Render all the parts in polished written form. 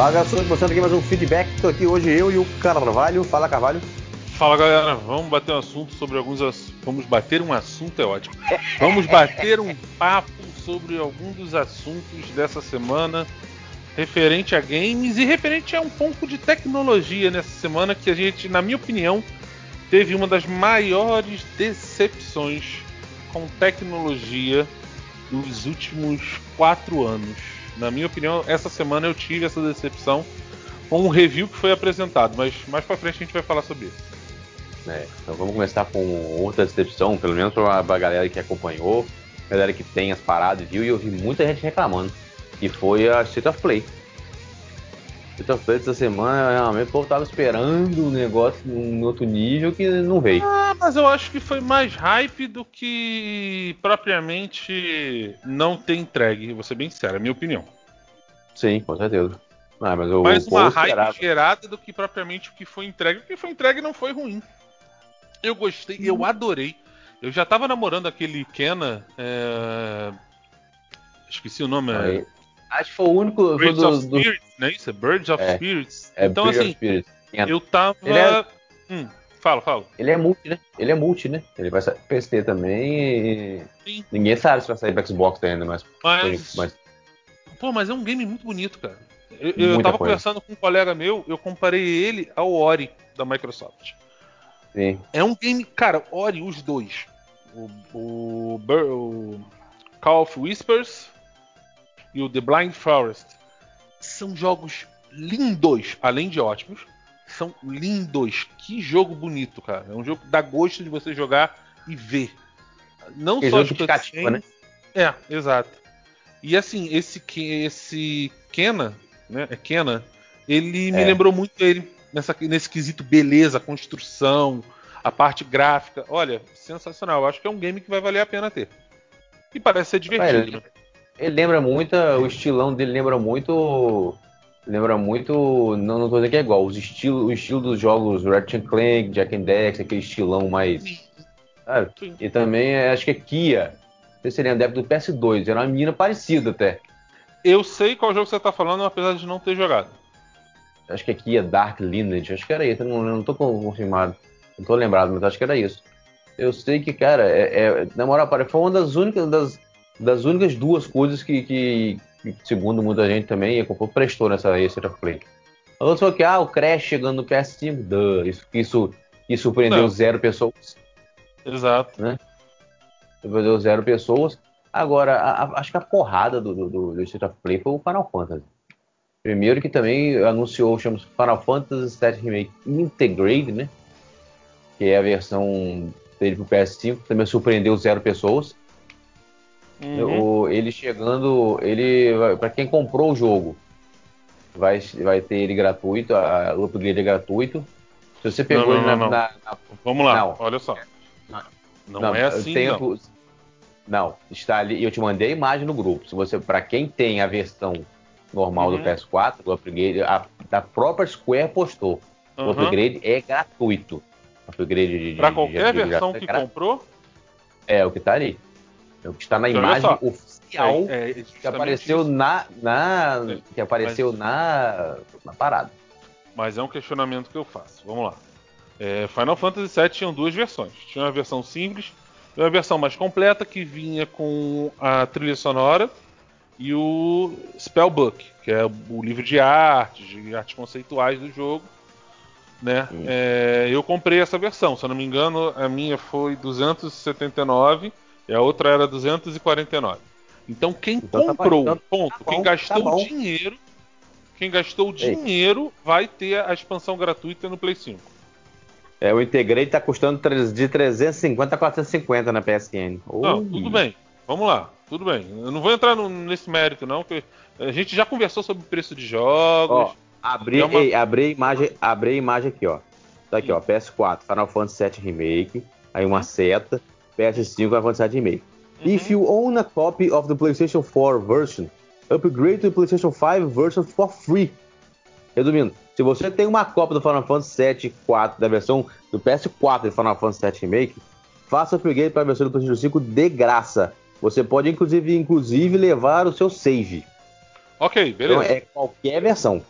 Fala, galera, estou começando aqui mais um feedback. Estou aqui hoje eu e o Carvalho. Fala, Carvalho. Fala, galera, vamos bater um assunto sobre Vamos bater um assunto, é ótimo. Vamos bater um papo sobre alguns dos assuntos dessa semana referente a games e referente a um pouco de tecnologia nessa semana que a gente, na minha opinião, teve uma das maiores decepções com tecnologia dos últimos 4 anos. Na minha opinião, essa semana eu tive essa decepção com um review que foi apresentado, mas mais pra frente a gente vai falar sobre isso. Então vamos começar com outra decepção, pelo menos para a galera que acompanhou, a galera que tem as paradas, viu, e eu vi muita gente reclamando, que foi a State of Play. State of Play dessa semana, realmente o povo tava esperando um negócio num outro nível que não veio. Mas eu acho que foi mais hype do que propriamente não ter entregue, vou ser bem sincero, é a minha opinião. Sim, com certeza. Mas mais uma hype esperava. gerada do que propriamente o que foi entregue. O que foi entregue não foi ruim. Eu gostei, eu adorei. Eu já tava namorando aquele Kena. Esqueci o nome. Acho que foi o único. Birds of Spirits, não é isso? Birds of Spirits. Então, Birds assim, of Spirits. Eu tava. Fala. Ele é multi, né? Ele vai sair pro PC também e... Sim. Ninguém sabe se vai sair pro Xbox ainda, mas... Pô, mas é um game muito bonito, cara. Eu tava conversando com um colega meu, eu comparei ele ao Ori da Microsoft. Sim. É um game, cara, Ori, os dois. O Call of Whispers e o The Blind Forest. São jogos lindos, além de ótimos. São lindos. Que jogo bonito, cara. É um jogo que dá gosto de você jogar e ver. Não que só jogo de cativa, né? Exato. E assim, esse Kena, né? É Kena. Ele me lembrou muito ele nesse quesito beleza, construção, a parte gráfica. Olha, sensacional. Eu acho que é um game que vai valer a pena ter. E parece ser divertido, né? Ele lembra muito, o estilão dele lembra muito, não tô dizendo que é igual, o estilo dos jogos Ratchet & Clank, Jak and Daxter, aquele estilão mais... Sim. E também, acho que é Kia, não sei se você lembra, do PS2, era uma menina parecida até. Eu sei qual jogo você tá falando, apesar de não ter jogado. Acho que é Kia Dark Lineage, acho que era isso, não tô confirmado, não tô lembrado, mas acho que era isso. Eu sei que, cara, na moral, foi uma das únicas duas coisas que segundo muita gente também, prestou nessa State of Play. A outra foi que, o Crash chegando no PS5, isso surpreendeu zero pessoas. Exato. Né? Surpreendeu zero pessoas. Agora, acho que a porrada do State of Play foi o Final Fantasy. Primeiro que também anunciou, chama Final Fantasy VII Remake Integrate, né? Que é a versão dele pro PS5, também surpreendeu zero pessoas. Ele chegando, para quem comprou o jogo, vai ter ele gratuito, o upgrade é gratuito. Se você pegou ele na... Vamos lá, olha só. Não é assim, não, está ali, eu te mandei a imagem no grupo. Se você, para quem tem a versão normal do PS4, o upgrade, da própria Square postou. O upgrade é gratuito. Upgrade para qualquer versão que comprou? É o que tá ali. É o que está na imagem oficial que apareceu na parada. Mas é um questionamento que eu faço. Vamos lá. Final Fantasy VII tinham duas versões. Tinha uma versão simples e uma versão mais completa que vinha com a trilha sonora e o Spellbook, que é o livro de artes conceituais do jogo. Né? Eu comprei essa versão, se eu não me engano, a minha foi 279 e a outra era 249. Então quem comprou, quem gastou dinheiro vai ter a expansão gratuita no Play 5. O Integrate tá custando de 350 a 450 na PSN. Não, tudo bem. Vamos lá, tudo bem. Eu não vou entrar nesse mérito não, porque a gente já conversou sobre o preço de jogos. Abri a imagem aqui, ó. Tá aqui, ó. PS4, Final Fantasy VII Remake. Aí uma seta. PS5, Final Fantasy VII Remake. If you own a copy of the PlayStation 4 version, upgrade to the PlayStation 5 version for free. Resumindo, se você tem uma cópia do Final Fantasy VII 4, da versão do PS4 de Final Fantasy VII Remake, faça o upgrade para a versão do PlayStation 5 de graça. Você pode, inclusive levar o seu save. Ok, beleza. Então é qualquer versão.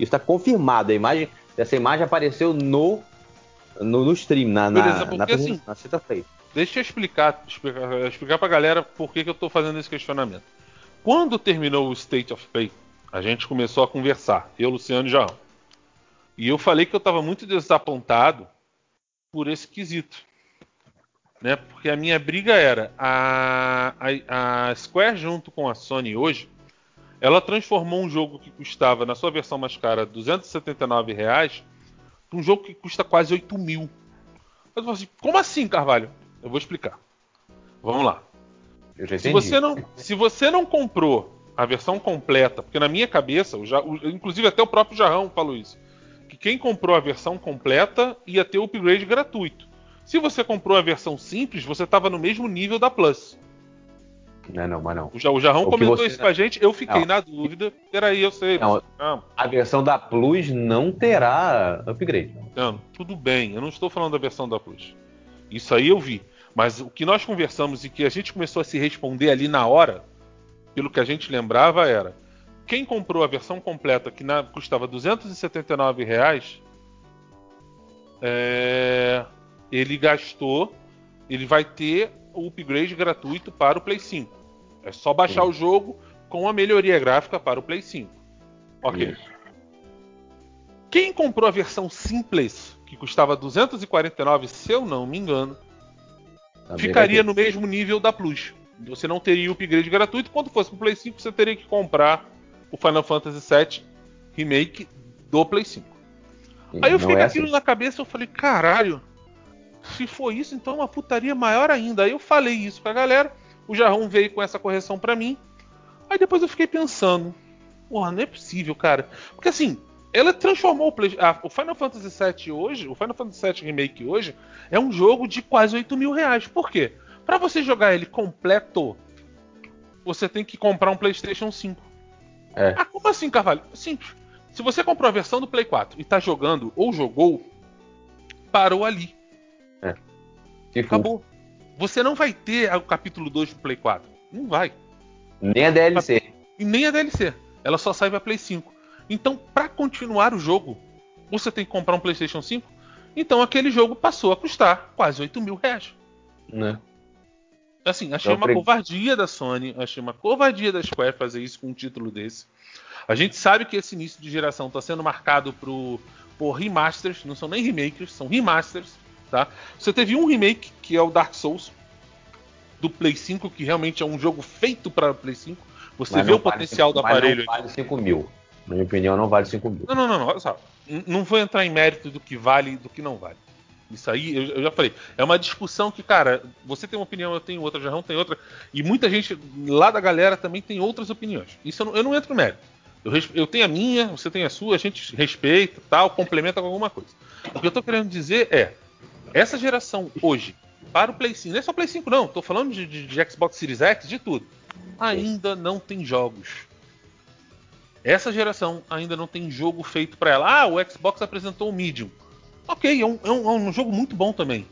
está confirmado. Essa imagem apareceu no stream, Beleza, porque assim, na sexta-feira. deixa eu explicar pra galera por que eu tô fazendo esse questionamento. Quando terminou o State of Play, a gente começou a conversar, eu, Luciano e João. E eu falei que eu tava muito desapontado por esse quesito. Né? Porque a minha briga era a Square junto com a Sony hoje, ela transformou um jogo que custava, na sua versão mais cara, R$279, para um jogo que custa quase 8 mil. Eu falo assim, como assim, Carvalho? Eu vou explicar. Vamos lá. Eu já Se entendi. se você não comprou a versão completa, porque na minha cabeça, inclusive até o próprio Jarrão falou isso, que quem comprou a versão completa ia ter o upgrade gratuito. Se você comprou a versão simples, você estava no mesmo nível da Plus. Não, mas não. O Jarrão comentou isso com a gente, eu fiquei Não. na dúvida. Peraí, eu sei. Não, a versão da Plus não terá upgrade. Não, tudo bem, eu não estou falando da versão da Plus. Isso aí eu vi. Mas o que nós conversamos e que a gente começou a se responder ali na hora, pelo que a gente lembrava, era: quem comprou a versão completa, que custava R$279, ele gastou, ele vai ter o upgrade gratuito para o Play 5. É só baixar o jogo com a melhoria gráfica para o Play 5. Ok. Isso. Quem comprou a versão simples, que custava R$249, se eu não me engano, Também ficaria no mesmo nível da Plus. Você não teria o upgrade gratuito. Quando fosse pro Play 5, você teria que comprar o Final Fantasy VII Remake do Play 5. Aí eu fiquei com aquilo na cabeça, eu falei, caralho, se for isso, então é uma putaria maior ainda. Aí eu falei isso pra galera, o Jarrão veio com essa correção pra mim. Aí depois eu fiquei pensando, porra, não é possível, cara. Porque assim, ela transformou o Final Fantasy VII hoje, o Final Fantasy VII Remake hoje, é um jogo de quase 8 mil reais. Por quê? Pra você jogar ele completo, você tem que comprar um PlayStation 5. Ah, como assim, Carvalho? Simples. Se você comprou a versão do Play 4 e tá jogando ou jogou, parou ali. Acabou. Você não vai ter o capítulo 2 do Play 4. Não vai. Nem a DLC. E nem a DLC. Ela só sai pra Play 5. Então, pra continuar o jogo, você tem que comprar um PlayStation 5. Então, aquele jogo passou a custar quase 8 mil reais. Né? Assim, achei uma covardia da Sony, achei uma covardia da Square fazer isso com um título desse. A gente sabe que esse início de geração está sendo marcado por remasters, não são nem remakes, são remasters, tá? Você teve um remake, que é o Dark Souls, do Play 5, que realmente é um jogo feito para Play 5. Você vê o potencial do aparelho. Mas não vale 5 mil. Na minha opinião, não vale 5 mil. Não, olha só. Não vou entrar em mérito do que vale e do que não vale. Isso aí, eu já falei. É uma discussão que, cara, você tem uma opinião, eu tenho outra, o Jarrão tem outra. E muita gente lá da galera também tem outras opiniões. Isso eu não entro no mérito. Eu tenho a minha, você tem a sua, a gente respeita, tal, complementa com alguma coisa. O que eu tô querendo dizer é, essa geração hoje, para o Play 5, não é só Play 5 não, tô falando de Xbox Series X, de tudo, ainda não tem jogos. Essa geração ainda não tem jogo feito para ela. Ah, o Xbox apresentou o Medium. Ok, é um jogo muito bom também.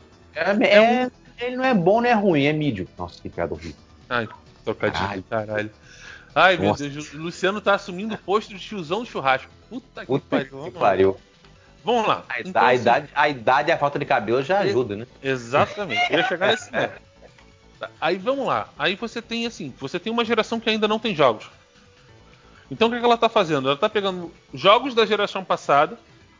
Ele não é bom, não é ruim, é medium. Nossa, que piada horrível. Ai, trocadilho, caralho. Ai, meu Deus, o Luciano tá assumindo o posto de tiozão do churrasco. Puta que pariu. Vamos lá. Então, a idade e a falta de cabelo já ajuda, né? Exatamente. Eu ia chegar nesse momento. Aí vamos lá. Aí você tem uma geração que ainda não tem jogos. Então o que ela tá fazendo? Ela tá pegando jogos da geração passada,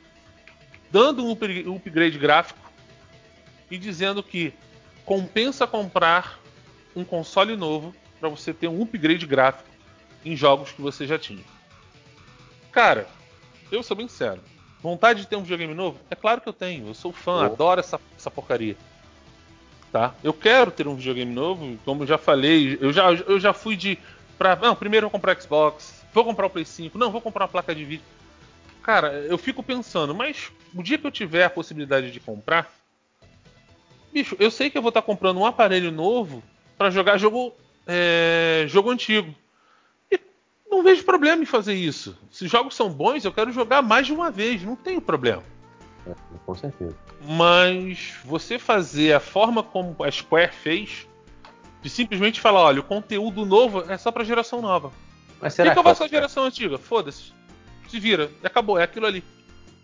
dando um upgrade gráfico e dizendo que compensa comprar um console novo para você ter um upgrade gráfico em jogos que você já tinha. Cara, eu sou bem sincero. Vontade de ter um videogame novo? É claro que eu tenho. Eu sou fã, adoro essa porcaria. Tá? Eu quero ter um videogame novo, como eu já falei. Eu já fui não, primeiro eu vou comprar Xbox, vou comprar o Play 5, não, vou comprar uma placa de vídeo. Cara, eu fico pensando, mas o dia que eu tiver a possibilidade de comprar, bicho, eu sei que eu vou estar comprando um aparelho novo para jogar jogo antigo. E não vejo problema em fazer isso. Se jogos são bons, eu quero jogar mais de uma vez, não tenho problema. Com certeza. Mas você fazer a forma como a Square fez, de simplesmente falar, olha, o conteúdo novo é só pra geração nova. Mas será que eu faço a geração antiga? Foda-se. Se vira. E acabou. É aquilo ali.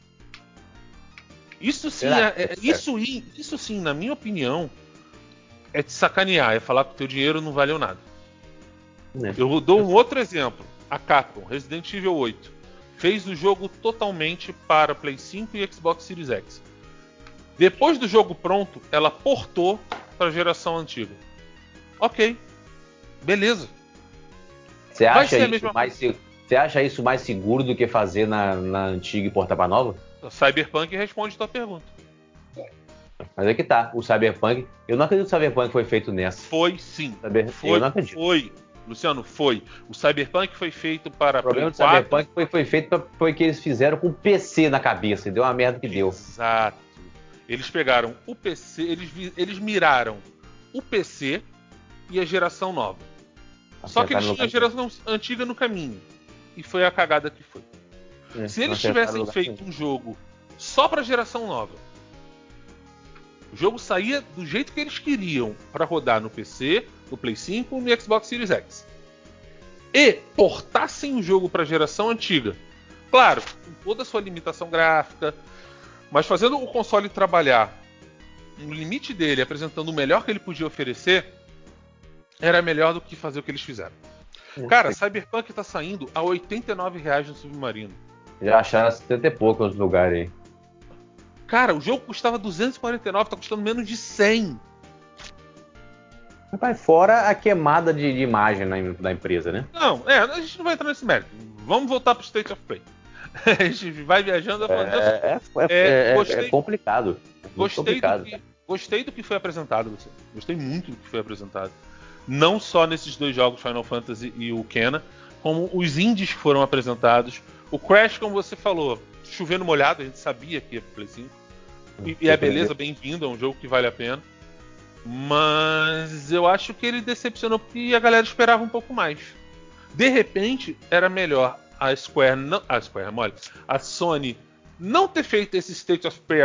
Isso sim, isso sim, na minha opinião, é te sacanear. É falar que o teu dinheiro não valeu nada. Eu dou um outro exemplo. A Capcom, Resident Evil 8, fez o jogo totalmente para Play 5 e Xbox Series X. Depois do jogo pronto, ela portou para a geração antiga. Ok, beleza. Você acha isso mais seguro do que fazer na antiga e portar para nova? O Cyberpunk responde a tua pergunta. Mas é que tá, o Cyberpunk... Eu não acredito que o Cyberpunk foi feito nessa. Foi sim. Eu não acredito. Foi. Luciano, foi. O Cyberpunk foi feito para O problema Play do Cyberpunk foi feito foi que eles fizeram com o PC na cabeça e deu uma merda que deu. Exato. Eles pegaram o PC, eles miraram o PC e a geração nova. Só que eles tinham a geração antiga no caminho. E foi a cagada que foi. Se eles tivessem feito um jogo só para a geração nova, o jogo saía do jeito que eles queriam para rodar no PC, no Play 5 e no Xbox Series X. E portassem o jogo para a geração antiga. Claro, com toda a sua limitação gráfica, mas fazendo o console trabalhar no limite dele, apresentando o melhor que ele podia oferecer, era melhor do que fazer o que eles fizeram. Cara, Cyberpunk tá saindo a R$ 89,00 no Submarino. Já acharam 70 e pouco nos lugares aí. Cara, o jogo custava 249, tá custando menos de 100. Rapaz, fora a queimada de imagem da empresa, né? Não, a gente não vai entrar nesse mérito. Vamos voltar pro State of Play. A gente vai viajando. É complicado. Gostei do que foi apresentado, você. Gostei muito do que foi apresentado. Não só nesses dois jogos, Final Fantasy e o Kena, como os indies que foram apresentados. O Crash, como você falou, chovendo molhado, a gente sabia que ia pro Play 5. E é beleza, bem-vindo, é um jogo que vale a pena. Mas eu acho que ele decepcionou porque a galera esperava um pouco mais. De repente, era melhor a Sony não ter feito esse State of Play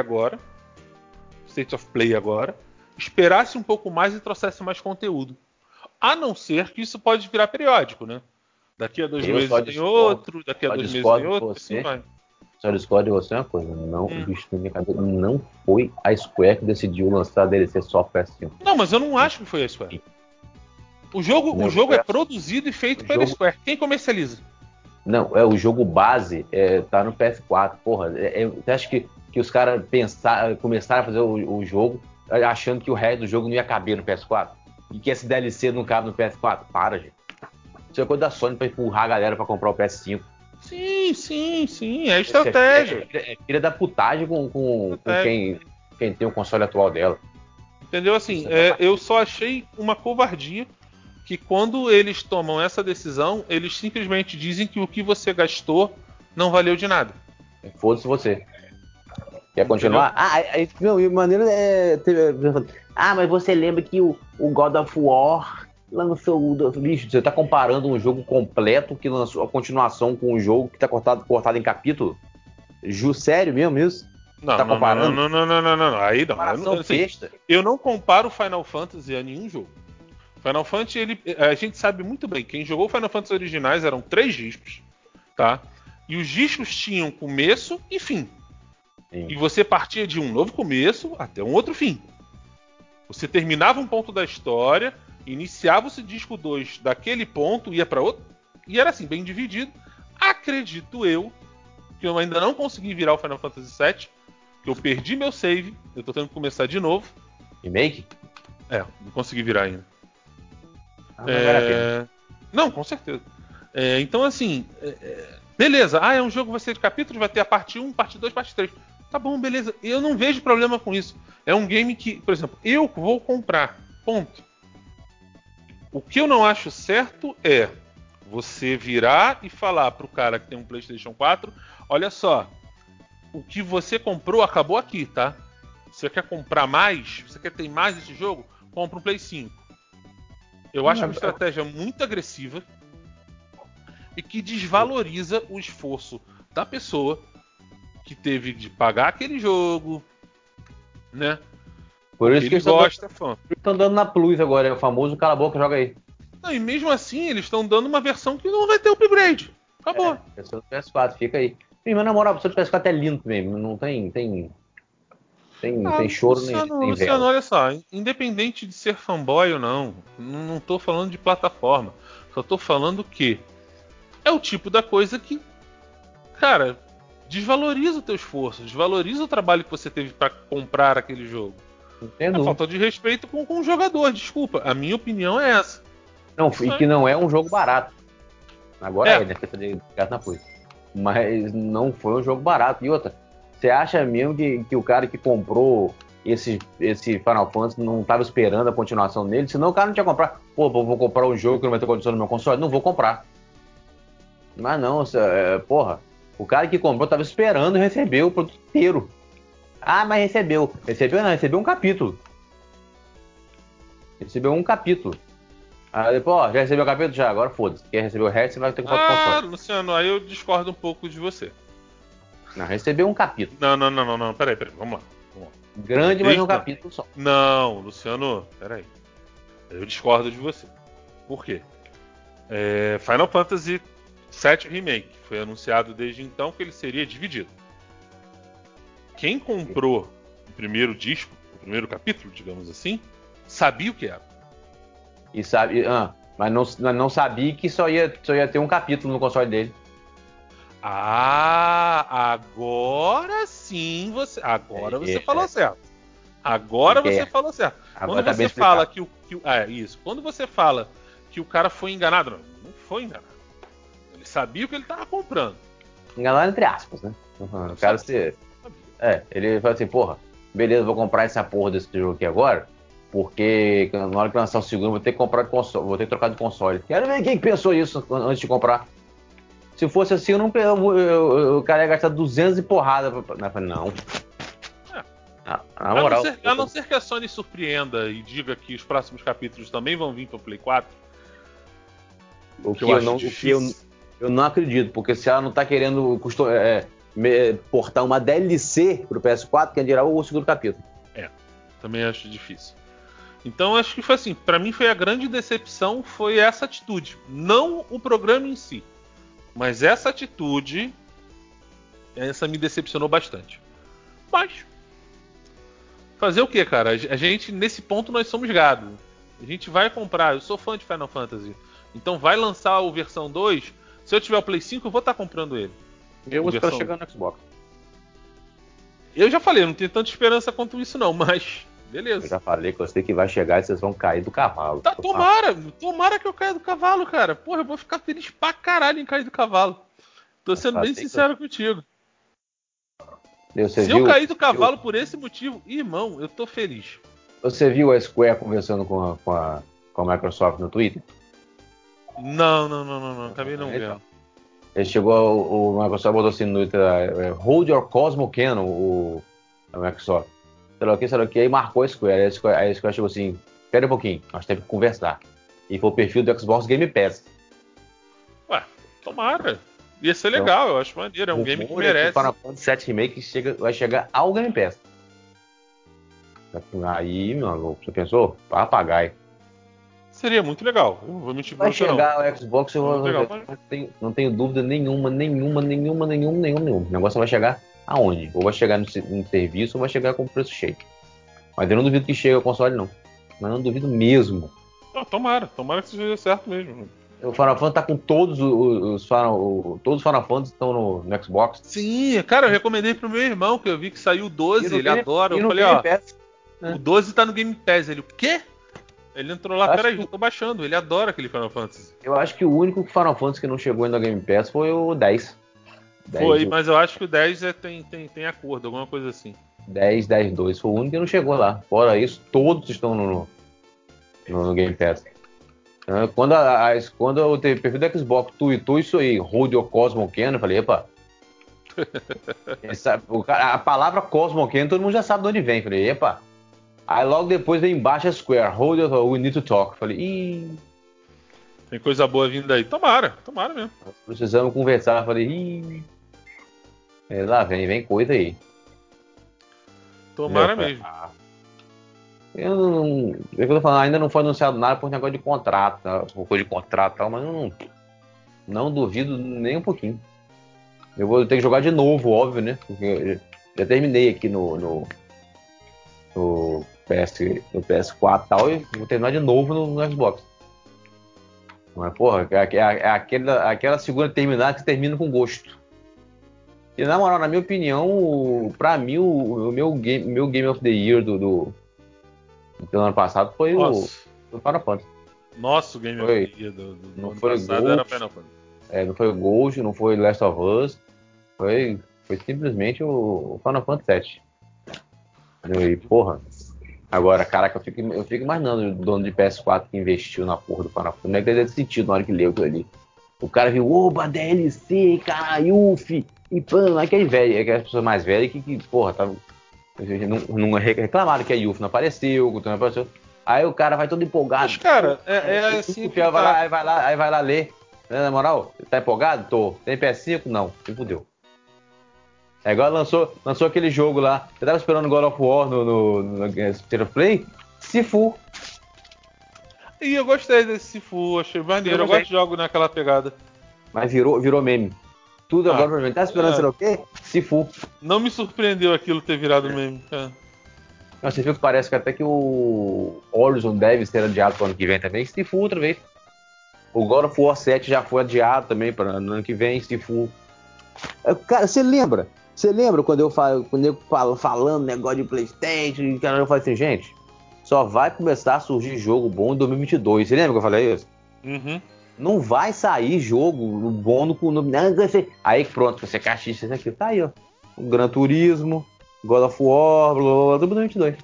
agora, esperasse um pouco mais e trouxesse mais conteúdo. A não ser que isso pode virar periódico, né? Daqui a 2 meses tem outro, daqui a 2 meses tem outro, assim vai. Só discordo de você uma coisa, não foi a Square que decidiu lançar a DLC só para PS5. Não, mas eu não acho que foi a Square. O jogo é produzido e feito pela Square. Quem comercializa? Não, o jogo base tá no PS4. Porra, você acha que os caras começaram a fazer o jogo achando que o resto do jogo não ia caber no PS4? E que esse DLC não cabe no PS4? Para, gente. Isso é coisa da Sony pra empurrar a galera pra comprar o PS5. Sim, é estratégia. É filha da putagem com quem tem o console atual dela. Entendeu? Assim, eu só achei uma covardia que quando eles tomam essa decisão, eles simplesmente dizem que o que você gastou não valeu de nada. Foda-se você. Quer continuar? E maneiro mas você lembra que o God of War lançou o lixo? Você tá comparando um jogo completo que lançou a continuação com um jogo que tá cortado em capítulo? Sério mesmo isso? Não, tá comparando? Não. Aí não. Eu não comparo Final Fantasy a nenhum jogo. Final Fantasy, a gente sabe muito bem, quem jogou Final Fantasy originais eram 3 discos, tá? E os discos tinham começo e fim. Sim. E você partia de um novo começo até um outro fim. Você terminava um ponto da história, iniciava o disco 2 daquele ponto, ia para outro, e era assim, bem dividido. Acredito eu, que eu ainda não consegui virar o Final Fantasy VII, que eu perdi meu save, eu tô tendo que começar de novo. Remake? Não consegui virar ainda. Não, não, com certeza. Então, assim, beleza. É um jogo que vai ser de capítulos, vai ter a parte 1, parte 2, parte 3. Tá bom, beleza. Eu não vejo problema com isso. É um game que, por exemplo, eu vou comprar. Ponto. O que eu não acho certo é você virar e falar pro cara que tem um PlayStation 4, olha só, o que você comprou acabou aqui, tá? Você quer comprar mais? Você quer ter mais desse jogo? Compra um Play 5. Eu acho uma estratégia muito agressiva e que desvaloriza o esforço da pessoa que teve de pagar aquele jogo, né? Por isso que eles estão dando na Plus agora, é o famoso cala a boca, joga aí. Não, e mesmo assim eles estão dando uma versão que não vai ter upgrade. Acabou. Versão do PS4, fica aí. Sim, mas na moral, a versão do PS4 é lindo mesmo. Não tem choro nem Luciano, vela. olha só, independente de ser fanboy ou não tô falando de plataforma. Só tô falando que é o tipo da coisa que, cara, desvaloriza o teu esforço, desvaloriza o trabalho que você teve pra comprar aquele jogo. É Entendo. falta de respeito com o jogador, desculpa. A minha opinião é essa. Não, e Isso que é. não é um jogo barato. Agora É. né? Questão de gato na coisa. Mas não foi um jogo barato. E outra, você acha mesmo que o cara que comprou esse Final Fantasy não estava esperando a continuação dele? Senão o cara não tinha comprado. Pô, vou comprar um jogo que não vai ter condição no meu console? Não vou comprar. Mas não, porra. O cara que comprou estava esperando receber o produto inteiro. Ah, mas recebeu. Recebeu não, recebeu um capítulo. Recebeu um capítulo. Aí depois, ó, já recebeu o capítulo? Já, agora foda-se. Quer receber o resto, você vai ter que comprar o Ah, console. Luciano, aí eu discordo um pouco de você. Não, recebeu um capítulo. Não. Peraí, vamos lá. Vamos lá. Grande, mas é um Não. capítulo só. Não, Luciano, peraí. Eu discordo de você. Por quê? Final Fantasy VII Remake foi anunciado desde então que ele seria dividido. Quem comprou o primeiro disco, o primeiro capítulo, digamos assim, sabia o que era. E sabe, mas não sabia que só ia ter um capítulo no console dele. Ah, agora você falou É, certo. Agora você porque falou certo. Quando agora tá bem você fala explicado. isso. Quando você fala que o cara foi enganado, não foi enganado. Ele sabia o que ele estava comprando. Enganar entre aspas, né? Uhum. O cara se. Sabia. Ele fala assim, porra, beleza, vou comprar essa porra desse jogo aqui agora, porque na hora que lançar o segundo, vou ter que comprar de console, vou ter que trocar de console. Quero ver quem que pensou isso antes de comprar. Se fosse assim, eu não o cara ia gastar 200 e porrada. Não. É. Na moral, A não ser que a Sony surpreenda e diga que os próximos capítulos também vão vir para o Play 4, o o que que eu eu acho não, o que eu, difícil. eu não acredito, porque se ela não tá querendo portar uma DLC pro PS4, quem dirá o segundo capítulo. É, também acho difícil. Então acho que foi assim, para mim foi a grande decepção foi essa atitude, não o programa em si, mas essa atitude, essa me decepcionou bastante. Mas fazer o que, cara? A gente nesse ponto nós somos gado. A gente vai comprar, eu sou fã de Final Fantasy. Então vai lançar o versão 2, se eu tiver o Play 5, eu vou estar comprando ele. Eu O vou esperar versão. chegar no Xbox. Eu já falei, eu não tenho tanta esperança quanto isso não, mas Eu beleza. já falei que eu sei que vai chegar e vocês vão cair do cavalo. Tá, tomara que eu caia do cavalo, cara. Porra, eu vou ficar feliz pra caralho em cair do cavalo. Tô Eu sendo bem falei que eu... sincero contigo. Você Se eu viu, cair do cavalo por esse motivo, irmão, eu tô feliz. você viu a Square conversando com a Microsoft no Twitter? Não. Acabei não Então, vendo. ele chegou, o Microsoft botou assim no Twitter, Hold Your Cosmo Cannon, a Microsoft. Sei lá o que, aí marcou a Square. Aí a Square chegou assim, espera um pouquinho, nós temos que conversar. E foi o perfil do Xbox Game Pass. Ué, tomara. Ia ser Então, legal, eu acho maneiro. É um o game que rumor é que o merece. Final Fantasy VII Remake vai chegar ao Game Pass. Aí, meu amigo, você pensou? Papagaio. Seria muito legal. Eu não vou mentir pra Vai você, não. chegar ao Xbox, eu, Muito legal. eu não tenho dúvida nenhuma. O negócio vai chegar aonde? Ou vai chegar no serviço ou vai chegar com preço cheio. Mas eu não duvido que chegue ao console, não. Mas não duvido mesmo. Não, tomara que seja certo mesmo. O Final Fantasy tá com todos todos os Final Fantasy estão no Xbox. Sim, cara, eu recomendei pro meu irmão, que eu vi que saiu o E 12, no ele Game, adora. e Eu no falei, Game ó, Pass. o Né? 12 tá no Game Pass. Ele, o quê? Ele entrou lá, Acho peraí, que, já tô baixando. Ele adora aquele Final Fantasy. eu acho que o único Final Fantasy que não chegou ainda no Game Pass foi o 10. 10, Foi, mas eu acho que o 10 tem acordo, alguma coisa assim. 10, 2 foi o único que não chegou lá. Fora isso, todos estão no Game Pass. Quando o perfil do Xbox tweetou isso aí, Hold Your Cosmo Cannon, eu falei, epa. A palavra Cosmo Cannon todo mundo já sabe de onde vem. Eu falei, epa. Aí logo depois vem embaixo a Square, Hold Your, We Need to Talk. Eu falei, ih, Tem coisa boa vindo aí. Tomara mesmo. nós precisamos conversar. Eu falei, ih, lá vem coisa aí. Entendeu? Tomara mesmo. Eu não. É que eu tô falando, ainda não foi anunciado nada por negócio de contrato, tá? Por coisa de contrato e tal, mas não. Não duvido nem um pouquinho. Eu vou ter que jogar de novo, óbvio, né? Porque eu já terminei aqui no no PS4 e tal, e vou terminar de novo no Xbox. Mas, porra, é aquela segunda terminada que termina com gosto. E na moral, na minha opinião, pra mim, o meu Game of the Year do ano passado foi Nossa. o Final Fantasy. Nosso Game of Foi, the Year do não ano foi passado era Ghost, Final Fantasy. não foi o Ghost, não foi Last of Us, foi simplesmente o Final Fantasy VII. E, porra, agora, caraca, eu fico imaginando o dono de PS4 que investiu na porra do Final Fantasy. Não é que ele deve sentido na hora que leu aquilo ali. O cara viu, oba, DLC, cara, UF, e pã, aquele velho, aquelas pessoas mais velhas porra, tava, não reclamaram que a UF não apareceu, que não apareceu. Aí o cara vai todo empolgado. Mas, cara, é assim UF, que tá. aí vai lá ler. Na moral, tá empolgado? Tô. Tem PS5? Não. Se fudeu. É igual lançou aquele jogo lá. Você tava esperando God of War no State of Play? Se fu. E eu gostei desse Sifu, achei Eu maneiro. Eu gosto gostei. de jogo naquela pegada. Mas virou meme. Tudo Ah, agora virou meme. Tá esperando ser o quê? Se fu. não me surpreendeu aquilo ter virado meme, cara. Você viu que parece que até que o Horizon deve ser adiado pro ano que vem também. Se fu outra vez. O God of War 7 já foi adiado também para ano que vem. Se fu. Cara, você lembra? Você lembra quando eu falo falando negócio de PlayStation? E cara, eu falei assim, gente, só vai começar a surgir jogo bom em 2022. Você lembra que eu falei isso? Uhum. Não vai sair jogo bom no. Aí pronto, você cachicha isso aqui. Tá aí, ó. O Gran Turismo, God of War, blá blá blá, 2022.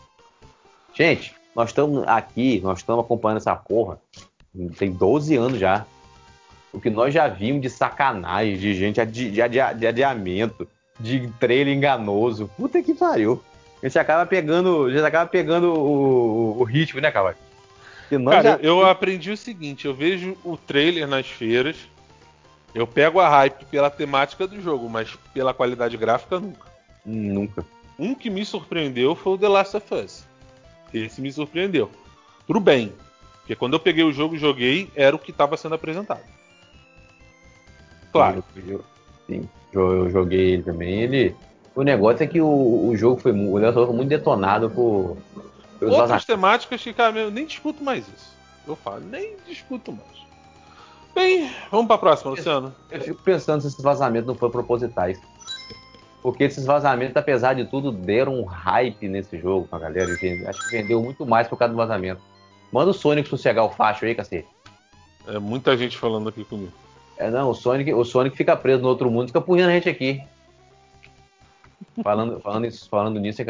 Gente, nós estamos acompanhando essa porra. Tem 12 anos já. O que nós já vimos de sacanagem, de gente de adiamento, de trailer enganoso. Puta que pariu. A gente acaba pegando o ritmo, né, Cavalo? Que nós Cara, já. eu aprendi o seguinte: eu vejo o trailer nas feiras, eu pego a hype pela temática do jogo, mas pela qualidade gráfica nunca. Nunca. Um que me surpreendeu foi o The Last of Us. Esse me surpreendeu. Pro bem. Porque quando eu peguei o jogo e joguei, era o que estava sendo apresentado. Claro. Sim, eu joguei ele também. O negócio é que o jogo o Last foi muito detonado pelos Outras vazamentos. temáticas que, cara, eu nem discuto mais isso. Eu falo, nem discuto mais. Bem, vamos pra próxima, Luciano. Eu fico pensando se esses vazamentos não foram propositais. Porque esses vazamentos, apesar de tudo, deram um hype nesse jogo pra galera. Acho que vendeu muito mais por causa do vazamento. Manda o Sonic sossegar o facho aí, cacete. É muita gente falando aqui comigo. Não, o Sonic fica preso no outro mundo e fica punhando a gente aqui. Falando nisso,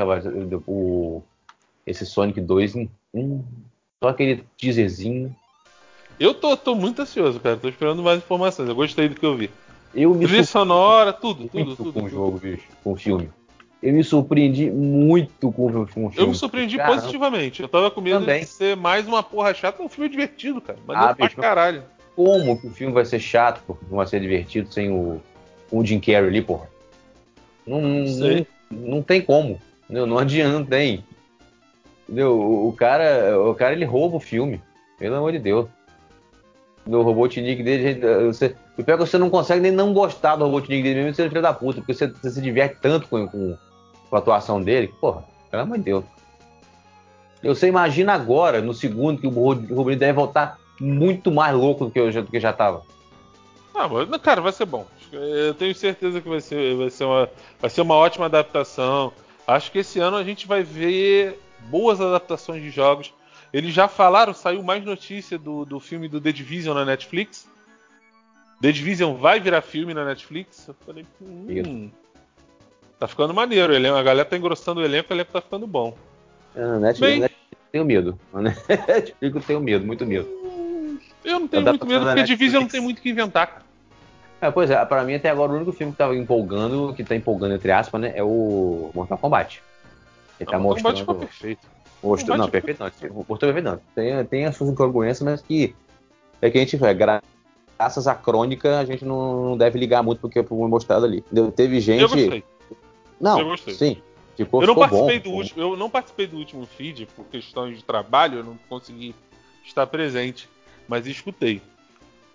esse Sonic 2, só aquele teaserzinho. Eu tô muito ansioso, cara. Tô esperando mais informações. Eu gostei do que eu vi. Eu me Trilha surpreendi sonora, tudo, tudo, muito tudo, com o tudo. jogo, bicho, com o filme. Eu me surpreendi muito com o Eu me filme. surpreendi Caramba, positivamente. Eu tava com medo de também. ser mais uma porra chata. Um filme divertido, cara. Maneiro Ah, pra bicho, caralho. como que o filme vai ser chato, pô? Não vai ser divertido sem o Jim Carrey ali, porra? Não, Não sei. não tem como. Entendeu? Não adianta, não tem. Entendeu? O cara, ele rouba o filme. Pelo amor de Deus. O Robotnik dele, eu pego você não consegue nem não gostar do Robotnik dele, mesmo sendo filho da puta, porque você se diverte tanto com a atuação dele. Porra, pelo amor de Deus. Você imagina agora, no segundo, que o Robotnik deve voltar muito mais louco do que já tava. Ah, mas, cara, vai ser bom. Eu tenho certeza que vai ser uma ótima adaptação. Acho que esse ano a gente vai ver boas adaptações de jogos. Eles já falaram, saiu mais notícia do filme do The Division na Netflix. The Division vai virar filme na Netflix. Eu falei, Isso. tá ficando maneiro. A galera tá engrossando o elenco tá ficando bom. A Bem, Netflix tenho medo. A Netflix eu tenho medo, muito medo. eu não A tenho muito adaptação medo, da porque Division não tem Netflix. muito o que inventar, cara. Pois é, pra mim até agora o único filme que tava empolgando, que tá empolgando entre aspas, né, é o Mortal Kombat. Ele Não, tá Mortal Kombat ficou mostrando. perfeito. Mortal Mostrando, não, Kombat ficou perfeito não. perfeito. Mostrou perfeito não. Tem as suas incongruências, mas que é que a gente vai, graças à crônica, a gente não deve ligar muito porque foi mostrado ali. Entendeu? Teve Eu gente. gostei. Eu Não, gostei. sim, ficou bom. Eu não participei do último feed por questões de trabalho, eu não consegui estar presente, mas escutei.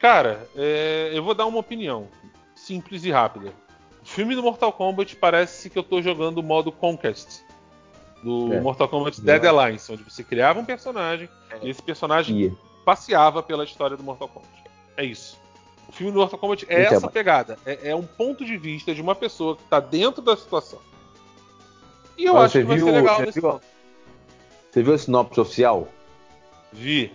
Cara, eu vou dar uma opinião simples e rápida. O filme do Mortal Kombat parece que eu tô jogando o modo Conquest do Mortal Kombat Dead Alliance, onde você criava um personagem e esse personagem passeava pela história do Mortal Kombat. É isso. O filme do Mortal Kombat é essa pegada. É um ponto de vista de uma pessoa que tá dentro da situação. E eu acho que vai ser legal nesse ponto. Você viu a sinopse oficial? Vi.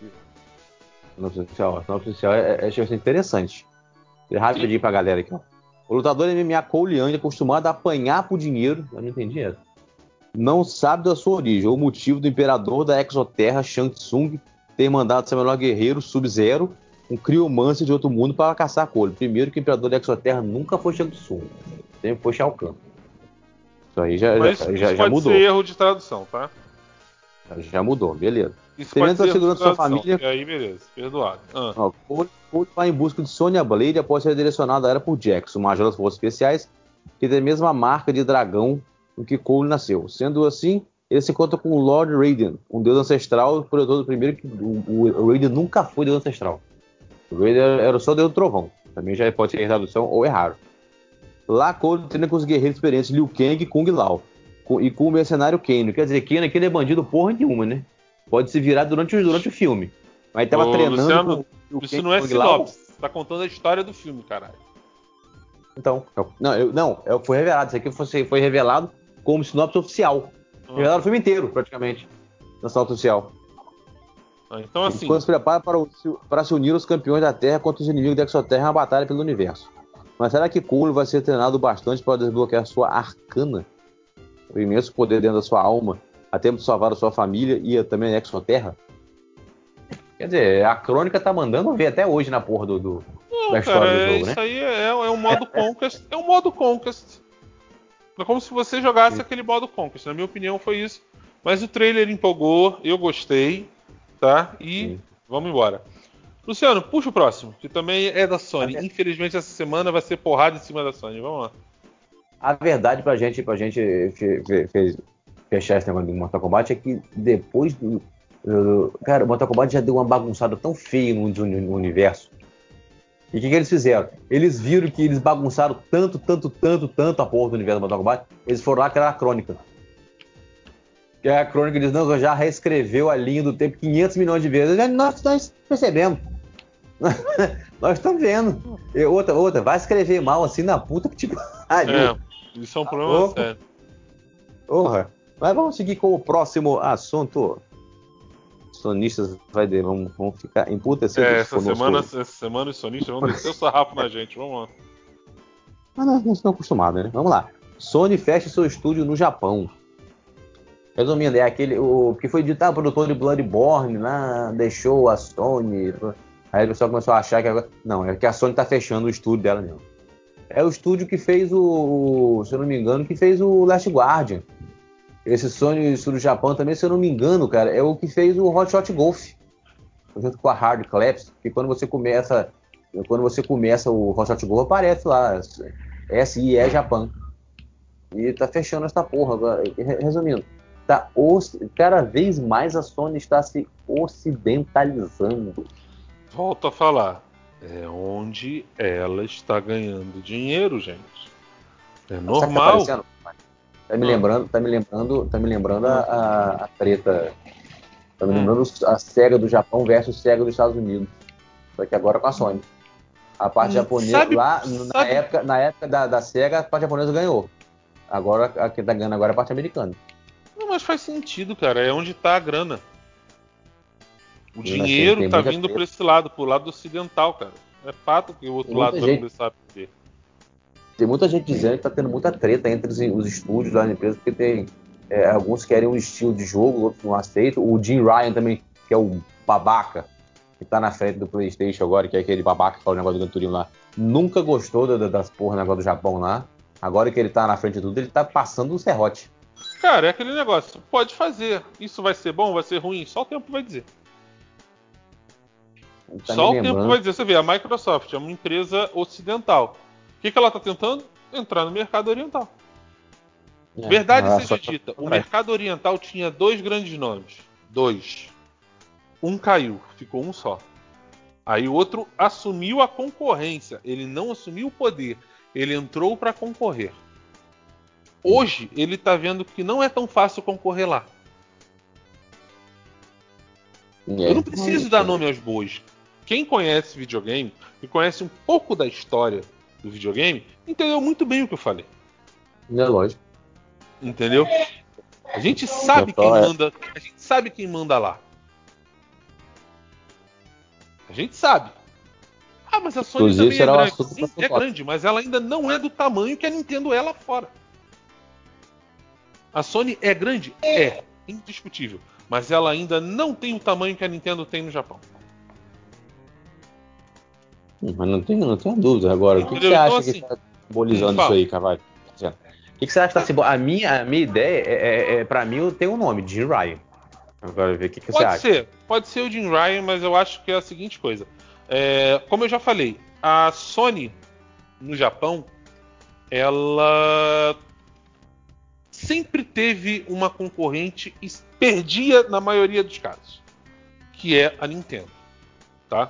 A sinopse oficial é interessante. Rapidinho pra galera aqui, ó. O lutador MMA Cole Young é acostumado a apanhar por dinheiro. Eu não entendi essa. Não sabe da sua origem, ou o motivo do imperador da Exoterra, Shang Tsung, ter mandado seu melhor guerreiro, Sub-Zero, um criomancer de outro mundo para caçar Cole. Primeiro que o imperador da Exoterra nunca foi Shang Tsung, sempre foi Shao Kahn. Isso aí já pode mudou. Ser erro de tradução, tá? Já mudou, beleza. Isso pode ser erro de tradução, família. E aí, beleza, perdoado. Cole vai em busca de Sonya Blade após ser direcionado à era por Jax, o major das forças especiais, que tem a mesma marca de dragão em que Cole nasceu. Sendo assim, ele se encontra com o Lord Raiden, um deus ancestral, protetor do primeiro que o Raiden nunca foi deus ancestral. O Raiden era só deus do trovão. Também já pode ser tradução ou errado. Lá Cole treina com os guerreiros experientes Liu Kang e Kung Lao. E com o mercenário Kano. Quer dizer, Kano aqui não é bandido porra nenhuma, né? Pode se virar durante o filme. Mas tava treinando Luciano, com o isso não é sinopse. Você tá contando a história do filme, caralho. Então, foi revelado. Isso aqui foi revelado como sinopse oficial. Revelado o filme inteiro, praticamente, na sinopse oficial. Então, assim. Enquanto se prepara para se unir aos campeões da Terra contra os inimigos da Exoterra em uma batalha pelo universo. Mas será que Cole vai ser treinado bastante para desbloquear sua arcana? O imenso poder dentro da sua alma, a tempo de salvar a sua família e também a Exoterra? Quer dizer, a crônica tá mandando ver até hoje na porra da história do jogo, né? Isso aí é um modo Conquest. É um modo Conquest. É como se você jogasse aquele modo Conquest. Na minha opinião, foi isso. Mas o trailer empolgou, eu gostei, tá? E vamos embora. Luciano, puxa o próximo, que também é da Sony. Infelizmente, essa semana vai ser porrada em cima da Sony. Vamos lá. A verdade pra gente fechar esse negócio do Mortal Kombat é que depois do. Cara, o Mortal Kombat já deu uma bagunçada tão feia no universo. E o que eles fizeram? Eles viram que eles bagunçaram tanto a porra do universo do Mortal Kombat, eles foram lá criar a crônica. Que a crônica eles não já reescreveu a linha do tempo 500 milhões de vezes. Nós percebemos. Nós estamos vendo. E outra, vai escrever mal assim na puta que tipo. Isso é um problema sério. Porra. Mas vamos seguir com o próximo assunto. Sonistas vão ficar emputecidos. Essa semana os sonistas vão descer o sarrafo na gente. Vamos lá. Mas nós não estamos acostumados, né? Vamos lá. Sony fecha seu estúdio no Japão. Resumindo, é aquele que foi dito, o produtor de Bloodborne lá deixou a Sony. Aí o pessoal começou a achar que agora. Não, é que a Sony tá fechando o estúdio dela mesmo. É o estúdio que fez se eu não me engano, que fez o Last Guardian. Esse Sony Studio Japão também, se eu não me engano, cara, é o que fez o Hot Shot Golf. Junto com a Hard Claps, que quando você começa o Hot Shot Golf, aparece lá, SIE Japão. E tá fechando essa porra agora. Resumindo, cada vez mais a Sony está se ocidentalizando. Volto a falar. É onde ela está ganhando dinheiro, gente. É normal. Tá me lembrando a treta. Tá me lembrando a SEGA do Japão versus SEGA dos Estados Unidos. Só que agora com a Sony. A parte japonesa, na época da SEGA, a parte japonesa ganhou. Agora, a que tá ganhando agora é a parte americana. Não, mas faz sentido, cara. É onde tá a grana. O dinheiro tá vindo pra esse lado, pro lado ocidental, cara. É fato que o outro lado todo mundo sabe ver. Tem muita gente dizendo que tá tendo muita treta entre os estúdios da empresa, porque tem alguns querem um estilo de jogo, outros não aceitam. O Jim Ryan também, que é o babaca, que tá na frente do PlayStation agora, que é aquele babaca que fala o negócio do Gran Turismo lá, nunca gostou das porra negócio do Japão lá. Agora que ele tá na frente de tudo, ele tá passando o serrote. Cara, é aquele negócio, pode fazer. Isso vai ser bom, vai ser ruim? Só o tempo vai dizer. Só o tempo vai dizer. Você vê, a Microsoft é uma empresa ocidental. O que ela tá tentando? Entrar no mercado oriental. Verdade seja dita, o mercado oriental tinha 2 grandes nomes. 2. Um caiu, ficou um só. Aí o outro assumiu a concorrência. Ele não assumiu o poder. Ele entrou para concorrer. Hoje, ele tá vendo que não é tão fácil concorrer lá. Eu não preciso dar nome aos bois. Quem conhece videogame e conhece um pouco da história do videogame, entendeu muito bem o que eu falei. É lógico. Entendeu? A gente sabe quem manda. A gente sabe quem manda lá. A gente sabe. Ah, mas a Sony Inclusive, também é será grande. o Sim, é grande, mas ela ainda não é do tamanho que a Nintendo é lá fora. A Sony é grande? É. Indiscutível. Mas ela ainda não tem o tamanho que a Nintendo tem no Japão. Mas não tenho dúvida. Agora, o que você Então, acha assim, que está simbolizando isso aí, Carvalho? O que você acha que está simbolizando? A minha ideia para mim, tem um nome, Jim Ryan. Agora, ver o que você acha. Pode ser o Jim Ryan, mas eu acho que é a seguinte coisa. Como eu já falei, a Sony no Japão, ela sempre teve uma concorrente e perdia na maioria dos casos, que é a Nintendo, tá?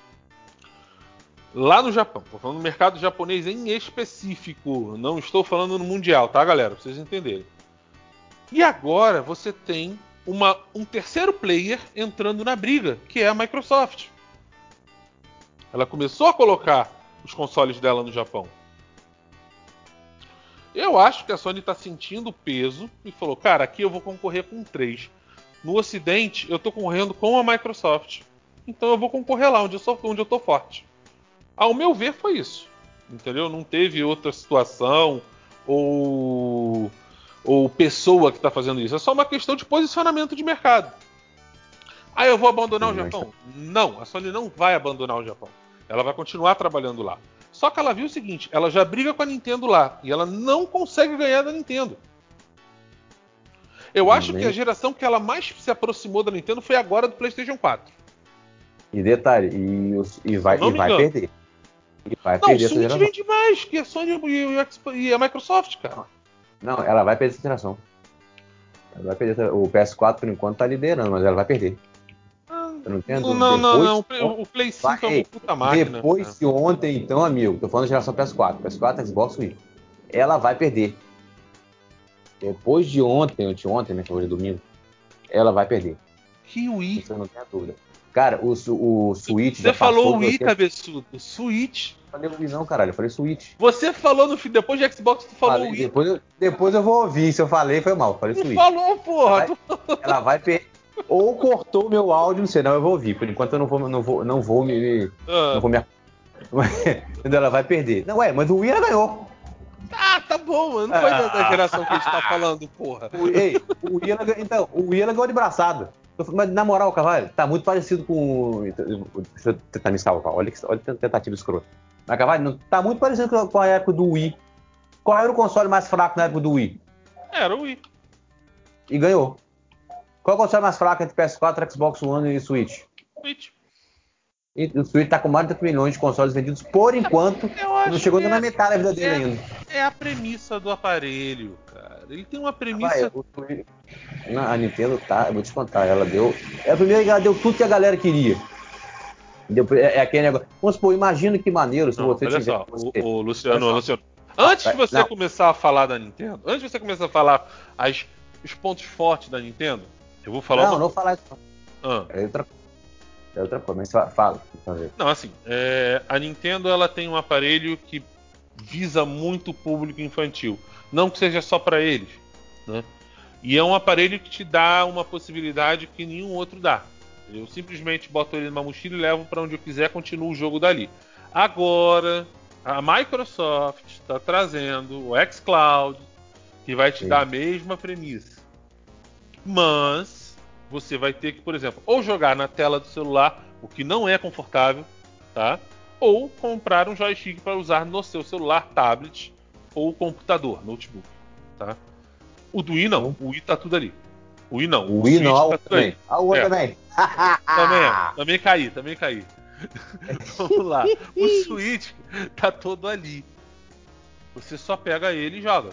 Lá no Japão, tô falando no mercado japonês em específico, não estou falando no mundial, tá, galera? Pra vocês entenderem. E agora você tem um terceiro player entrando na briga, que é a Microsoft. Ela começou a colocar os consoles dela no Japão. Eu acho que a Sony está sentindo o peso e falou: cara, aqui eu vou concorrer com 3. No Ocidente, eu estou concorrendo com a Microsoft. Então eu vou concorrer lá, onde eu tô forte. Ao meu ver, foi isso. Entendeu? Não teve outra situação ou pessoa que está fazendo isso. É só uma questão de posicionamento de mercado. Ah, eu vou abandonar o Japão? Não, a Sony não vai abandonar o Japão. Ela vai continuar trabalhando lá. Só que ela viu o seguinte, ela já briga com a Nintendo lá e ela não consegue ganhar da Nintendo. Eu acho que a geração que ela mais se aproximou da Nintendo foi agora do PlayStation 4. E detalhe, e vai perder. E vai perder essa Switch geração. vende mais que a Sony e a Microsoft, cara. Não, ela vai perder essa geração. Ela vai perder. O PS4, por enquanto, tá liderando, mas ela vai perder. Eu não entendo. Não. O Play 5 é uma puta máquina. Depois de ontem, então, amigo, tô falando da geração PS4. PS4, Xbox One. Ela vai perder. Depois de ontem, anteontem, né, que hoje é domingo, ela vai perder. Que Wii? Você não tem a dúvida. Cara, o Switch já passou. Você falou Wii, cabeçudo. Switch. Eu falei Wii não, caralho. Eu falei Switch. Você falou no fim, depois de Xbox, tu falou Wii. Depois eu vou ouvir. Se eu falei, foi mal. Eu falei Switch. Falou, porra. Ela vai perder. Ou cortou o meu áudio, não sei, não, eu vou ouvir. Por enquanto eu não vou me. Ela vai perder. Não, mas o Wii ela ganhou. Ah, tá bom, mano. Não foi da geração que a gente tá falando, porra. O Wii ela ganhou de braçada. Mas na moral, Carvalho, tá muito parecido com. Deixa eu tentar me salvar. Olha a tentativa escrota. Mas, Carvalho, tá muito parecido com a época do Wii. Qual era o console mais fraco na época do Wii? Era o Wii. E ganhou. Qual é o console mais fraco entre PS4, Xbox One e Switch? Switch. E o Switch tá com mais de 30 milhões de consoles vendidos por enquanto. Não chegou nem na metade da vida dele ainda. É a premissa do aparelho, cara. Ele tem uma premissa. A Nintendo eu vou te contar, ela deu. É a primeira que ela deu tudo que a galera queria. É aquele negócio. Vamos supor, imagina que maneiro se você olha tiver. Só, o Luciano. Antes de você começar a falar da Nintendo, antes de você começar a falar os pontos fortes da Nintendo, eu vou falar. Não vou falar isso. É outra coisa, mas fala. Não, assim, a Nintendo ela tem um aparelho que visa muito o público infantil. Não que seja só para eles, né? E é um aparelho que te dá uma possibilidade que nenhum outro dá. Eu simplesmente boto ele numa mochila e levo para onde eu quiser, continuo o jogo dali. Agora, a Microsoft está trazendo o xCloud, que vai te dar a mesma premissa. Mas você vai ter que, por exemplo, ou jogar na tela do celular, o que não é confortável, tá? Ou comprar um joystick para usar no seu celular, tablet ou computador, notebook, tá? O do Wii não, o Wii tá tudo ali. O Wii não, o Wii não, tá tudo também. O Wii também. Também caí. Vamos lá. O Switch tá todo ali. Você só pega ele e joga.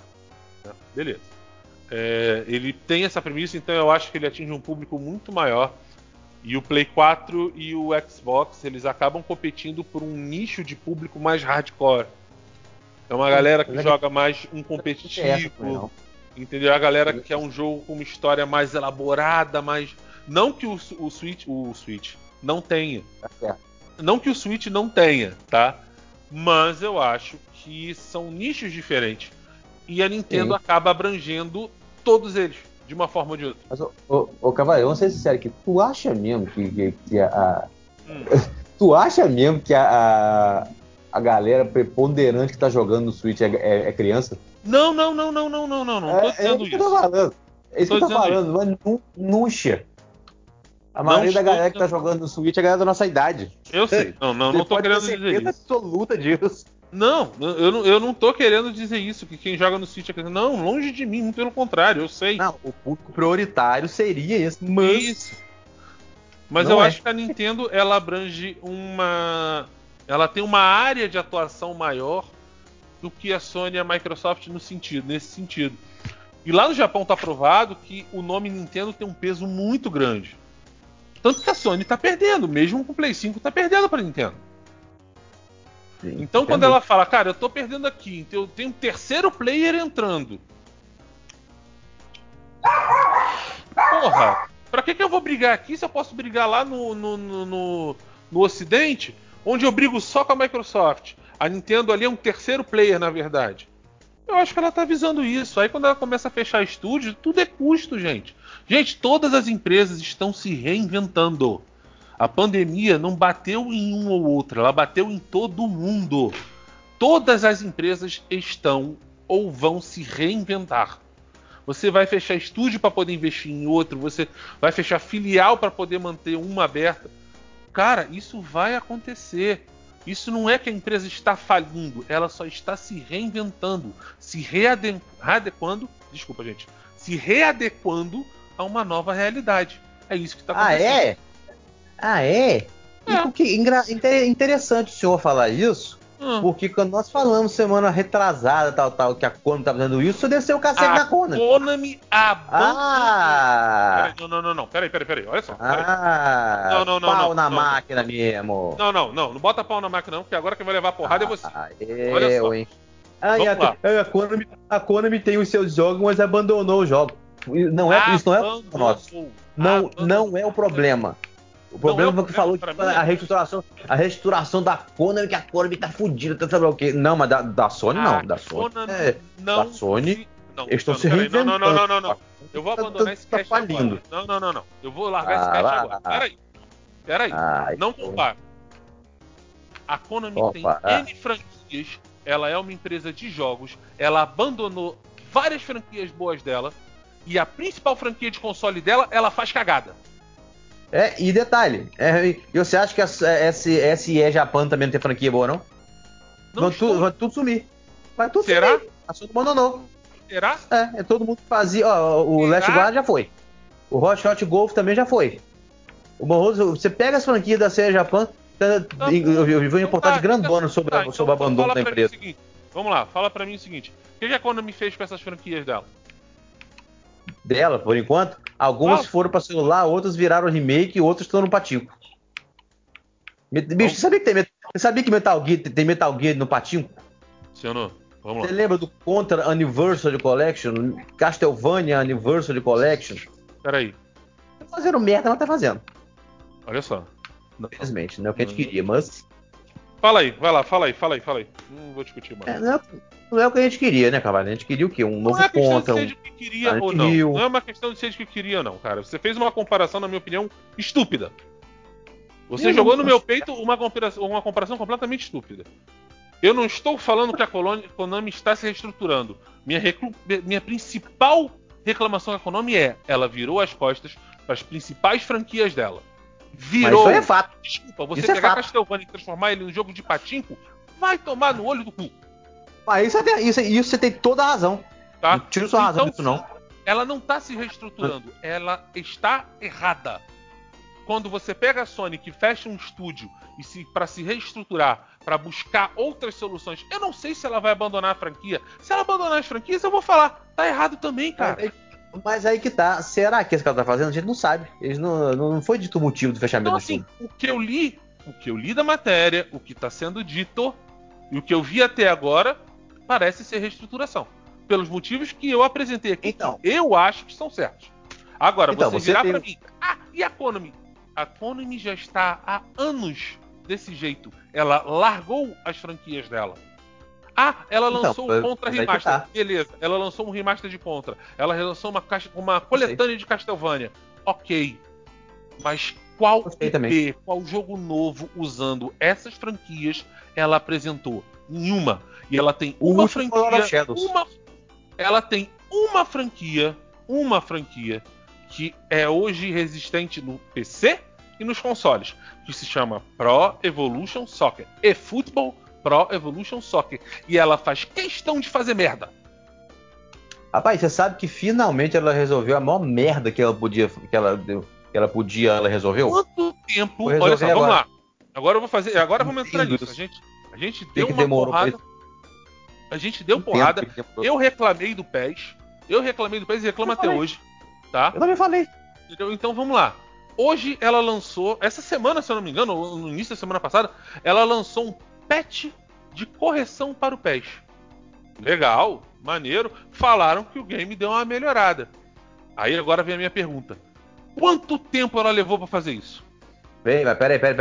Beleza. Ele tem essa premissa, então eu acho que ele atinge um público muito maior E o Play 4 e o Xbox, eles acabam competindo por um nicho de público mais hardcore. É uma galera que joga mais um competitivo, entendeu? A galera que quer um jogo com uma história mais elaborada, mais... Não que o Switch não tenha. Não que o Switch não tenha, tá? Mas eu acho que são nichos diferentes. E a Nintendo acaba abrangendo todos eles, de uma forma ou de outra. Mas, Cavaleiro, vamos ser sinceros aqui. Tu acha mesmo que a... Tu acha mesmo que a galera preponderante que tá jogando no Switch é criança? Não tô dizendo isso que eu tô falando. É isso que eu tô falando, mas não encher. A maioria da galera que tá jogando no Switch é a galera da nossa idade. Eu sei. Não tô querendo dizer isso. Absoluta disso. Não, eu não tô querendo dizer isso, que quem joga no Switch é criança. Não, longe de mim, muito pelo contrário, eu sei. Não, o público prioritário seria esse, mas... Isso. Mas eu acho que a Nintendo, ela abrange uma... Ela tem uma área de atuação maior do que a Sony e a Microsoft nesse sentido. E lá no Japão tá provado que o nome Nintendo tem um peso muito grande. Tanto que a Sony tá perdendo, mesmo com o Play 5 tá perdendo pra Nintendo. Sim, então quando ela fala, cara, eu tô perdendo aqui, então eu tenho um terceiro player entrando. Porra, pra que eu vou brigar aqui se eu posso brigar lá no Ocidente, onde eu brigo só com a Microsoft? A Nintendo ali é um terceiro player, na verdade. Eu acho que ela tá visando isso. Aí quando ela começa a fechar estúdio, tudo é custo, gente. Gente, todas as empresas estão se reinventando. A pandemia não bateu em um ou outro, ela bateu em todo mundo. Todas as empresas estão ou vão se reinventar. Você vai fechar estúdio para poder investir em outro, você vai fechar filial para poder manter uma aberta. Cara, isso vai acontecer. Isso não é que a empresa está falindo, ela só está se reinventando, se readequando, desculpa, gente, se readequando a uma nova realidade. É isso que está acontecendo. Ah, é? Interessante o senhor falar isso, porque quando nós falamos semana retrasada, tal, que a Konami tá fazendo isso, você desceu o cacete na Konami. A Konami abandonou. Não. Peraí, olha só. Não. Pau na máquina mesmo. Não bota pau na máquina não, porque agora quem vai levar porrada é você. Olha só. Hein? A Konami tem os seus jogos, mas abandonou o jogo. Isso não é o nosso. Não é o problema. O problema é que falou que a reestruturação da Konami, que a Konami tá fudida, tá sabendo o quê? Não, mas da Sony não. Da Sony. Eles estão se reinventando. Não. Eu vou abandonar esse cast agora. Não. Eu vou largar esse cast agora. Peraí. Não compara. A Konami tem N franquias. Ela é uma empresa de jogos. Ela abandonou várias franquias boas dela. E a principal franquia de console dela, ela faz cagada. E detalhe, e você acha que a SE Japan também não tem franquia boa, não? Vai tudo sumir. Vai tudo Será? sumir. A Sony abandonou. Será? Todo mundo que fazia. O Last Guard já foi. O Hot Golf também já foi. Você pega as franquias da SE Japan, eu vi uma reportagem grandona sobre o abandono da empresa. Vamos lá, fala pra mim o seguinte. O que a Konami fez com essas franquias dela? Dela, por enquanto, algumas foram para celular, outras viraram remake e outras estão no patinco. Bicho, você sabia que Metal Gear tem Metal Gear no patinco? Senhor, vamos lá. Você lembra do Contra Anniversary Collection? Castlevania Anniversary Collection? Peraí. Tá fazendo merda, mas tá fazendo. Olha só. Infelizmente, não é o que a gente queria, mas... Fala aí. Não vou discutir mais. Não é o que a gente queria, né, Cavalo? A gente queria o quê? Um novo Contra. Não é questão de ser o que queria ou não. Não é uma questão de ser o que queria ou não, cara. Você fez uma comparação, na minha opinião, estúpida. Você jogou no meu peito uma comparação completamente estúpida. Eu não estou falando que a Konami está se reestruturando. Minha principal reclamação da Konami ela virou as costas para as principais franquias dela. Virou. Mas isso é fato. Desculpa, você pegar Castlevania e transformar ele num jogo de patinco, vai tomar no olho do cu. Isso você tem toda a razão. Tá? Não tiro sua razão disso, não. Ela não está se reestruturando, ela está errada. Quando você pega a Sony que fecha um estúdio para se reestruturar, para buscar outras soluções, eu não sei se ela vai abandonar a franquia. Se ela abandonar as franquias, eu vou falar, tá errado também, cara. Mas aí que tá. Será que esse cara tá fazendo? A gente não sabe. Eles não foi dito o motivo do fechamento Então, do assim, jogo. o que eu li da matéria, o que está sendo dito e o que eu vi até agora parece ser reestruturação. Pelos motivos que eu apresentei aqui, Então, que eu acho que são certos. Agora, você você virar tem. para mim, e a Konami? A Konami já está há anos desse jeito. Ela largou as franquias dela. Ela Então, lançou o Contra mas aí que Remaster. tá. Beleza, ela lançou um remaster de Contra. Ela lançou uma Eu sei. coletânea de Castlevania. Ok. Mas qual Eu sei também. IP, qual jogo novo usando essas franquias ela apresentou? Nenhuma. E ela tem O uma último foi Lord of franquia, Shadows. ela tem uma franquia que é hoje resistente no PC e nos consoles, que se chama Pro Evolution Soccer. eFootball Pro Evolution Soccer. E ela faz questão de fazer merda. Rapaz, você sabe que finalmente ela resolveu a maior merda que ela podia. Ela resolveu? Quanto tempo. Vou Olha só, resolver vamos agora. lá. Agora eu vou fazer. Agora vamos entrar Entendo nisso. isso. A gente O que deu que uma demorou pra porrada. isso? A gente deu Entendo o porrada. que que demorou. Eu reclamei do PES. Eu reclamei do PES e reclamo Eu até falei. hoje. Tá? Eu também falei. Entendeu? Então vamos lá. Hoje ela lançou. Essa semana, se eu não me engano, ou no início da semana passada, ela lançou um patch de correção para o PES. Legal, maneiro. Falaram que o game deu uma melhorada. Aí agora vem a minha pergunta. Quanto tempo ela levou para fazer isso? Vem, mas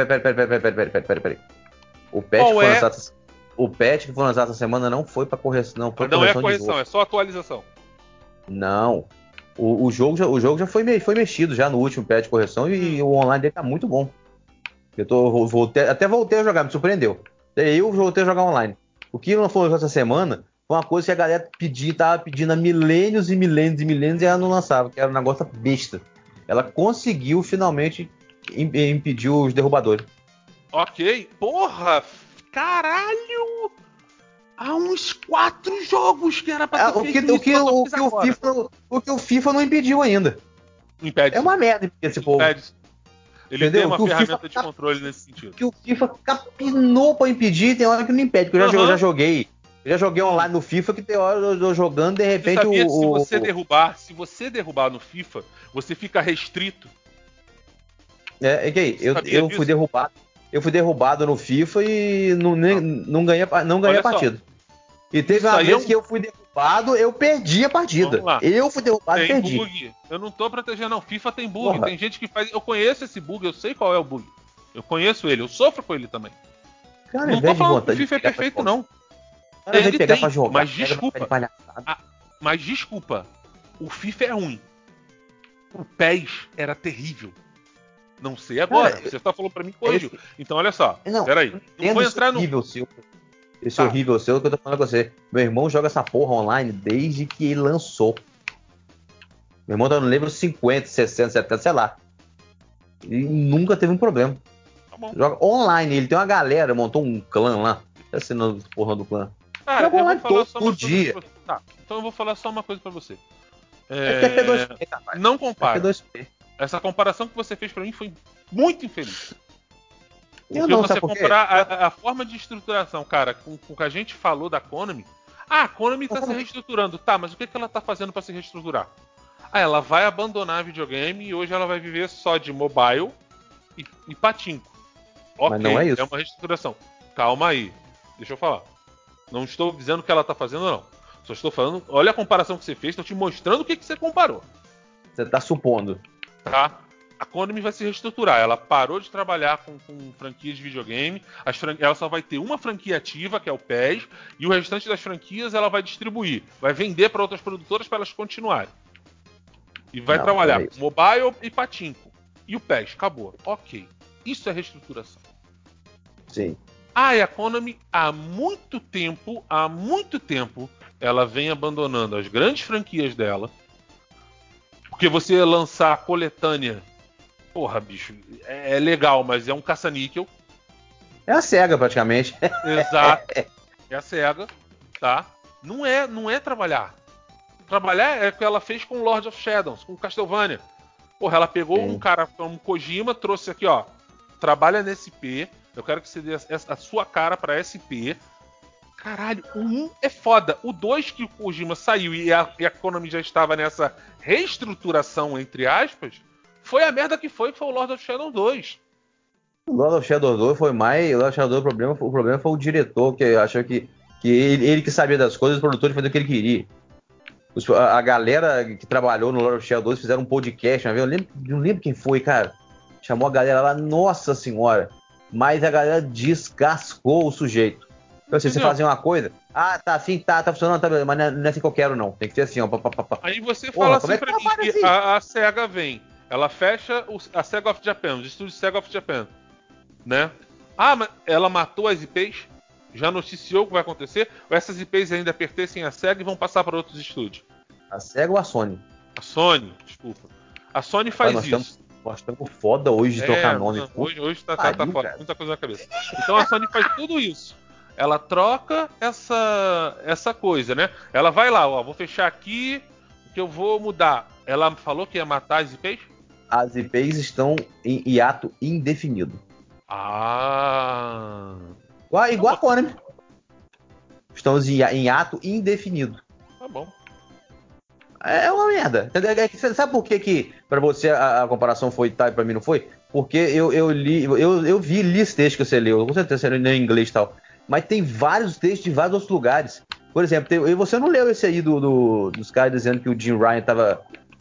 peraí. O patch que Qual foi é? lançado. O patch que foi lançado essa semana não foi pra correção, não foi Não é correção de correção, jogo. é só atualização. Não. O jogo já foi mexido já no último patch de correção e o online dele tá muito bom. Até voltei a jogar, me surpreendeu. Daí eu voltei a jogar online. O que não foi essa semana foi uma coisa que a galera tava pedindo há milênios e milênios e milênios e ela não lançava, que era um negócio besta. Ela conseguiu finalmente impedir os derrubadores. Ok. Porra! Caralho! Há uns 4 jogos que era pra É, ter o que, feito o, isso, que, ela só o, fez que o, agora. FIFA, o que o FIFA não impediu ainda. Impede É isso. uma merda esse povo. Impede isso. Ele tem Entendeu? uma ferramenta de controle nesse sentido. Que o FIFA capinou pra impedir, tem hora que não impede. Porque eu já joguei. Eu já joguei online no FIFA que tem hora eu tô jogando, de Você repente sabia que se você derrubar no FIFA, você fica restrito? É que aí, Você sabia eu fui disso? derrubado. Eu fui derrubado no FIFA e não ganhei a Olha só, partida. E teve isso uma aí é vez um. que eu fui derrubado, eu perdi a Vamos partida. lá. Eu fui derrubado e Tem perdi. bug. Eu não tô protegendo, não. FIFA tem bug. Porra, Tem gente que faz. Eu conheço esse bug, eu sei qual é o bug. Eu conheço ele, eu sofro com ele também. cara, ao Não tô invés de falando que o vontade de FIFA é pegar pra perfeito, jogar, não. cara, ao invés de Ele pegar pra tem, jogar, mas pega pra ficar de desculpa. palhaçada. Mas desculpa. O FIFA é ruim. O PES era terrível. Não sei Cara, agora. Você tá falando pra mim que é corrigiu. esse, Então olha só. não, Peraí. eu não Não vou entendo esse entrar no. horrível seu. Esse Tá. horrível seu que eu tô falando com você. Meu irmão joga essa porra online desde que ele lançou. Meu irmão tá no level 50, 60, 70, sei lá. E nunca teve um problema. Tá bom. Joga online, ele tem uma galera, montou um clã lá. Tá assinando porra do clã. Cara, Joga eu vou online falar só uma todo coisa pra dia. você. Tá. Então eu vou falar só uma coisa pra você. É porque é P2P, rapaz. Não É compara. P2P. Essa comparação que você fez pra mim foi muito infeliz. Eu Porque não, você sabe por quê? comparar a forma de estruturação, cara, com o que a gente falou da Konami. A Konami tá se reestruturando. Tá, mas o que ela tá fazendo pra se reestruturar? Ela vai abandonar videogame e hoje ela vai viver só de mobile e patinco. Mas não é Ok, é isso. uma reestruturação. Calma aí. Deixa eu falar. Não estou dizendo que ela tá fazendo, não. Só estou falando. Olha a comparação que você fez, estou te mostrando o que você comparou. Você tá supondo. Tá? A Konami vai se reestruturar. Ela parou de trabalhar com franquias de videogame. Ela só vai ter uma franquia ativa, que é o PES, e o restante das franquias ela vai distribuir. Vai vender para outras produtoras para elas continuarem. E vai Não trabalhar é com isso. mobile e patinco. E o PES, acabou. Ok. Isso é reestruturação. Sim. E a Konami há muito tempo, ela vem abandonando as grandes franquias dela. Porque você lançar a coletânea, porra, bicho, é legal, mas é um caça-níquel. É a SEGA, praticamente. Exato. É a SEGA, tá? Não é trabalhar. Trabalhar é o que ela fez com Lord of Shadows, com Castlevania. Porra, ela pegou Sim. um cara como Kojima, trouxe aqui, ó. Trabalha nesse IP. Eu quero que você dê a sua cara pra SP. Caralho, o 1 é foda. O 2 que o Kojima saiu e a Konami já estava nessa reestruturação, entre aspas, foi a merda que foi o Lord of Shadow 2. O Lord of Shadow 2 foi mais. O Lord of Shadow 2, o problema foi o diretor, que achou que ele que sabia das coisas, o produtor fazia o que ele queria. A galera que trabalhou no Lord of Shadow 2 fizeram um podcast, uma vez, não lembro quem foi, cara. Chamou a galera lá, nossa senhora. Mas a galera descascou o sujeito. Então, assim, você fazia uma coisa, tá assim, tá funcionando, tá, mas não é assim que eu quero, não. Tem que ser assim, ó. Aí você Porra, fala assim pra mim que assim? a SEGA vem, ela fecha a SEGA of Japan, os estúdios SEGA of Japan, né? Ah, mas ela matou as IPs? Já noticiou o que vai acontecer? Ou essas IPs ainda pertencem à SEGA e vão passar para outros estúdios? A SEGA ou a Sony? A Sony, desculpa. A Sony faz isso. Nós estamos foda hoje de trocar nome. Não, hoje tá pariu, foda, cara. muita coisa na cabeça. Então a Sony faz tudo isso. Ela troca essa coisa, né? Ela vai lá, ó, vou fechar aqui, que eu vou mudar. Ela falou que ia matar as IPs? As IPs estão em hiato indefinido. Ah. Igual a Konami. Estamos em hiato indefinido. Tá bom. É uma merda. Sabe por que pra você a comparação foi tal e pra mim não foi? Porque eu vi esse texto que você leu, com certeza você leu em inglês e tal. Mas tem vários textos de vários outros lugares. Por exemplo, você não leu esse aí dos caras dizendo que o Jim Ryan tava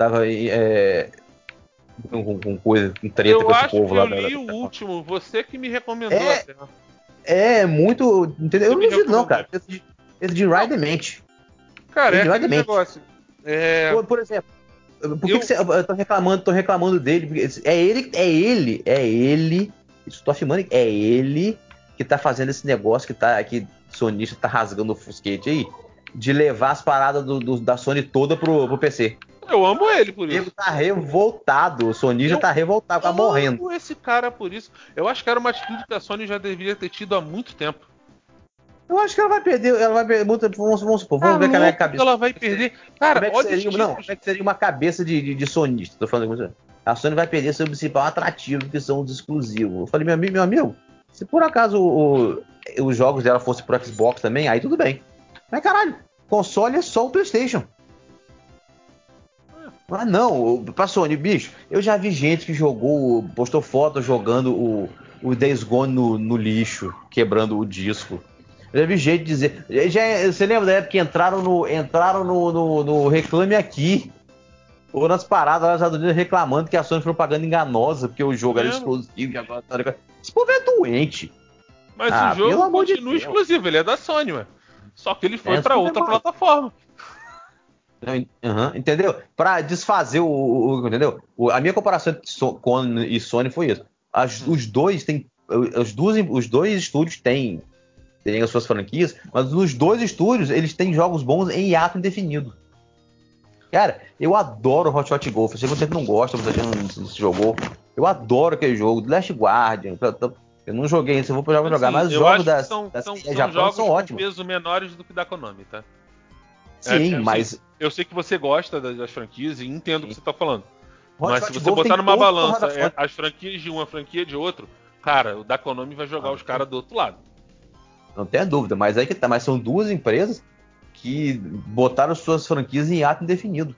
com coisa, com treta Eu com esse acho povo que lá eu li o último, você que me recomendou É, até. é muito. Entendeu? Você Eu me não duvido, não, recomendou. cara. Esse Jim Ryan demente. Cara, é Esse Jim Ryan aquele demente. negócio. Por exemplo, por que você. Eu tô reclamando dele? Porque é ele. Isso tô afirmando que é ele que tá fazendo esse negócio que sonista tá rasgando o fusquete aí, de levar as paradas da Sony toda pro PC. Eu amo ele por O nego isso. tá revoltado, o sonista tá revoltado, tá morrendo. Amo esse cara por isso. Eu acho que era uma atitude que a Sony já deveria ter tido há muito tempo. Eu acho que ela vai perder, vamos supor, Tá vamos ver como é a louco que cabeça. ela vai perder. Cara, Como é que olha os seria, não, títulos. como é que seria uma cabeça de sonista? Tô falando com você. A Sony vai perder seu principal atrativo, que são os exclusivos. Eu falei, meu amigo, se por acaso os jogos dela fossem pro Xbox também, aí tudo bem. Mas caralho, console é só o PlayStation. Ah, não, pra Sony, bicho, eu já vi gente que postou foto jogando o Days Gone no lixo, quebrando o disco. Eu já vi gente dizer. Você lembra da época que entraram no Reclame Aqui? Ou nas paradas lá nos Estados Unidos reclamando que a Sony foi propaganda enganosa, porque o jogo era exclusivo e agora tá. Esse povo é doente. Mas o Pelo jogo amor de continua Deus. exclusivo, ele é da Sony, ué. Só que ele foi pra Esse outra povo é plataforma. Entendeu? Pra desfazer entendeu? A minha comparação com e Sony foi isso. Os dois têm. Os dois estúdios têm as suas franquias, mas os dois estúdios eles têm jogos bons em hiato indefinido. Cara, eu adoro Hot Shot Golf. Eu sei que você não gosta, você não jogou. Eu adoro aquele jogo, The Last Guardian. Eu não joguei isso, eu vou jogar, Assim, mas os eu jogos acho que das são Japão jogos são com ótimos. peso menores do que da Konami, tá? Sim, Assim, mas eu sei que você gosta das franquias e entendo o que você tá falando. Hot Mas se Shot você Golf botar tem numa toda a porra balança da Sony. as franquias de uma franquia de outro, cara, o da Konami vai jogar os caras do outro lado. Não tenha dúvida, mas aí que tá. Mas são duas empresas que botaram suas franquias em ato indefinido.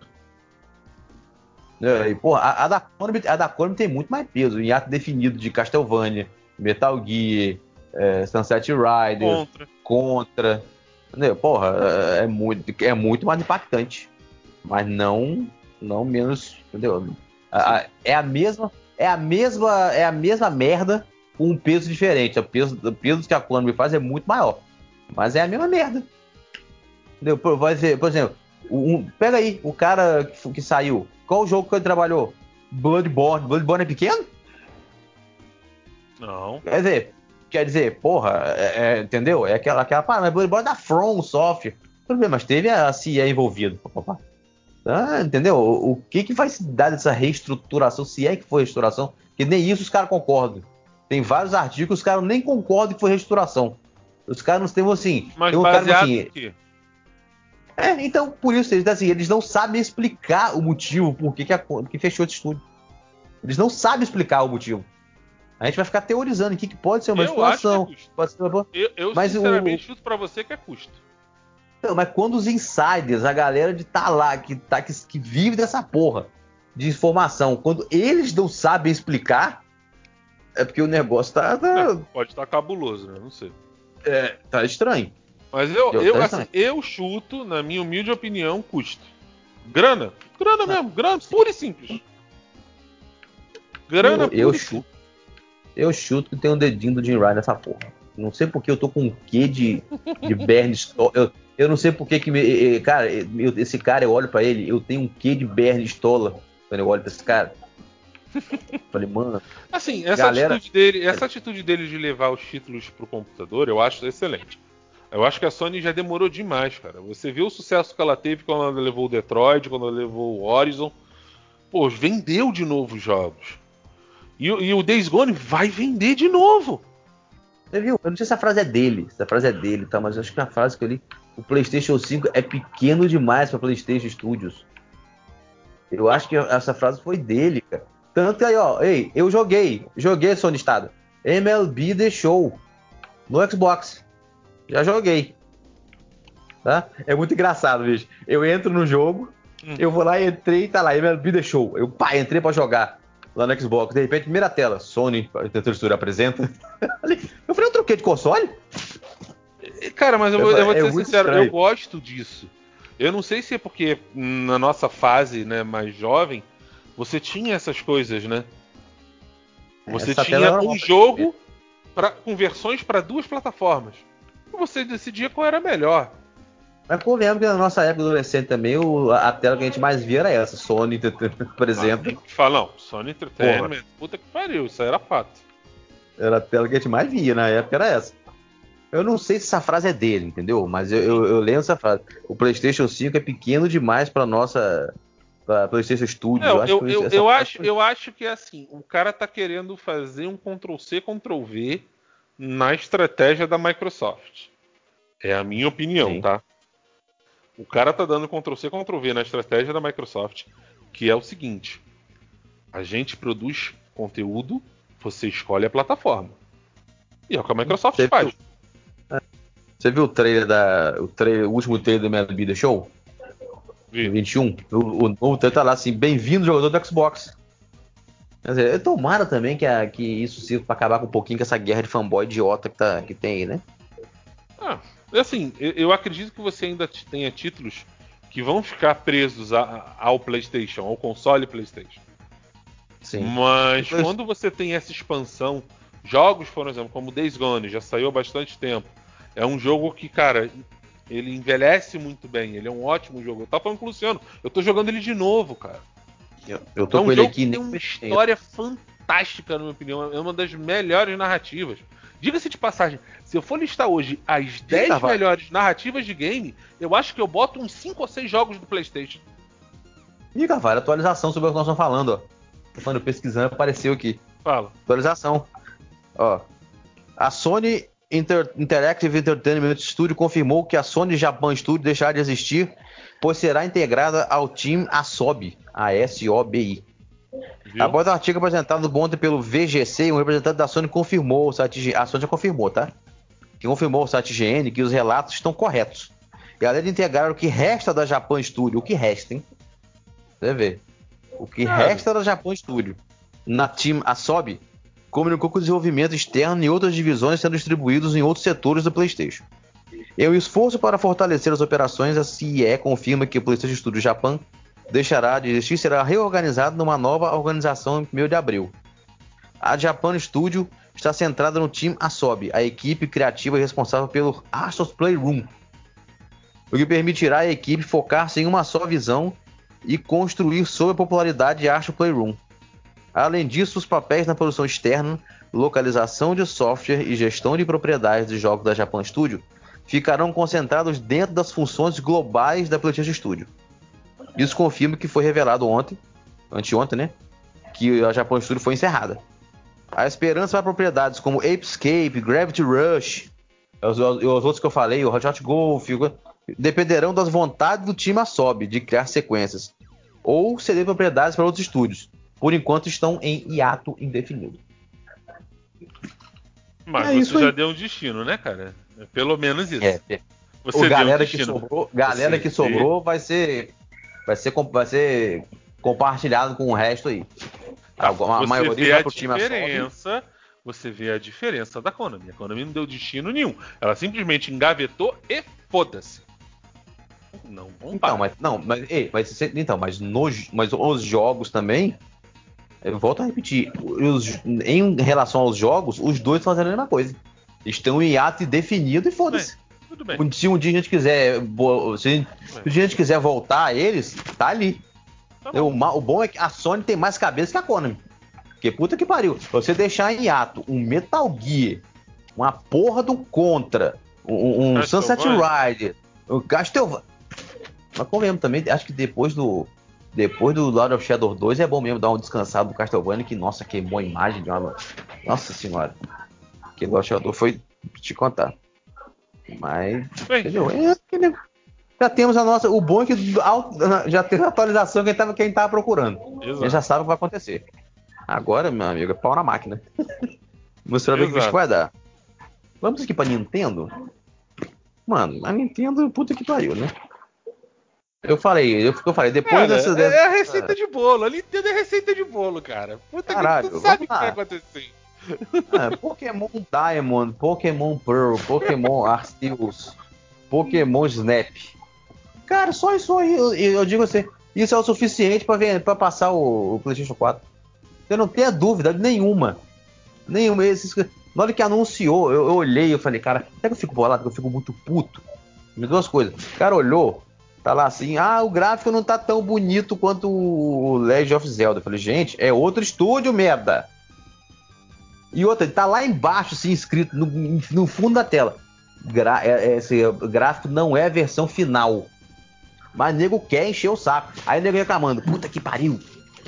E, porra, a da Konami tem muito mais peso em ato definido de Castlevania, Metal Gear, Sunset Riders, Contra. Entendeu? Porra, é muito mais impactante. Mas não menos, entendeu? É a mesma merda com um peso diferente. O peso que a Konami faz é muito maior. Mas é a mesma merda. Entendeu? Por exemplo, pega aí, o cara que saiu. Qual o jogo que ele trabalhou? Bloodborne. Bloodborne é pequeno? Não. Quer dizer, porra, entendeu? É aquela parada, mas Bloodborne é da From Software. Tudo bem, mas teve a CIA envolvida. Entendeu? O que vai se dar dessa reestruturação, se é que foi reestruturação? Que nem isso os caras concordam. Tem vários artigos que os caras nem concordam que foi reestruturação. Os caras não têm assim. Mas tem um cara baseado assim. em quê? Então, por isso, eles não sabem explicar o motivo por que fechou esse estúdio. Eles não sabem explicar o motivo. A gente vai ficar teorizando o que pode ser uma Eu acho que é exploração. custo. Pode ser uma... Eu Mas sinceramente chuto pra você que é custo. Mas quando os insiders, a galera de tá lá, que vive dessa porra de informação, quando eles não sabem explicar, é porque o negócio Pode estar cabuloso, né? Não sei. tá estranho. Mas eu chuto, na minha humilde opinião, custo. Grana mesmo, grana pura e simples. Grana pura e simples. Eu chuto que tem um dedinho do Jim Ryan nessa porra. Não sei porque eu tô com um quê de Bernie Stoller. Eu não sei porque que... Cara, esse cara, eu olho pra ele, eu tenho um quê de Bernie Stoller quando eu olho pra esse cara. Falei, mano... Assim, essa atitude dele de levar os títulos pro computador, eu acho excelente. Eu acho que a Sony já demorou demais, cara. Você viu o sucesso que ela teve quando ela levou o Detroit, quando ela levou o Horizon. Pô, vendeu de novo os jogos. E o Days Gone vai vender de novo. Você viu? Eu não sei se a frase é dele, tá? Mas eu acho que a frase que eu li, o PlayStation 5 é pequeno demais para PlayStation Studios. Eu acho que essa frase foi dele, cara. Tanto que aí, ó, eu joguei Sony Estado. MLB The Show no Xbox. Já joguei. Tá? É muito engraçado, bicho. Eu entro no jogo, eu vou lá, entrei, tá lá, MLB The Show. Eu, entrei pra jogar lá no Xbox. De repente, primeira tela, Sony, a textura apresenta. Eu falei, eu troquei de console? Cara, mas eu vou te ser sincero, estranho. eu gosto disso. Eu não sei se é porque na nossa fase, né, mais jovem, você tinha essas coisas, né? Você tinha um jogo com versões para duas plataformas. E você decidia qual era melhor. Mas convenhamos que na nossa época adolescente também, a tela que a gente mais via era essa, Sony, por exemplo. Fala, não, Sony Entertainment, puta que pariu, isso aí era fato. Era a tela que a gente mais via na época, era essa. Eu não sei se essa frase é dele, entendeu? Mas eu lembro essa frase. O PlayStation 5 é pequeno demais para nossa pra PlayStation Studios. Eu acho que é assim, o cara tá querendo fazer um Ctrl-C, Ctrl-V na estratégia da Microsoft. É a minha opinião, Sim. tá? O cara tá dando Ctrl-C, Ctrl-V na estratégia da Microsoft, que é o seguinte: a gente produz conteúdo, você escolhe a plataforma. E é o que a Microsoft faz. Você viu o último trailer do MLB The Show? Vi. 21. O novo trailer tá lá assim, bem-vindo jogador do Xbox. Quer dizer, tomara também que isso sirva pra acabar com um pouquinho com essa guerra de fanboy idiota que tem aí, né? Assim, eu acredito que você ainda tenha títulos que vão ficar presos ao PlayStation, ao console PlayStation. Sim. Mas quando você tem essa expansão, jogos, por exemplo, como Days Gone, já saiu há bastante tempo. É um jogo que, cara, ele envelhece muito bem, ele é um ótimo jogo. Eu tava falando com o Luciano, eu tô jogando ele de novo, cara. Eu tô com ele aqui, tem uma história fantástica, na minha opinião. É uma das melhores narrativas. Diga-se de passagem, se eu for listar hoje as 10 melhores narrativas de game, eu acho que eu boto uns 5 ou 6 jogos do PlayStation. Ih, Carvalho, atualização sobre o que nós estamos falando, ó. Tô falando, pesquisando, apareceu aqui. Fala. Atualização. Ó. A Sony Interactive Entertainment Studio confirmou que a Sony Japan Studio deixará de existir, pois será integrada ao Team Asobi, ASOBI. Após o artigo apresentado ontem pelo VGC, um representante da Sony confirmou, a Sony já confirmou, tá? Que confirmou ao site IGN que os relatos estão corretos. E além de integrar o que resta da Japan Studio, o que resta, hein? Você vê. O que resta da Japan Studio na Team Asobi comunicou que o desenvolvimento externo e outras divisões sendo distribuídos em outros setores do PlayStation. Em um esforço para fortalecer as operações, a CIE confirma que o PlayStation Studio Japan deixará de existir e será reorganizado numa nova organização em 1º de abril. A Japan Studio está centrada no Team Asobi, a equipe criativa responsável pelo Astros Playroom, o que permitirá à equipe focar-se em uma só visão e construir sobre a popularidade de Astros Playroom. Além disso, os papéis na produção externa, localização de software e gestão de propriedades de jogos da Japan Studio ficarão concentrados dentro das funções globais da PlayStation Studio. Isso confirma que foi revelado anteontem, né? Que a Japan Studio foi encerrada. A esperança para propriedades como Apescape, Gravity Rush, os outros que eu falei, o Hot Golf, dependerão das vontades do time Asobi de criar sequências ou ceder propriedades para outros estúdios. Por enquanto estão em hiato indefinido. Mas você já deu um destino, né, cara? É pelo menos isso. Você galera que sobrou vai ser compartilhado com o resto aí. Tá, a maioria vai pro time Você vê a diferença da Konami. A Konami não deu destino nenhum. Ela simplesmente engavetou e foda-se. Não, vamos parar. Mas os jogos também, eu volto a repetir, em relação aos jogos, os dois estão fazendo a mesma coisa. Estão em hiato definido e foda-se. Tudo bem. Se um dia a gente quiser, voltar a eles, tá ali. Tá o bom é que a Sony tem mais cabeça que a Konami. Porque puta que pariu. Você deixar em hiato um Metal Gear, uma porra do Contra, um Sunset Rider, um Castlevania. Mas convenhamos também, acho que depois do Lord of Shadow 2 é bom mesmo dar um descansado do Castlevania, que nossa, queimou a imagem de uma... Nossa senhora. Que Lord of Shadow foi te contar. Mas, entendeu? Já temos a nossa... O bom é que já tem a atualização que a gente tava procurando. A gente já sabe o que vai acontecer. Agora, meu amigo, é pau na máquina. Vamos ver o que o bicho vai dar. Vamos aqui pra Nintendo? Mano, a Nintendo, puta que pariu, né? Eu falei, depois dessa... É a receita de bolo. A Nintendo é receita de bolo, cara. Puta Caralho, que tu sabe o que vai acontecer. Pokémon Diamond, Pokémon Pearl, Pokémon Arceus, Pokémon Snap. Cara, só isso aí, eu digo assim, isso é o suficiente pra passar o PlayStation 4. Você não tem dúvida nenhuma. Na hora que anunciou, eu olhei e falei, cara, será que eu fico bolado? Porque eu fico muito puto. Duas coisas. O cara olhou, tá lá assim, o gráfico não tá tão bonito quanto o Legend of Zelda. Eu falei, gente, é outro estúdio, merda. E outra, ele tá lá embaixo, assim, escrito no fundo da tela. Esse gráfico não é a versão final. Mas o nego quer encher o saco. Aí o nego reclamando, puta que pariu.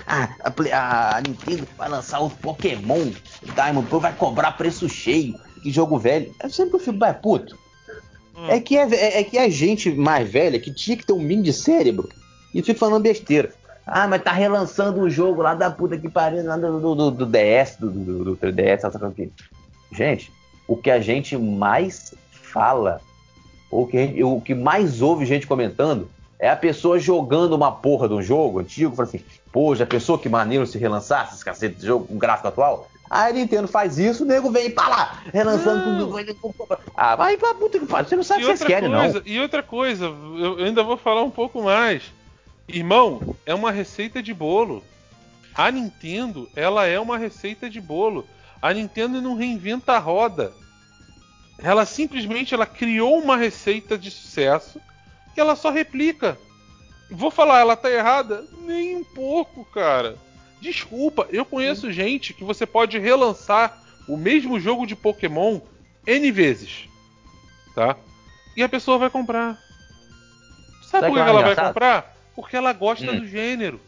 A Nintendo vai lançar o Pokémon Diamond Pearl, vai cobrar preço cheio. Que jogo velho. Eu sempre fico mais puto. É que é gente mais velha que tinha que ter um mínimo de cérebro e fica falando besteira. Mas tá relançando o jogo lá da puta que pariu, lá do DS, do 3DS, sabe o que? Gente, o que a gente mais fala, o que mais ouve gente comentando, é a pessoa jogando uma porra de um jogo antigo, fala assim, pô, já pensou que maneiro se relançasse esse cacete de jogo com gráfico atual? Aí a Nintendo faz isso, o nego vem pra lá, relançando tudo. Vai pra puta que pariu, você não sabe o que vocês querem, não. E outra coisa, eu ainda vou falar um pouco mais. Irmão, é uma receita de bolo. A Nintendo, ela é uma receita de bolo. A Nintendo não reinventa a roda. Ela simplesmente criou uma receita de sucesso que ela só replica. Vou falar, ela tá errada? Nem um pouco, cara. Desculpa, eu conheço gente que você pode relançar o mesmo jogo de Pokémon N vezes. Tá? E a pessoa vai comprar. Sabe por que ela vai comprar? Porque ela gosta do gênero.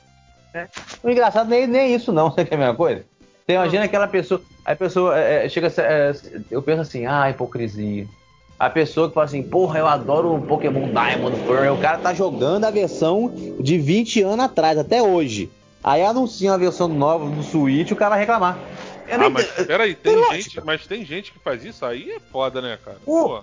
O engraçado nem isso não, você quer a mesma coisa? Você imagina aquela pessoa, a pessoa chega eu penso assim, hipocrisia. A pessoa que fala assim, porra, eu adoro o Pokémon Diamond Pearl, o cara tá jogando a versão de 20 anos atrás, até hoje. Aí anuncia uma versão nova do Switch, o cara vai reclamar. Mas peraí, tem gente que faz isso? Aí é foda, né, cara? Pô.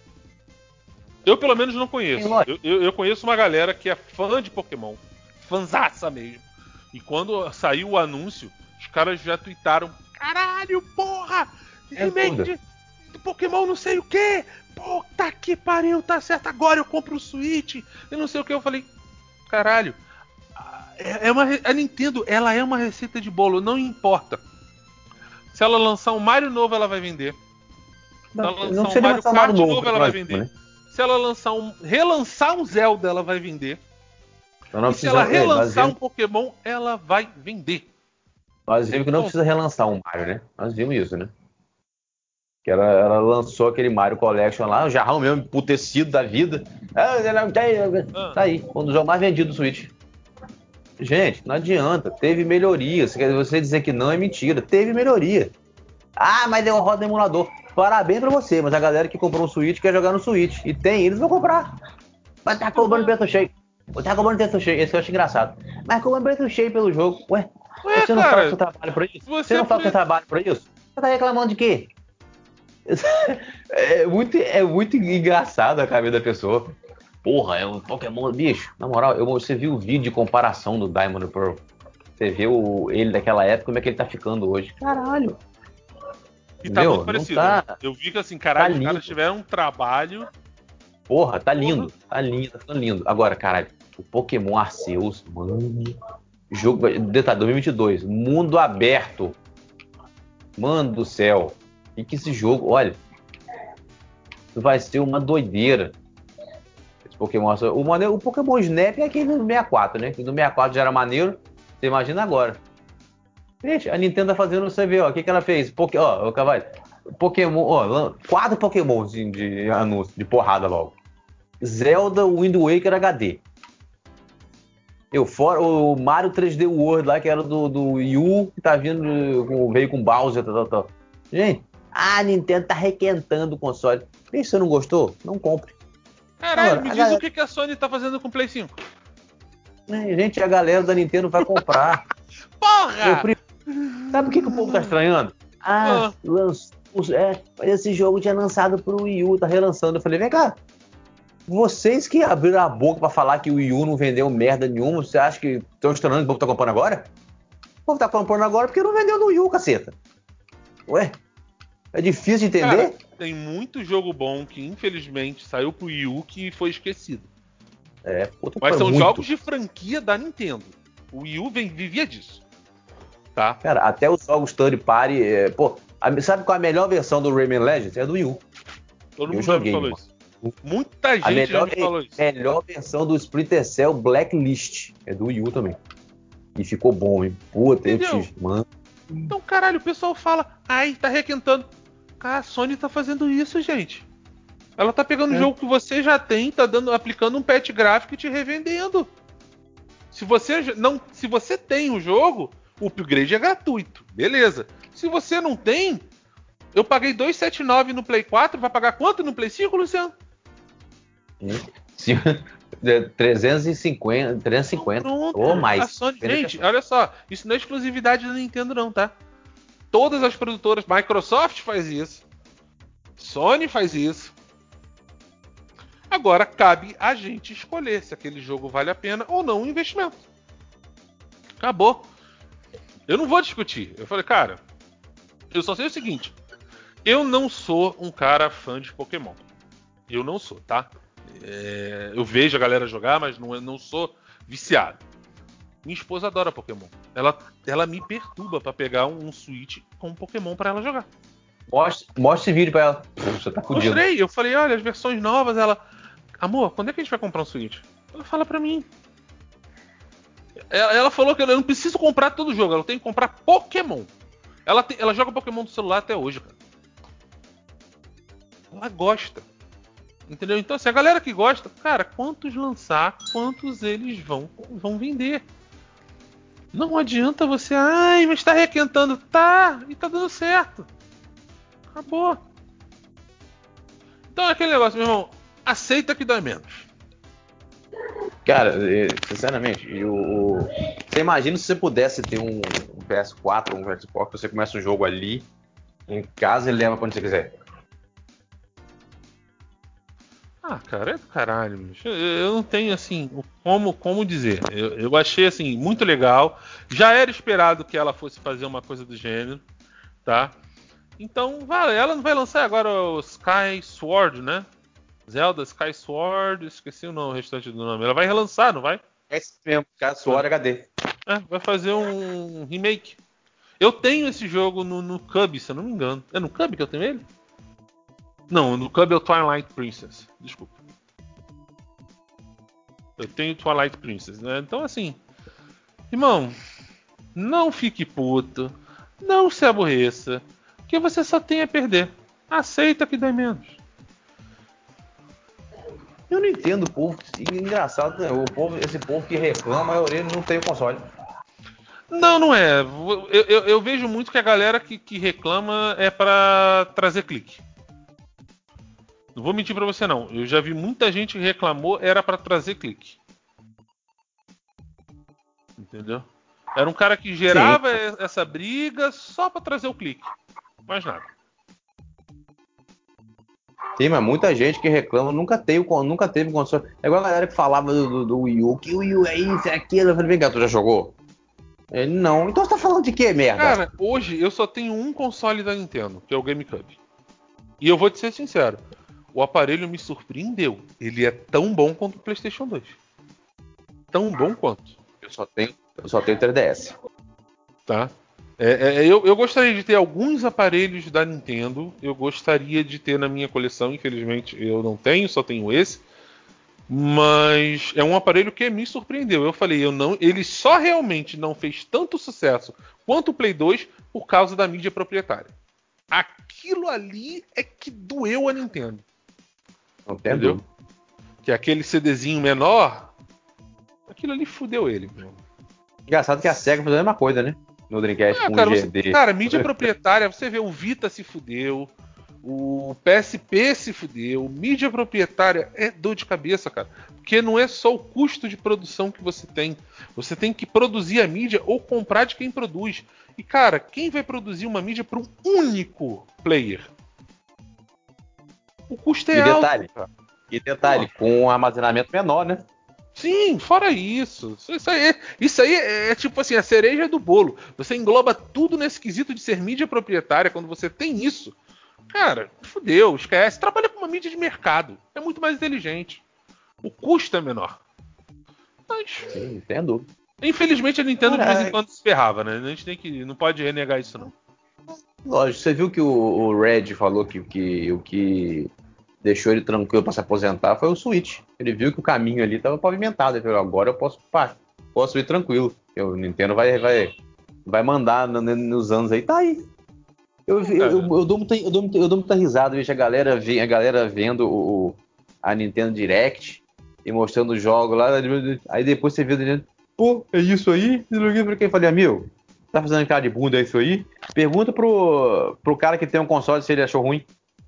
Eu pelo menos não conheço. Eu conheço uma galera que é fã de Pokémon. Fãzaça mesmo. E quando saiu o anúncio, os caras já tuitaram: caralho, porra! Remake de Pokémon não sei o que! Puta que pariu, tá certo, agora eu compro o Switch! E não sei o que. Eu falei: caralho, a Nintendo, ela é uma receita de bolo, não importa. Se ela lançar um Mario novo, ela vai vender. Se ela lançar um Mario Kart novo, ela vai vender. Né? Se ela relançar um Zelda, ela vai vender. E se ela relançar um Pokémon, ela vai vender. Nós vimos que não precisa relançar um Mario, né? Nós vimos isso, né? Que ela lançou aquele Mario Collection lá, o jarrão mesmo, emputecido da vida. Tá aí, um dos jogos mais vendidos do Switch. Gente, não adianta, teve melhoria. Você dizer que não é mentira, teve melhoria. Mas eu rodo no emulador. Parabéns pra você, mas a galera que comprou um Switch quer jogar no Switch. E tem, eles vão comprar. Mas tá cobrando preço cheio. Tá cobrando preço cheio, esse eu acho engraçado. Mas cobrando preço cheio pelo jogo. Ué, você não faz o seu trabalho pra isso? Você não faz o seu trabalho pra isso? Você tá reclamando de quê? É muito engraçado a cabeça da pessoa. Porra, é um Pokémon. Bicho, na moral, você viu o vídeo de comparação do Diamond and Pearl? Você vê ele daquela época, como é que ele tá ficando hoje? Caralho, E tá muito meu, não parecido, né? tá. Eu vi que assim, Tá caralho, os caras lindo. tiveram um trabalho. Porra, tá Porra. lindo. Tá lindo, tá ficando lindo. Agora, caralho, o Pokémon Arceus, mano. Jogo. Detalhe, 2022. Mundo aberto. Mano do céu. Que esse jogo, olha, vai ser uma doideira. Esse Pokémon Arceus. O Pokémon Snap é aquele do 64, né? Que do 64 já era maneiro. Você imagina agora. Gente, a Nintendo tá fazendo, você vê, ó, o que ela fez? Ó, o Cavalo, Pokémon, ó, 4 Pokémon de anúncio, de porrada logo. Zelda Wind Waker HD. Fora o Mario 3D World lá, que era do Wii U, que tá vindo, veio com Bowser, tal. Gente, a Nintendo tá requentando o console. E se você não gostou, não compre. Caralho, Agora, me a diz o galera, que a Sony tá fazendo com o Play 5. né, gente, a galera da Nintendo vai comprar. Eu, Porra! sabe o que o povo tá estranhando? Ah, Ah, lançou, mas esse jogo tinha lançado pro Wii U, tá relançando. Eu falei, vem cá, vocês que abriram a boca pra falar que o Wii U não vendeu merda nenhuma, você acha que estão estranhando que o povo tá comprando agora? O povo tá comprando agora porque não vendeu no Wii U, caceta. Ué, é difícil de cara, entender? tem muito jogo bom que infelizmente saiu pro Wii U que foi esquecido. Puta que Mas foi são muito. jogos de franquia da Nintendo. O Wii U vivia disso, tá? Cara, até os jogos third party, sabe qual é a melhor versão do Rayman Legends? É do Wii U. Todo Eu mundo já me joguei, falou mano. isso. Muita A gente já me falou isso. melhor versão do Splinter Cell Blacklist é do Wii U também. E ficou bom, hein? Puta, eu Entendeu? preciso, mano. Então, caralho, o pessoal fala, ai, tá requentando. Cara, a Sony tá fazendo isso, gente. Ela tá pegando o É. jogo que você já tem, tá aplicando um patch gráfico e te revendendo. Se você tem o jogo, o upgrade é gratuito, beleza. Se você não tem, eu paguei 279 no Play 4, vai pagar quanto no Play 5, Luciano? Se- 350, Então 350 ou pronto. A mais. Sony, Depende da gente, versão. olha só, isso não é exclusividade da Nintendo não, tá? Todas as produtoras, Microsoft faz isso, Sony faz isso. Agora cabe a gente escolher se aquele jogo vale a pena ou não o investimento. Acabou. Eu não vou discutir. Eu falei, cara, eu só sei o seguinte: eu não sou um cara fã de Pokémon. Eu não sou, tá? Eu vejo a galera jogar, mas não sou viciado. Minha esposa adora Pokémon. Ela me perturba pra pegar um Switch com um Pokémon pra ela jogar. Mostra esse vídeo pra ela. Você tá fudido. Mostrei, eu falei, olha, as versões novas, ela. Amor, quando é que a gente vai comprar um Switch? Ela fala pra mim. Ela falou que eu não preciso comprar todo o jogo, ela tem que comprar Pokémon. Ela joga Pokémon do celular até hoje, cara. Ela gosta. Entendeu? Então, assim, a galera que gosta, cara, quantos lançar, quantos eles vão vender. Não adianta você, ai, mas tá requentando. Tá, e tá dando certo. Acabou. Então é aquele negócio, meu irmão, aceita que dói menos. Cara, sinceramente, você imagina se você pudesse ter um PS4 ou um Xbox, você começa um jogo ali, em casa e leva pra onde você quiser. Ah, cara, é do caralho, bicho. Eu não tenho, assim, como dizer. Eu achei, assim, muito legal. Já era esperado que ela fosse fazer uma coisa do gênero, tá? Então, ela não vai lançar agora o Sky Sword, né? Zelda Sky Sword, esqueci o restante do nome. Ela vai relançar, não vai? É isso mesmo, cara, Vai, Suor HD. vai fazer um remake. Eu tenho esse jogo no Cub, se eu não me engano. É no Cub que eu tenho ele? Não, no Cub é o Twilight Princess. Desculpa. Eu tenho Twilight Princess, né? Então, assim, irmão, não fique puto. Não se aborreça. Que você só tem a perder. Aceita que dá menos. Eu não entendo o povo, engraçado, né? Esse povo que reclama, a maioria não tem o console. Não, não é. Eu vejo muito que a galera que reclama é pra trazer clique. Não vou mentir pra você, não. Eu já vi muita gente que reclamou, era pra trazer clique. Entendeu? Era um cara que Sim. gerava essa briga só pra trazer o clique. Mais nada. Sim, mas muita gente que reclama nunca teve console. É igual a galera que falava do Wii U, que o Wii U é isso, é aquilo. Eu falei, vem cá, tu já jogou? Ele, não. Então você tá falando de quê, merda? Cara, hoje eu só tenho um console da Nintendo, que é o GameCube. E eu vou te ser sincero, o aparelho me surpreendeu. Ele é tão bom quanto o PlayStation 2. Tão bom quanto, Eu só tenho 3DS. tá? Eu gostaria de ter alguns aparelhos da Nintendo. Eu gostaria de ter na minha coleção. Infelizmente eu não tenho, só tenho esse. Mas é um aparelho que me surpreendeu. Eu falei, ele só realmente não fez tanto sucesso quanto o Play 2 por causa da mídia proprietária. Aquilo ali é que doeu a Nintendo. Não tem Entendeu? dúvida. Que aquele CDzinho menor, aquilo ali fudeu ele, meu. Engraçado que a SEGA fez a mesma coisa, né? No Dreamcast com o Cara, GD. cara, mídia proprietária, você vê, o Vita se fudeu, o PSP se fudeu, mídia proprietária é dor de cabeça, cara. Porque não é só o custo de produção que você tem. Você tem que produzir a mídia ou comprar de quem produz. E, cara, quem vai produzir uma mídia para um único player? O custo é E alto, detalhe, cara. com um armazenamento menor, né? Sim, fora isso. Isso aí é tipo assim, a cereja do bolo. Você engloba tudo nesse quesito de ser mídia proprietária. Quando você tem isso, cara, fudeu, esquece. Trabalha com uma mídia de mercado. É muito mais inteligente. O custo é menor. Mas, Sim, não tem dúvida. infelizmente, a Nintendo de vez em Cara, quando se ferrava, né? A gente não pode renegar isso, não. lógico, você viu que o Red falou que o que deixou ele tranquilo para se aposentar foi o Switch. Ele viu que o caminho ali estava pavimentado. Ele falou, agora eu posso ir tranquilo. O Nintendo vai mandar nos anos aí. Tá aí. Eu dou muita risada, vejo a galera vendo a Nintendo Direct e mostrando os jogos lá. Aí depois você vê dizendo, pô, é isso aí? Eu falei, amigo, tá fazendo cara de bunda, é isso aí? Pergunta pro cara que tem um console se ele achou ruim.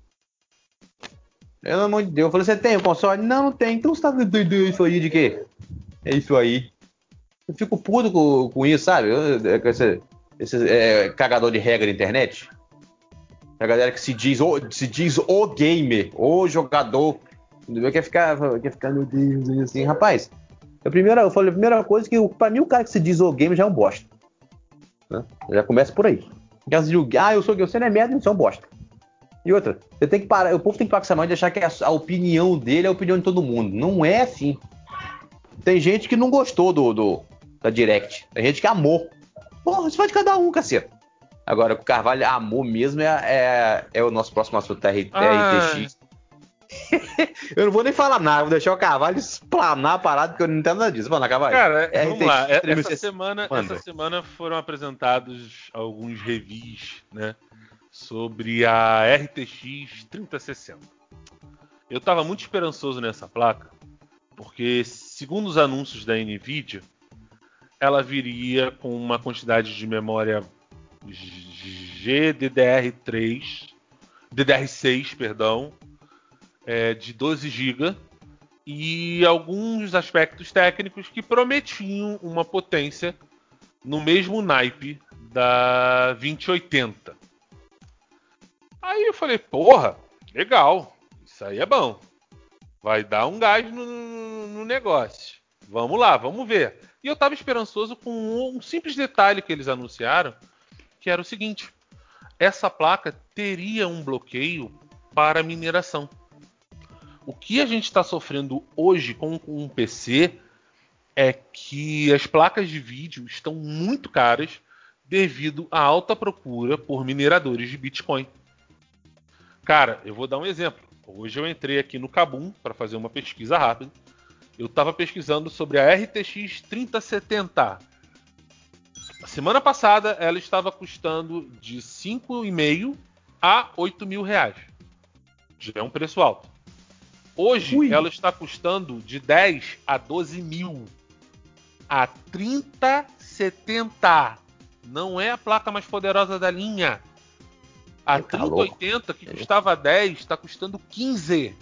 Pelo amor de Deus. Eu falei, você tem o console? Não, não tem. Então você tá doido isso aí de quê? É isso aí. Eu fico puto com isso, sabe? Com esse cagador de regra da internet. A galera que se diz o gamer, o jogador. Quer ficar, meu Deus, assim, rapaz. Eu falei, a primeira coisa que, pra mim, o cara que se diz o gamer já é um bosta. Né? Já começa por aí. Eu sou gamer, você não é merda, você é um bosta. E outra, você tem que parar, o povo tem que parar com essa mão de achar que a opinião dele é a opinião de todo mundo. Não é assim. Tem gente que não gostou da Direct. Tem gente que amou. Porra, isso vai de cada um, caceta. Agora, o Carvalho amou mesmo é o nosso próximo assunto, Ah, RTX. Eu não vou nem falar nada, vou deixar o Carvalho explanar a parada, porque eu não entendo nada disso. Mano, Carvalho, cara, vamos lá. RTX Essa manda. semana foram apresentados alguns reviews, né? Sobre a RTX 3060. Eu estava muito esperançoso nessa placa, porque, segundo os anúncios da Nvidia, ela viria com uma quantidade de memória DDR6, perdão, de 12 GB e alguns aspectos técnicos que prometiam uma potência no mesmo naipe da 2080. Aí eu falei, porra, legal, isso aí é bom. Vai dar um gás no negócio. Vamos lá, vamos ver. E eu estava esperançoso com um simples detalhe que eles anunciaram, que era o seguinte: essa placa teria um bloqueio para mineração. O que a gente está sofrendo hoje com um PC é que as placas de vídeo estão muito caras devido à alta procura por mineradores de Bitcoin. Cara, eu vou dar um exemplo. Hoje eu entrei aqui no Kabum para fazer uma pesquisa rápida. Eu estava pesquisando sobre a RTX 3070. A semana passada ela estava custando de 5,5 a 8 mil reais. Já é um preço alto. Hoje Ui, ela está custando de 10 a 12 mil. A 3070 não é a placa mais poderosa da linha. A tá louco. 3080, que custava 10, está custando 15.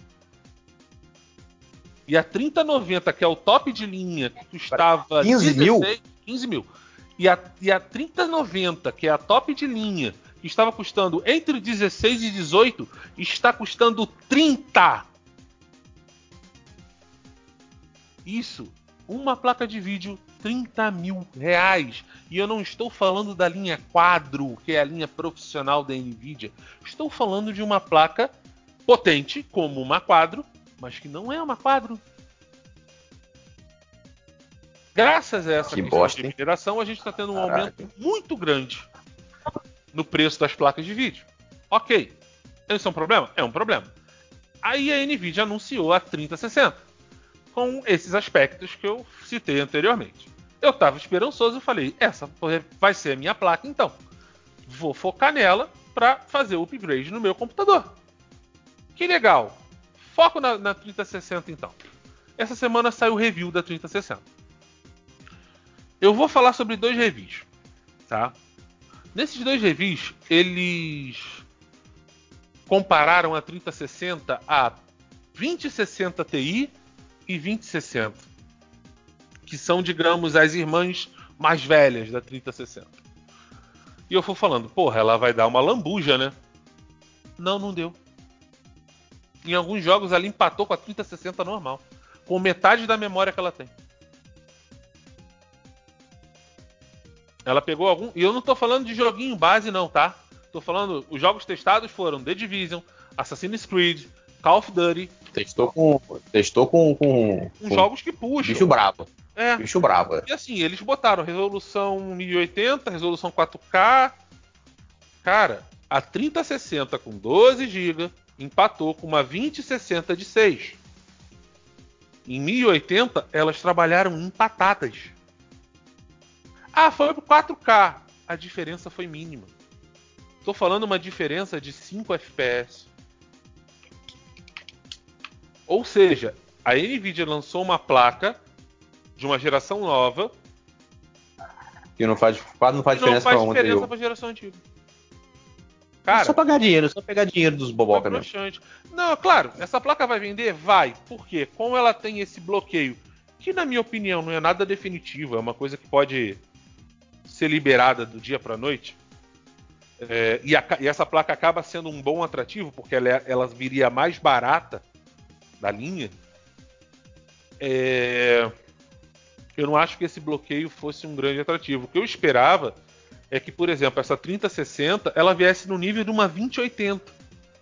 E a 3090, que é o top de linha, que custava 15 mil? 15 mil. E a 3090, que é a top de linha, que estava custando entre 16 e 18, está custando 30. Isso, uma placa de vídeo, 30 mil reais. E eu não estou falando da linha Quadro, que é a linha profissional da NVIDIA. Estou falando de uma placa potente, como uma Quadro, mas que não é uma Quadro. Graças a essa questão de mineração, a gente está tendo um aumento muito grande no preço das placas de vídeo. Ok, isso é um problema? É um problema. Aí a NVIDIA anunciou a 3060, com esses aspectos que eu citei anteriormente. Eu estava esperançoso e falei, essa vai ser a minha placa então. Vou focar nela para fazer o upgrade no meu computador. Que legal. Foco na 3060 então. Essa semana saiu o review da 3060. Eu vou falar sobre 2 reviews, tá? Nesses 2 reviews, eles compararam a 3060 a 2060 Ti e 2060, que são, digamos, as irmãs mais velhas da 3060. E eu fui falando, porra, ela vai dar uma lambuja, né? Não deu. Em alguns jogos ela empatou com a 3060 normal, com metade da memória que ela tem. Ela pegou algum... E eu não tô falando de joguinho base não, tá? Tô falando... Os jogos testados foram The Division, Assassin's Creed, Call of Duty. Testou com jogos que puxam. Bicho bravo. É. Bicho bravo. E assim, eles botaram resolução 1080, resolução 4K. Cara, a 3060 com 12 GB empatou com uma 2060 de 6. Em 1080, elas trabalharam empatadas. Ah, foi pro 4K. A diferença foi mínima. Tô falando uma diferença de 5 FPS. Ou seja, a NVIDIA lançou uma placa de uma geração nova que quase não faz diferença para uma anterior. Pra geração antiga. Cara, só pegar dinheiro dos boboca mesmo. Não, claro, essa placa vai vender? Vai. Por quê? Como ela tem esse bloqueio, que na minha opinião não é nada definitivo, é uma coisa que pode ser liberada do dia para noite. E essa placa acaba sendo um bom atrativo, porque ela viria mais barata da linha. Eu não acho que esse bloqueio fosse um grande atrativo. O que eu esperava é que, por exemplo, essa 3060 ela viesse no nível de uma 2080,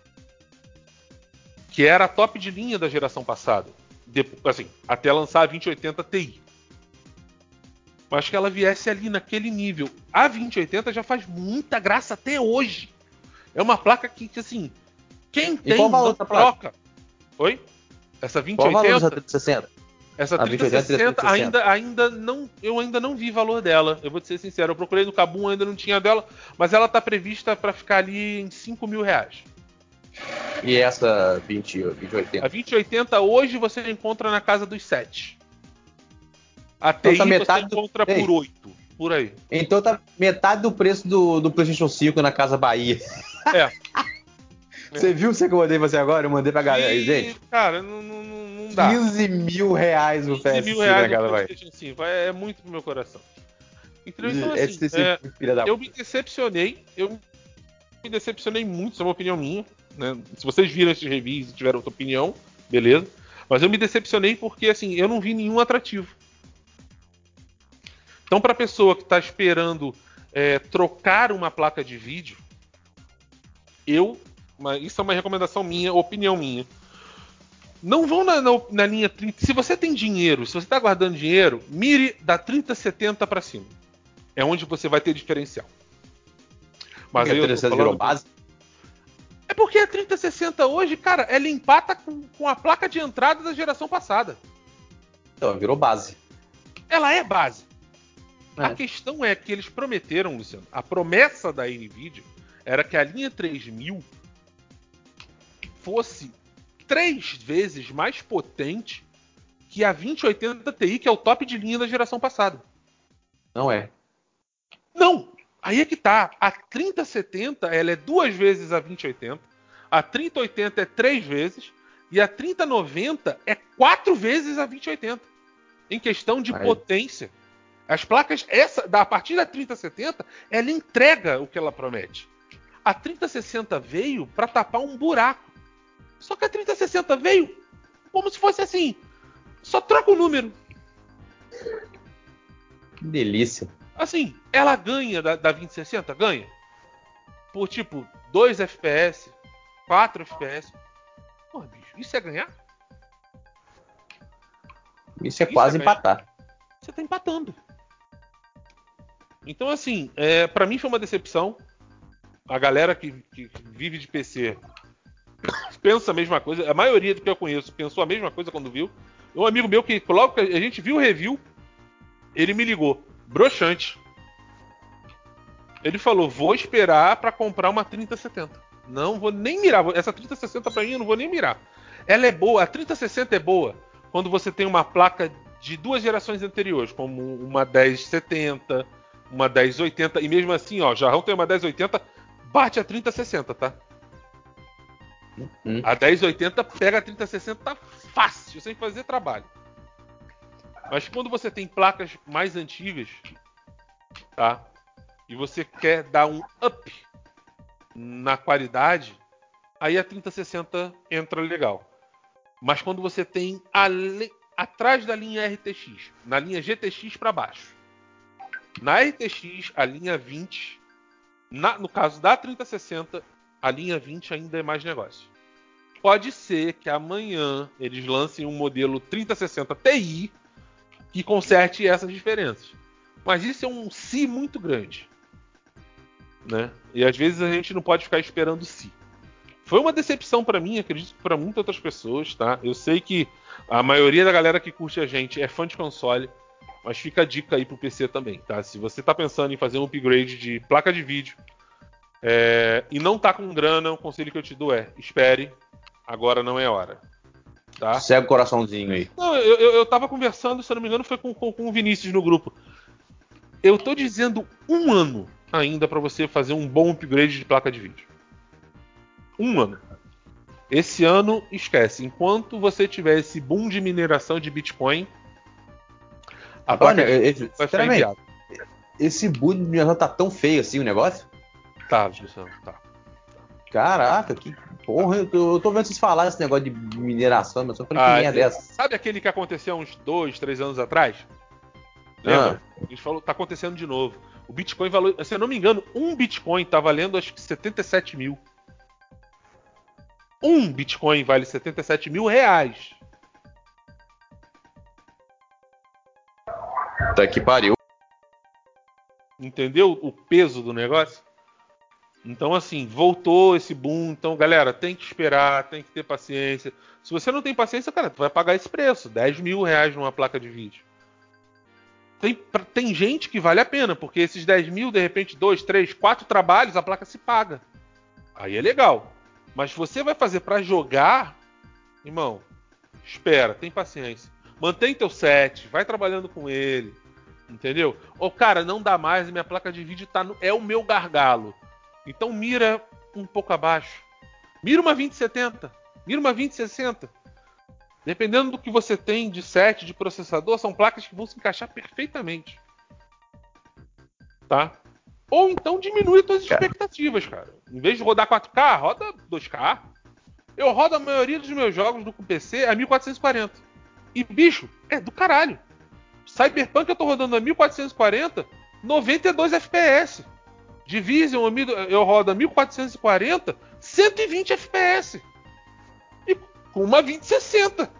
que era a top de linha da geração passada, assim, até lançar a 2080 Ti. Mas que ela viesse ali naquele nível. A 2080 já faz muita graça até hoje. É uma placa que assim, quem tem não troca. Oi? Essa 2080? Qual o valor dessa 3060? Essa 3060 ainda não, eu ainda não vi valor dela. Eu vou te ser sincero, eu procurei no Kabum, ainda não tinha dela, mas ela tá prevista para ficar ali em 5 mil reais. E essa 2080? A 2080 hoje você encontra na casa dos 7. A TI então tá você encontra por 8, por aí. Então tá metade do preço do PlayStation 5 na Casa Bahia. Você viu o que eu mandei pra você agora? Eu mandei pra galera aí, gente. Cara, não dá. 15 mil reais o PS5 na Casa Bahia. É muito pro meu coração. Então assim, eu me decepcionei. Eu me decepcionei muito, isso é uma opinião minha. Né? Se vocês viram esses reviews e tiveram outra opinião, beleza. Mas eu me decepcionei porque assim, eu não vi nenhum atrativo. Então, para a pessoa que está esperando trocar uma placa de vídeo, isso é uma recomendação minha, opinião minha. Não vão na linha 30. Se você tem dinheiro, se você está guardando dinheiro, mire da 3070 para cima. É onde você vai ter diferencial. Mas aí virou base? É porque a 3060 hoje, cara, ela empata com a placa de entrada da geração passada. Então, virou base. Ela é base. A questão é que eles prometeram, Luciano, a promessa da NVIDIA era que a linha 3000 fosse 3 vezes mais potente que a 2080 Ti, que é o top de linha da geração passada. Não é. Não! Aí é que tá. A 3070 ela é 2 vezes a 2080, a 3080 é 3 vezes e a 3090 é 4 vezes a 2080. Em questão de potência. As placas, a partir da 3070, ela entrega o que ela promete. A 3060 veio para tapar um buraco. Só que a 3060 veio como se fosse assim. Só troca o número. Que delícia. Assim, ela ganha da 2060? Ganha. Por tipo, 2 FPS, 4 FPS. Porra, bicho, isso é ganhar? Isso é quase empatar. Você tá empatando. Então, assim, pra mim foi uma decepção. A galera que vive de PC pensa a mesma coisa. A maioria do que eu conheço pensou a mesma coisa quando viu. Um amigo meu que logo que a gente viu o review, ele me ligou. Broxante. Ele falou, vou esperar pra comprar uma 3070. Não vou nem mirar. Essa 3060 pra mim eu não vou nem mirar. Ela é boa. A 3060 é boa quando você tem uma placa de 2 gerações anteriores, como uma 1070, uma 1080. E mesmo assim, ó, Jarrão tem uma 1080, bate a 3060, tá? A 1080 pega a 3060 fácil, sem fazer trabalho. Mas quando você tem placas mais antigas, tá? E você quer dar um up na qualidade, aí a 3060 entra legal. Mas quando você tem atrás da linha RTX, na linha GTX para baixo, na RTX a linha 20, no caso da 3060, a linha 20 ainda é mais negócio. Pode ser que amanhã eles lancem um modelo 3060 Ti que conserte essas diferenças. Mas isso é um se muito grande, né? E às vezes a gente não pode ficar esperando se. Foi uma decepção pra mim, acredito que pra muitas outras pessoas, tá? Eu sei que a maioria da galera que curte a gente é fã de console, mas fica a dica aí pro PC também, tá? Se você tá pensando em fazer um upgrade de placa de vídeo e não tá com grana, o conselho que eu te dou é espere, agora não é hora, tá? Cega o coraçãozinho aí. Não, eu tava conversando, se eu não me engano, foi com o Vinícius no grupo. Eu tô dizendo 1 ano ainda pra você fazer um bom upgrade de placa de vídeo. 1 ano. Esse ano, esquece. Enquanto você tiver esse boom de mineração de Bitcoin, a placa de vídeo vai ficar inviável. Esse boom de mineração tá tão feio assim o negócio? Tá, Luciano, tá. Caraca, que porra. Eu tô vendo vocês falar esse negócio de mineração, mas eu falei que merda é essa? Sabe aquele que aconteceu uns 2, 3 anos atrás? Lembra? A gente falou, tá acontecendo de novo. O Bitcoin valor, se eu não me engano, um Bitcoin tá valendo acho que 77 mil. Um Bitcoin vale 77 mil reais. Tá que pariu. Entendeu o peso do negócio? Então, assim, voltou esse boom. Então, galera, tem que esperar, tem que ter paciência. Se você não tem paciência, cara, tu vai pagar esse preço. 10 mil reais numa placa de vídeo. Tem gente que vale a pena, porque esses 10 mil, de repente, 2, 3, 4 trabalhos, a placa se paga. Aí é legal. Mas você vai fazer pra jogar, irmão, espera, tem paciência. Mantém teu set, vai trabalhando com ele. Entendeu? Ou, cara, não dá mais, minha placa de vídeo é o meu gargalo. Então mira um pouco abaixo. Mira uma 2070. Mira uma 2060. Dependendo do que você tem de set, de processador, são placas que vão se encaixar perfeitamente. Tá? Ou então diminui suas expectativas, cara. Em vez de rodar 4K, roda 2K. Eu rodo a maioria dos meus jogos do PC a 1440. E, bicho, é do caralho. Cyberpunk eu tô rodando a 1440, 92 FPS. Division eu rodo a 1440, 120 FPS. E com uma 2060.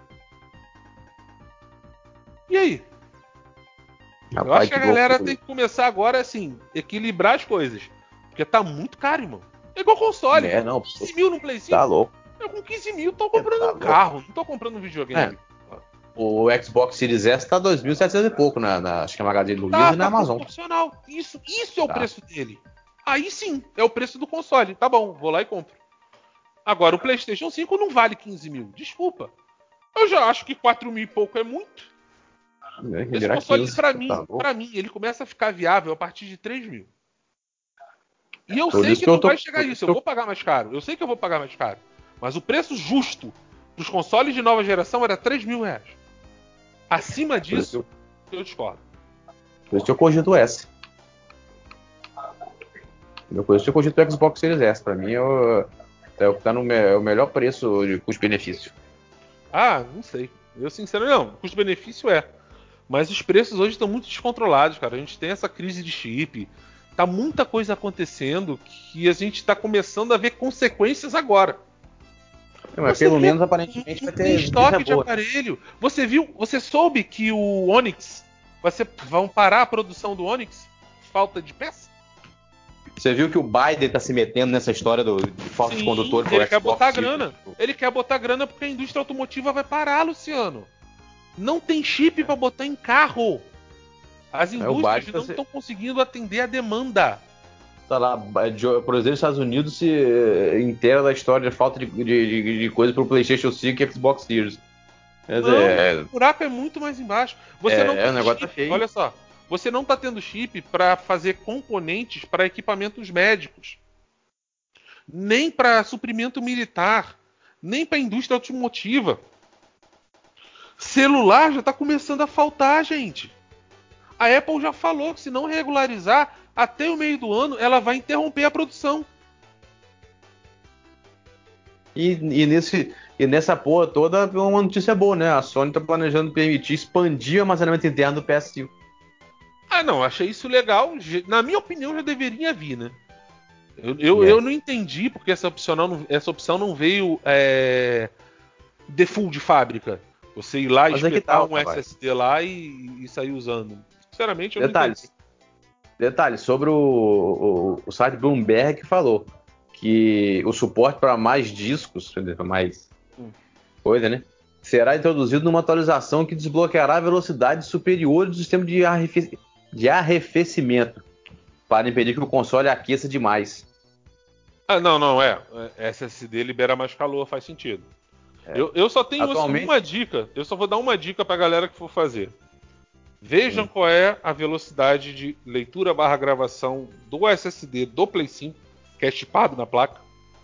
E aí? Eu acho que a galera tem que começar agora, assim, equilibrar as coisas. Porque tá muito caro, irmão. É igual console. É, não. 15 mil no Play 5. Tá louco. Eu com 15 mil tô comprando um carro, não tô comprando um videogame. O Xbox Series S tá 2.700 e pouco acho que na Magazine Luiza e na Amazon. Proporcional. Isso é o preço dele. Aí sim, é o preço do console. Tá bom, vou lá e compro. Agora, o PlayStation 5 não vale 15 mil. Desculpa. Eu já acho que 4 mil e pouco é muito. Esse console, pra mim, ele começa a ficar viável a partir de 3 mil. E eu sei que não vai chegar a isso. Eu vou pagar mais caro. Eu sei que eu vou pagar mais caro. Mas o preço justo dos consoles de nova geração era 3 mil reais. Acima disso, eu discordo. Por isso que eu cogito S. Meu coisa tinha curtido o Xbox Series S. Pra mim é o que tá é o melhor preço de custo-benefício. Ah, não sei. Eu sinceramente não, custo-benefício é. Mas os preços hoje estão muito descontrolados, cara. A gente tem essa crise de chip. Tá muita coisa acontecendo que a gente tá começando a ver consequências agora. Mas Você pelo vê, menos aparentemente não vai tem ter notícia estoque de boa. aparelho. Você soube que o Onix vão parar a produção do Onix? Falta de peça? Você viu que o Biden tá se metendo nessa história de falta de Sim, condutor pro ele quer Xbox botar Series? grana. Ele quer botar grana porque a indústria automotiva vai parar, Luciano. Não tem chip para botar em carro. As O indústrias Biden não estão conseguindo atender a demanda. tá lá, por exemplo, os Estados Unidos se inteira da história de falta de coisa pro PlayStation 5 e Xbox Series. Quer Não, dizer, o buraco é muito mais embaixo. Você não o tem negócio tá chip, feio. olha só. Você não está tendo chip para fazer componentes para equipamentos médicos, nem para suprimento militar, nem para indústria automotiva. Celular já está começando a faltar, gente. A Apple já falou que se não regularizar, até o meio do ano ela vai interromper a produção. E nessa porra toda, uma notícia boa, né? A Sony tá planejando permitir expandir o armazenamento interno do PS5. Ah, não, achei isso legal. Na minha opinião, já deveria vir, né? Yeah. Eu não entendi porque essa opção não veio default de fábrica. Você ir lá e Mas aqui espetar tá, um rapaz. SSD lá e sair usando. Sinceramente, eu não entendi. Detalhes sobre o site Bloomberg que falou que o suporte para mais discos, para mais Hum. coisa, né? Será introduzido numa atualização que desbloqueará velocidades superiores do sistema de arrefecimento para impedir que o console aqueça demais. Ah, não. SSD libera mais calor, faz sentido. Eu só tenho uma Atualmente, dica. Eu só vou dar uma dica pra galera que for fazer. Vejam qual é a velocidade de leitura/gravação do SSD do Play 5, que é chipado na placa.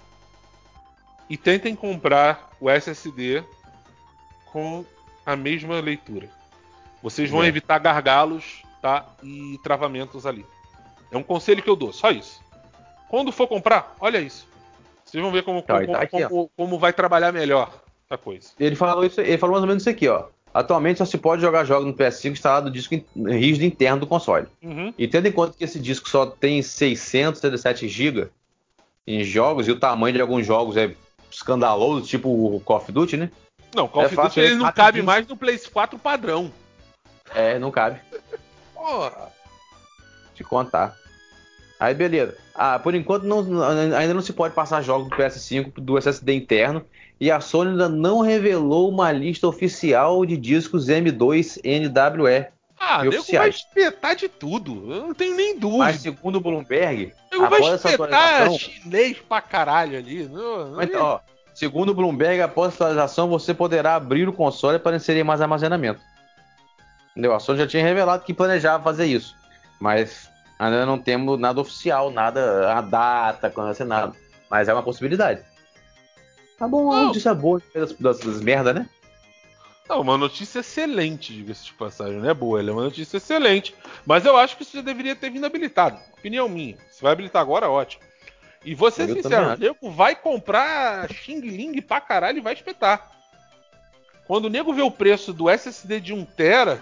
E tentem comprar o SSD com a mesma leitura. Vocês vão evitar gargalos, tá? E travamentos ali. É um conselho que eu dou, só isso. Quando for comprar, olha isso. Vocês vão ver tá aqui, ó. como vai trabalhar melhor a coisa. Ele falou mais ou menos isso aqui, ó. Atualmente só se pode jogar jogos no PS5 instalado no disco rígido interno do console. Uhum. E tendo em conta que esse disco só tem 637 GB em jogos e o tamanho de alguns jogos é escandaloso, tipo o Call of Duty, né? Não, Call É of Duty fácil, ele ele não cabe rapidinho. mais no Play 4 padrão. Não cabe. Porra. Te contar. Aí beleza. Por enquanto ainda não se pode passar jogos do PS5 do SSD interno e a Sony ainda não revelou uma lista oficial de discos M2 NWE Ah, e nego vai oficiais. espetar de tudo. Eu não tenho nem Mas dúvida. segundo o Bloomberg, Nego vai após essa espetar atualização, chinês pra caralho ali. Não, então, ó, segundo o Bloomberg, após a atualização você poderá abrir o console para inserir mais armazenamento. Entendeu? A Sony já tinha revelado que planejava fazer isso, mas ainda não temos nada oficial, nada, a data, quando vai ser nada. Mas é uma possibilidade. Tá bom, uma não, notícia boa das merda, né? não, uma notícia excelente, diga-se de passagem. Não é boa, ela é uma notícia excelente. Mas eu acho que isso já deveria ter vindo habilitado. Opinião minha. Se vai habilitar agora, ótimo. E vou ser Eu também sincero, o acho. nego vai comprar Xing Ling pra caralho e vai espetar. Quando o nego vê o preço do SSD de 1 TB,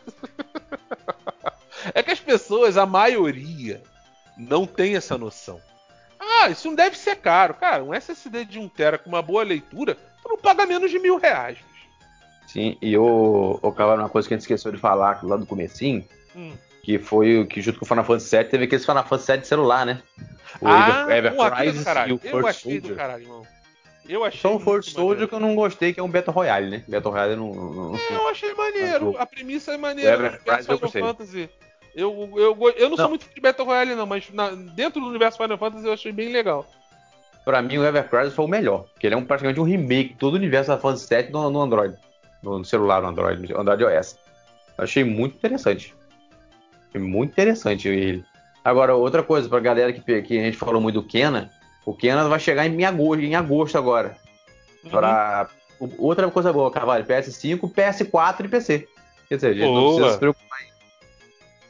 é que as pessoas, a maioria, não tem essa noção. Ah, isso não deve ser caro. Cara, um SSD de 1 TB com uma boa leitura, tu não paga menos de R$ 1.000. Sim, e o Cavalo, uma coisa que a gente esqueceu de falar lá do comecinho, Hum. que foi o que junto com o Final Fantasy VII teve aquele Final Fantasy VII de celular, né? O Ah, Ever aquilo é do Crisis e caralho. o Eu First achei do Soldier. caralho, irmão. Eu Só achei o First muito Soldier maneiro. que eu não gostei, que é um Battle Royale, né? Battle Royale eu não Eu curto. achei Mas maneiro. A premissa é o maneira no Ever universo Crisis eu Final gostei. Fantasy. Eu não sou Não, muito de Battle Royale, não, mas dentro do universo Final Fantasy eu achei bem legal. pra mim o Ever Crisis foi o melhor, porque ele é praticamente um remake de todo o universo da Final Fantasy VII no Android. No celular, no Android OS. Eu achei muito interessante. Achei muito interessante ele. Agora, outra coisa, pra galera que a gente falou muito do Kena, o Kena vai chegar em agosto agora. Uhum. Outra coisa boa, Carvalho, PS5, PS4 e PC. Quer dizer, a gente não precisa se Boa. preocupar.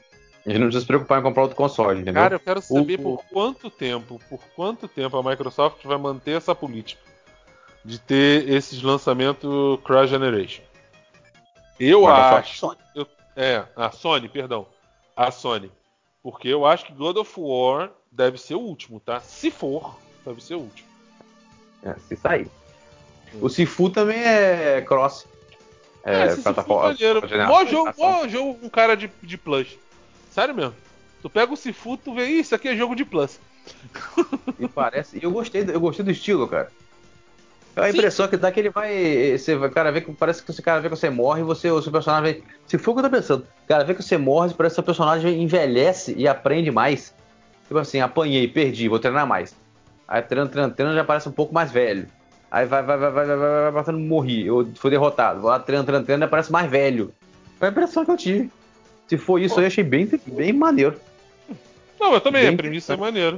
A gente não precisa se preocupar em comprar outro console, entendeu? Cara, eu quero saber por quanto tempo a Microsoft vai manter essa política de ter esses lançamentos cross generation. Eu Microsoft, acho. Sony. A Sony, perdão. A Sony. Porque eu acho que God of War deve ser o último, tá? Se for, deve ser o último. Se sair. O Sifu também é cross. Esse Sifu é maneiro. Mó jogo com cara de Plus. Sério mesmo. Tu pega o Sifu, tu vê, isso aqui é jogo de Plus. E parece. E eu gostei do estilo, cara. A Sim. impressão que dá que ele vai. Parece que o cara vê que você morre e o seu personagem. Se for o que eu tô pensando, cara, vê que você morre, parece que o seu personagem envelhece e aprende mais. Tipo assim, apanhei, perdi, vou treinar mais. Aí treinando, já parece um pouco mais velho. Aí vai passando, morri, eu fui derrotado. Vou lá treinando, já parece mais velho. Foi a impressão que eu tive. Se for isso aí, eu achei bem maneiro. Não, eu também, Bem a premissa é maneiro.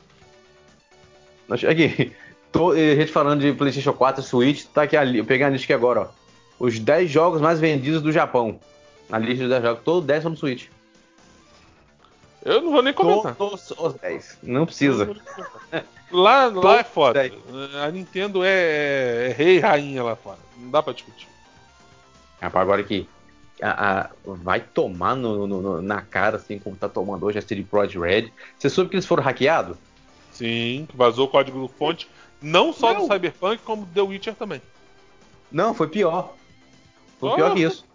Aqui, a gente falando de PlayStation 4 e Switch, tá aqui eu peguei a lista aqui agora, ó. Os 10 jogos mais vendidos do Japão. Na lista dos 10 jogos, todos 10 são no Switch. Eu não vou nem comentar. Todos os 10. Não precisa. Lá é foda. 10. A Nintendo é rei e rainha lá fora. Não dá pra discutir. Rapaz, agora aqui. Vai tomar na cara, assim, como tá tomando hoje a CD Projekt Red. Você soube que eles foram hackeados? Sim, vazou o código-fonte. Não só do Não. Cyberpunk, como do The Witcher também. Não, foi pior. Foi pior que isso.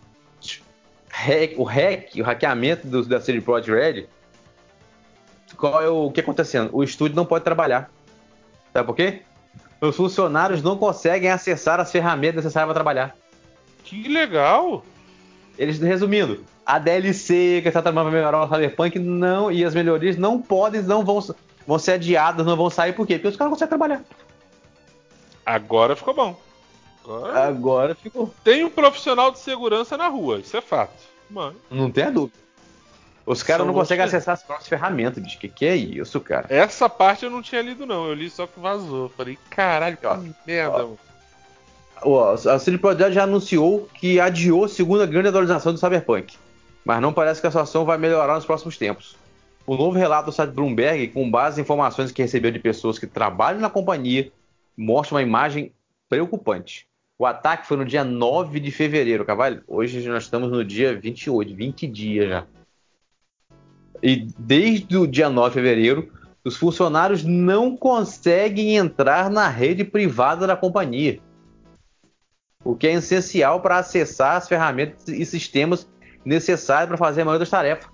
O hackeamento da CD Projekt Red. Qual é o que acontecendo? O estúdio não pode trabalhar. Sabe por quê? Os funcionários não conseguem acessar as ferramentas necessárias para trabalhar. Que legal! Eles, resumindo, a DLC que está trabalhando para melhorar o Cyberpunk não, e as melhorias não vão ser adiadas, não vão sair. Por quê? Porque os caras não conseguem trabalhar. Agora ficou bom. Agora ficou. Tem um profissional de segurança na rua, isso é fato. Mano. Não tem a dúvida. Os caras não conseguem acessar as próprias ferramentas, bicho. Que é isso, cara? Essa parte eu não tinha lido, não. Eu li só que vazou. Falei, caralho, que merda, mano. A CD Projekt já anunciou que adiou a segunda grande atualização do Cyberpunk, mas não parece que a situação vai melhorar nos próximos tempos. O novo relato do site Bloomberg, com base em informações que recebeu de pessoas que trabalham na companhia, mostra uma imagem preocupante. O ataque foi no dia 9 de fevereiro, Cavalho. Hoje nós estamos no dia 28, 20 dias já. E desde o dia 9 de fevereiro, os funcionários não conseguem entrar na rede privada da companhia, o que é essencial para acessar as ferramentas e sistemas necessários para fazer a maioria das tarefas.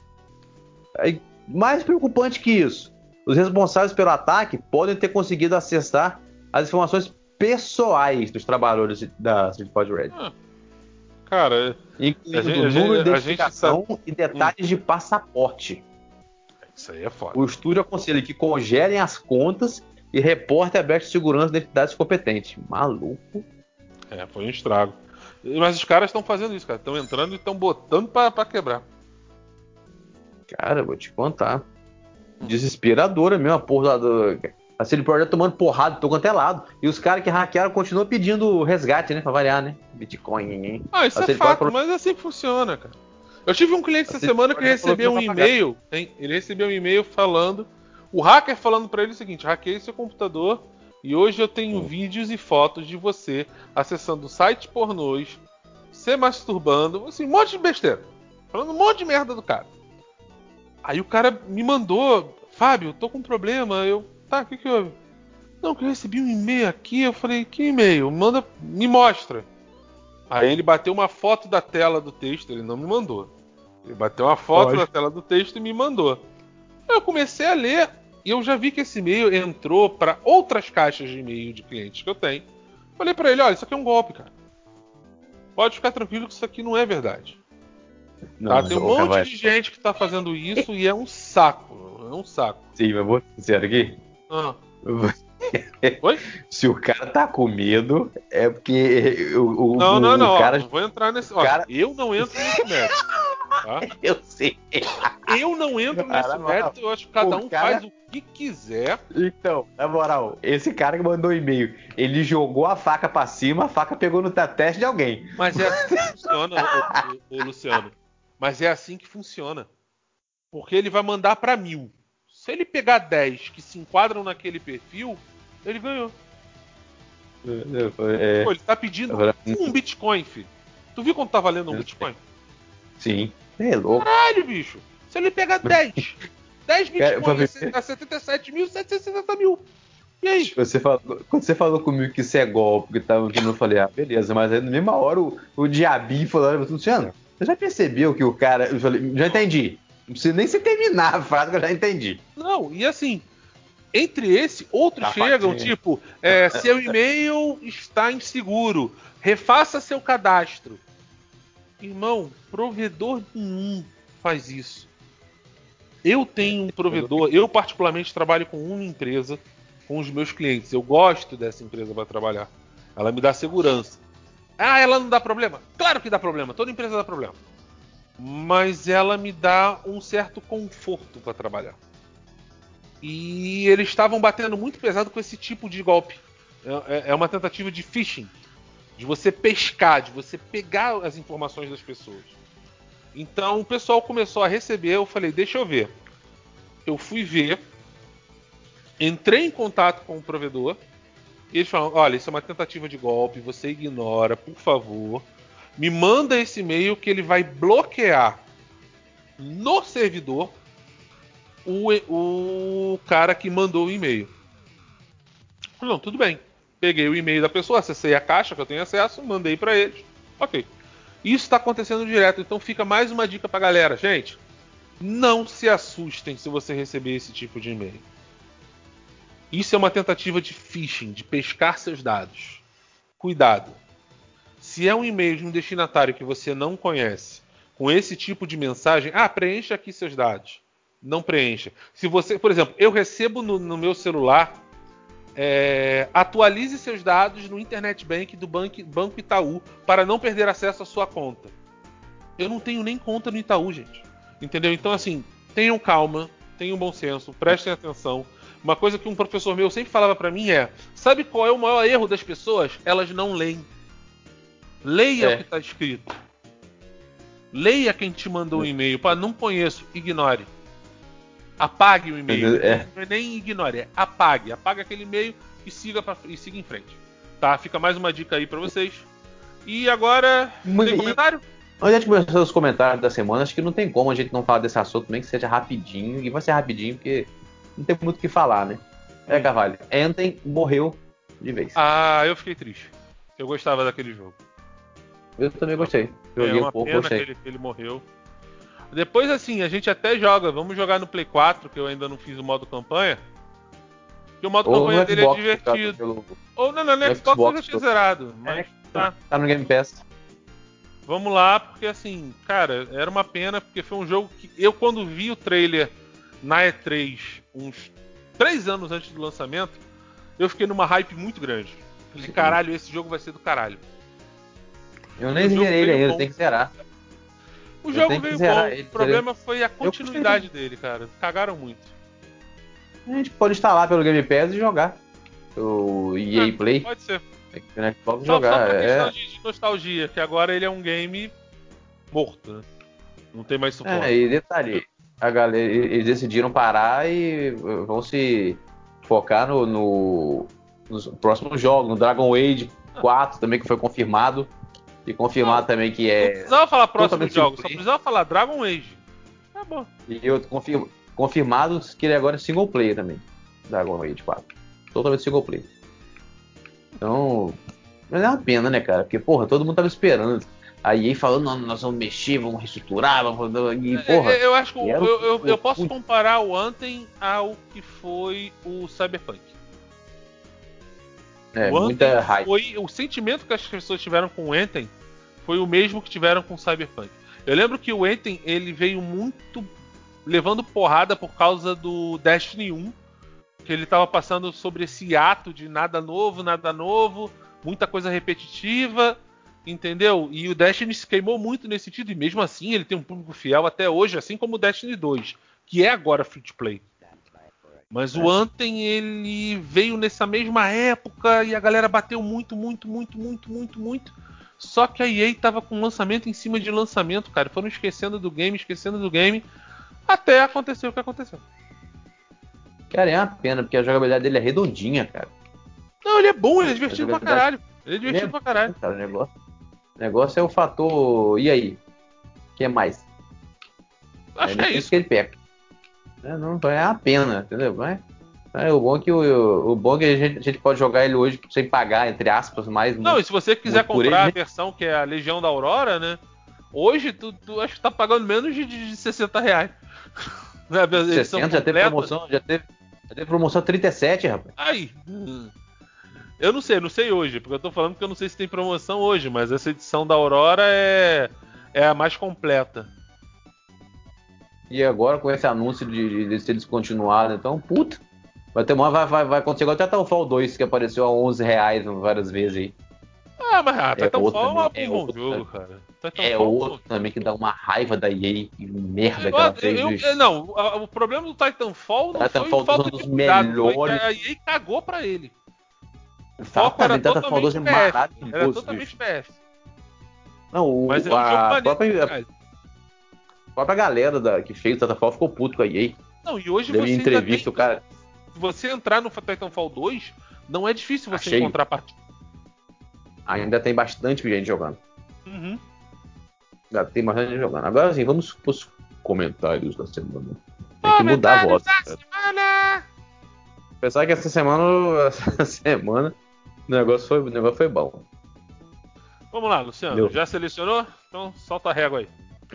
Mais preocupante que isso, os responsáveis pelo ataque podem ter conseguido acessar as informações pessoais dos trabalhadores da CD Projekt Red, cara, incluindo número de identificação e detalhes de passaporte. Isso aí é foda. O estúdio aconselha que congelem as contas e reportem aberto de segurança de entidades competentes. Maluco. Foi um estrago. Mas os caras estão fazendo isso, cara. Estão entrando e estão botando pra quebrar. Cara, vou te contar. Desesperadora mesmo a porra a CD Projekt tomando porrada, tô quanto é lado. E os caras que hackearam continuam pedindo resgate, né? Pra variar, né? Bitcoin. Isso é fato, mas é assim que funciona, cara. Eu tive um cliente essa semana que recebeu um e-mail. Ele recebeu um e-mail falando. O hacker falando pra ele o seguinte: hackei seu computador e hoje eu tenho vídeos e fotos de você acessando sites pornôs, se masturbando, assim, um monte de besteira. Falando um monte de merda do cara. Aí o cara me mandou: Fábio, tô com um problema. Tá, o que houve? Não, que eu recebi um e-mail aqui. Eu falei: que e-mail? Me mostra. Aí ele bateu uma foto da tela do texto, ele não me mandou. Ele bateu uma foto da tela do texto e me mandou. Eu comecei a ler e eu já vi que esse e-mail entrou para outras caixas de e-mail de clientes que eu tenho. Falei para ele: olha, isso aqui é um golpe, cara. Pode ficar tranquilo que isso aqui não é verdade. Não, tem um monte de gente que tá fazendo isso e é um saco. É um saco. Sim, mas vou ser sincero aqui. Oi? Se o cara tá com medo, é porque o cara... Não vou entrar nesse. Cara... Eu não entro nesse mérito. Tá? Eu sei. Eu não entro nesse mérito. Eu acho que cada um faz o que quiser. Então, na moral, esse cara que mandou e-mail, ele jogou a faca pra cima, a faca pegou no teste de alguém. Mas é assim que funciona, ô Luciano. Mas é assim que funciona. Porque ele vai mandar para 1.000. Se ele pegar 10 que se enquadram naquele perfil, ele ganhou. Pô, ele tá pedindo um Bitcoin, filho. Tu viu quanto tá valendo um Bitcoin? Sim. É louco. Caralho, bicho. Se ele pegar 10 Bitcoin a 77.760 mil. E aí? Quando você falou comigo que isso é golpe, que eu falei, beleza, mas aí na mesma hora o diabinho falou, Luciano, você já percebeu que o cara. Eu falei, já entendi. Não precisa nem se terminar a frase que eu já entendi. Não, e assim, entre esse, outros chegam, tipo, seu e-mail está inseguro, refaça seu cadastro. Irmão, provedor nenhum faz isso. Eu tenho um provedor, eu particularmente trabalho com uma empresa, com os meus clientes. Eu gosto dessa empresa para trabalhar. Ela me dá segurança. Ah, ela não dá problema? Claro que dá problema, toda empresa dá problema. Mas ela me dá um certo conforto para trabalhar. E eles estavam batendo muito pesado com esse tipo de golpe. É uma tentativa de phishing. De você pescar, de você pegar as informações das pessoas. Então o pessoal começou a receber, eu falei, deixa eu ver. Eu fui ver, entrei em contato com o provedor, e eles falaram, olha, isso é uma tentativa de golpe, você ignora, por favor. Me manda esse e-mail que ele vai bloquear no servidor o cara que mandou o e-mail. Não, tudo bem. Peguei o e-mail da pessoa, acessei a caixa que eu tenho acesso, mandei para eles. Ok. Isso está acontecendo direto, então fica mais uma dica pra galera. Gente, não se assustem se você receber esse tipo de e-mail. Isso é uma tentativa de phishing, de pescar seus dados. Cuidado. Se é um e-mail de um destinatário que você não conhece, com esse tipo de mensagem, preencha aqui seus dados. Não preencha. Se você, por exemplo, eu recebo no meu celular, atualize seus dados no Internet Bank do Banco Itaú para não perder acesso à sua conta. Eu não tenho nem conta no Itaú, gente. Entendeu? Então, assim, tenham calma, tenham bom senso, prestem atenção. Uma coisa que um professor meu sempre falava para mim sabe qual é o maior erro das pessoas? Elas não leem. Leia o que está escrito. Leia quem te mandou o e-mail. Não conheço, ignore. Apague o e-mail. Não é nem ignore, apague. Apague aquele e-mail e siga em frente. Tá? Fica mais uma dica aí pra vocês. E agora, tem comentário? A gente começou os comentários da semana. Acho que não tem como a gente não falar desse assunto, nem que seja rapidinho. E vai ser rapidinho, porque não tem muito o que falar, né? Carvalho, Anthem morreu de vez. Eu fiquei triste. Eu gostava daquele jogo. Eu também gostei. Joguei um pouco, gostei. Que ele morreu. Depois, assim, a gente até joga. Vamos jogar no Play 4, que eu ainda não fiz o modo campanha. Porque o modo campanha dele é divertido. Ou no Xbox eu já tinha zerado. Mas tá no Game Pass. Vamos lá, porque assim, cara, era uma pena, porque foi um jogo que eu, quando vi o trailer na E3, uns 3 anos antes do lançamento, eu fiquei numa hype muito grande. Falei, caralho, esse jogo vai ser do caralho. Eu nem zerei ele ainda, tem que zerar. O jogo veio bom, o problema foi a continuidade dele, cara. Cagaram muito. A gente pode instalar pelo Game Pass e jogar. O EA Play. Pode ser. Pode jogar. Só pra questão de nostalgia, que agora ele é um game morto, né? Não tem mais suporte. E detalhe, a galera, eles decidiram parar e vão se focar nos próximos jogos, no Dragon Age 4 também, que foi confirmado. E confirmado também que Não precisava falar próximos jogos, só precisava falar Dragon Age. Tá bom. E eu confirmado que ele agora é single player também. Dragon Age 4. Totalmente single player. Então, mas é uma pena, né, cara? Porque, porra, todo mundo tava esperando. A EA falando, não, nós vamos mexer, vamos reestruturar, e, porra... Eu acho que eu posso comparar o Anthem ao que foi o Cyberpunk. Muita hype. O sentimento que as pessoas tiveram com o Anthem foi o mesmo que tiveram com o Cyberpunk. Eu lembro que o Anthem, ele veio muito levando porrada por causa do Destiny 1, que ele tava passando sobre esse ato de nada novo, muita coisa repetitiva, entendeu? E o Destiny se queimou muito nesse sentido, e mesmo assim ele tem um público fiel até hoje, assim como o Destiny 2, que é agora free to play. Mas o Anthem, ele veio nessa mesma época e a galera bateu muito. Só que a EA tava com lançamento em cima de lançamento, cara. Foram esquecendo do game. Até aconteceu o que aconteceu. Cara, é uma pena, porque a jogabilidade dele é redondinha, cara. Não, ele é bom, ele é A divertido pra jogabilidade caralho. Ele é divertido pra caralho. cara, o negócio é o fator. E aí? O que mais? Acho que é isso. Que ele peca. Não, é uma pena, entendeu? O bom é que, a gente pode jogar ele hoje sem pagar, entre aspas, mais Não, e se você quiser muito por comprar a ele, né? versão que é a Legião da Aurora, né? Hoje tu acho que tá pagando menos de R$60. Né? A edição 60, completa. já teve promoção 37, rapaz. Aí. Eu não sei hoje, porque eu tô falando que eu não sei se tem promoção hoje, mas essa edição da Aurora é a mais completa. E agora com esse anúncio de ser descontinuado, então, puta. Vai ter uma, vai acontecer igual até Titanfall 2, que apareceu a R$11 várias vezes aí. Ah, mas É outro Titanfall também, é um bom jogo, cara. é Titanfall é um bom outro jogo. também que dá uma raiva da EA. Que merda que ela fez, bicho. Não, o problema do Titanfall não foi Titanfall 2 é um falta de dos cuidado, foi que melhores. a EA cagou pra ele. O foco era Exatamente, Titanfall 2 totalmente é PF. Era maravilhoso, bicho. totalmente PF. Não, Mas é um jogo a maneiro própria, demais. a própria galera que fez o Titanfall ficou puto com a EA. Não, e hoje Deu em você ainda tem. entrevista, o cara. Se você entrar no Titanfall 2, não é difícil Tá você cheio. encontrar partida. Ainda tem bastante gente jogando. Uhum. Ainda tem bastante gente jogando. Agora sim, vamos pros comentários da semana. Tem que mudar a Comentários voz. da Cara. semana! Pensar que essa semana o negócio foi bom. Vamos lá, Luciano. Entendeu? Já selecionou? Então solta a régua aí.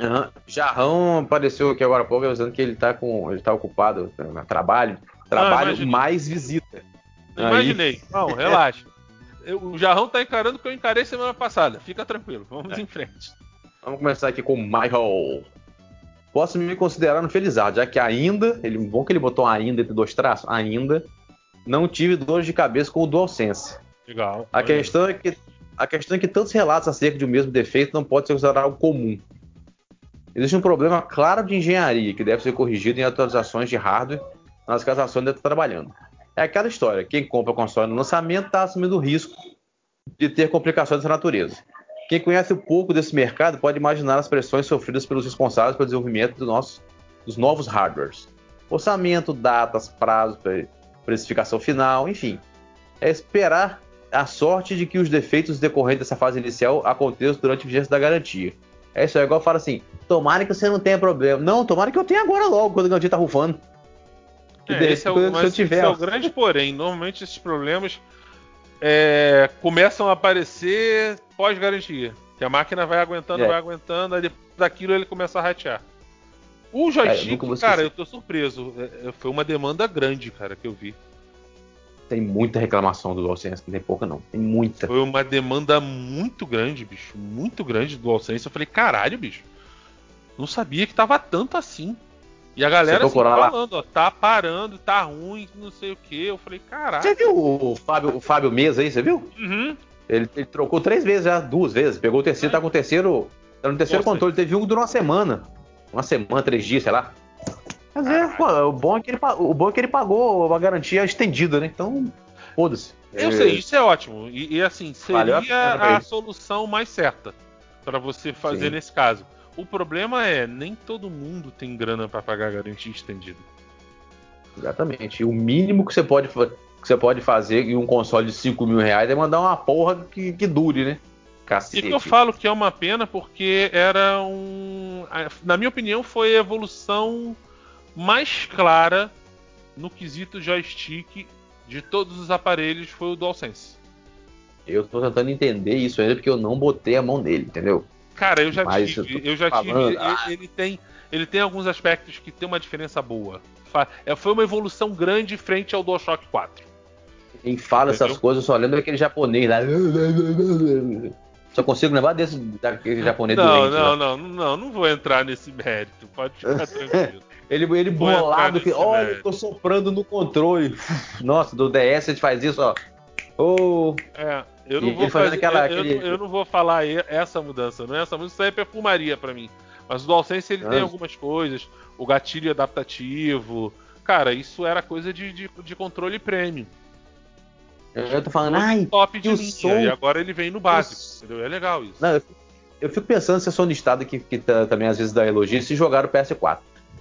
Jarrão apareceu aqui agora há pouco avisando que ele tá ocupado no trabalho Imaginei. mais visita. Aí, Imaginei. Não, relaxa. O Jarrão tá encarando o que eu encarei semana passada. Fica tranquilo. Vamos em frente. vamos começar aqui com o Michael. Posso me considerar um felizardo, já que ainda, bom que ele botou ainda entre dois traços, ainda não tive dor de cabeça com o DualSense. Legal. A questão é que tantos relatos acerca de um mesmo defeito não pode ser considerado algo comum. Existe um problema claro de engenharia que deve ser corrigido em atualizações de hardware nas quais a Sony está trabalhando. É aquela história, quem compra o console no lançamento está assumindo o risco de ter complicações dessa natureza. Quem conhece um pouco desse mercado pode imaginar as pressões sofridas pelos responsáveis pelo desenvolvimento dos novos hardwares. Orçamento, datas, prazos, precificação final, enfim. É esperar a sorte de que os defeitos decorrentes dessa fase inicial aconteçam durante a vigência da garantia. É isso, é igual fala assim, tomara que você não tenha problema. Não, tomara que eu tenha agora logo, quando a garantia tá rufando. Esse é o grande porém. Normalmente esses problemas começam a aparecer pós-garantia. Que a máquina vai aguentando, aí depois daquilo ele começa a ratear. O joystick, cara, eu tô surpreso. Foi uma demanda grande, cara, que eu vi. Tem muita reclamação do DualSense, não tem pouca não. Tem muita. Foi uma demanda muito grande, bicho. Muito grande do DualSense. Eu falei, caralho, bicho. Não sabia que tava tanto assim. E a galera assim, falando, ó, tá parando, tá ruim, não sei o que. Eu falei, caralho. Você viu o Fábio Mesa aí, você viu? Uhum. Ele trocou 3 vezes já, 2 vezes. Pegou o terceiro, tá com o terceiro. Tá no terceiro controle. Teve um que durou uma semana. 3 dias, sei lá. Quer dizer, pô, o bom é que ele pagou a garantia estendida, né? Então, foda-se. Eu sei, isso é ótimo. E assim, seria a solução mais certa para você fazer nesse caso. O problema é, nem todo mundo tem grana para pagar a garantia estendida. Exatamente. E o mínimo que você pode fazer em um console de R$5.000 é mandar uma porra que dure, né? Cacete. E que eu falo que é uma pena porque era na minha opinião, foi a evolução mais clara no quesito joystick de todos os aparelhos, foi o DualSense. Eu tô tentando entender isso ainda porque eu não botei a mão nele, entendeu? Cara, eu já tive. Ele tem alguns aspectos que tem uma diferença boa. Foi uma evolução grande frente ao DualShock 4. Quem fala essas coisas, eu só lembro daquele japonês lá. Só consigo lembrar daquele japonês doente. Não vou entrar nesse mérito. Pode ficar tranquilo. Ele bolado, que olha, eu tô soprando no controle. Nossa, do DS a gente faz isso, ó. Eu não vou falar essa mudança. Não é essa mudança, isso aí é perfumaria pra mim. Mas o DualSense ele tem algumas coisas. O gatilho adaptativo. Cara, isso era coisa de controle premium. Eu tô falando, top de linha. Som... E agora ele vem no básico, entendeu? É legal isso. Não, eu fico pensando se a Sony Estado que também às vezes dá elogio, se jogar o PS4.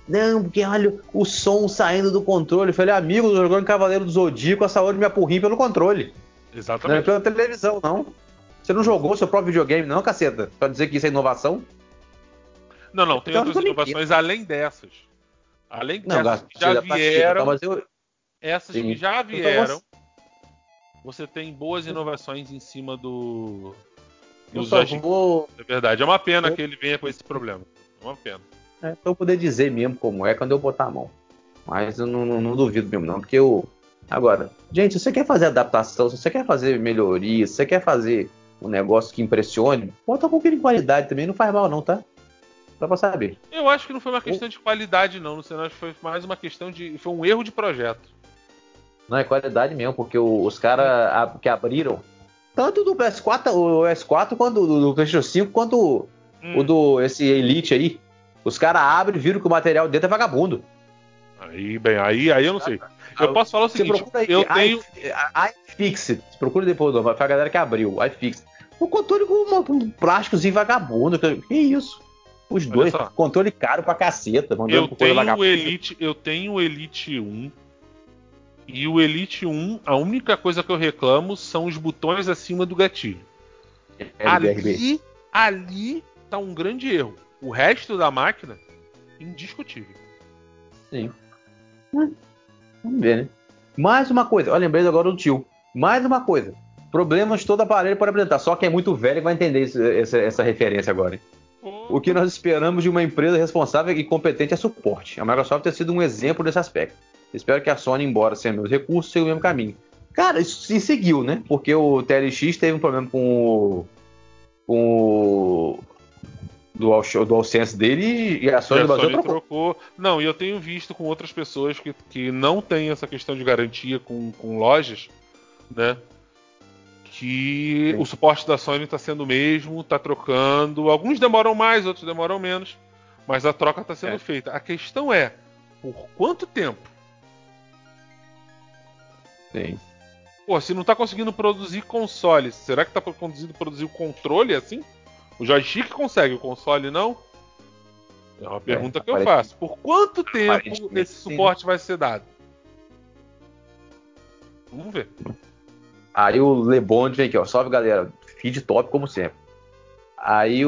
Não, porque olha o som saindo do controle. Eu falei, amigo, tô jogando Cavaleiro do Zodíaco, a saúde me apurrinha pelo controle. Não é Exatamente. pela televisão, não. Você não jogou seu próprio videogame, não, caceta? Pra dizer que isso é inovação? Não, tem Então, outras eu tô inovações além dessas. Além Não, dessas que já tá certo, tá, vieram, mas eu. essas que Sim. já Então, vieram, você tem boas inovações em cima eu dos só joysticks. vou. É verdade. É uma pena Eu, que ele venha com esse problema. É uma pena. pra eu poder dizer mesmo como é quando eu botar a mão. Mas eu não duvido mesmo, não, porque eu. Agora, gente, se você quer fazer adaptação, se você quer fazer melhoria, se você quer fazer um negócio que impressione, bota um pouquinho de qualidade também, não faz mal, não, tá? Só pra saber. Eu acho que não foi uma questão de qualidade, não, Luciano. Acho que foi mais uma questão de. Foi um erro de projeto. Não, é qualidade mesmo, porque os caras que abriram, tanto do PS4, o S4, quanto do PlayStation 5, quanto o do esse Elite aí. Os caras abrem e viram que o material dentro é vagabundo. Aí, bem, aí eu não sei. Eu posso falar o Você seguinte, procura aí, eu tenho. iFixit. Você procura depois, foi a galera que abriu, iFixit. O controle com um plásticozinho vagabundo. Que isso? Os Olha dois, só. controle caro pra caceta, mandando Eu por coisa tenho o vagabunda. Elite. Eu tenho o Elite 1. E o Elite 1, a única coisa que eu reclamo são os botões acima do gatilho. LBRB. Ali tá um grande erro. O resto da máquina, indiscutível. Sim. Vamos ver, né? Mais uma coisa, ó, lembrei agora do tio. Mais uma coisa. Problemas todo aparelho pode apresentar. Só quem é muito velho vai entender essa referência agora. Hein? O que nós esperamos de uma empresa responsável e competente é suporte. A Microsoft tem sido um exemplo desse aspecto. Espero que a Sony, embora sem meus recursos, siga o mesmo caminho. Cara, isso sim seguiu, né? Porque o TLX teve um problema com o DualSense dele e a E Sony a do Brasil Sony trocou. trocou. Não, e eu tenho visto com outras pessoas que não têm essa questão de garantia com lojas, né? Que Sim. o suporte da Sony está sendo o mesmo, está trocando. Alguns demoram mais, outros demoram menos, mas a troca está sendo feita. A questão é, por quanto tempo? Sim. Pô, se não está conseguindo produzir console, será que está conseguindo produzir o controle assim? O joystick consegue, o console não? É uma pergunta que eu faço. Por quanto tempo Aparentemente esse sim, né? suporte vai ser dado? Vamos ver. Aí o Lebond vem aqui, ó. Salve, galera. Feed top, como sempre. Aí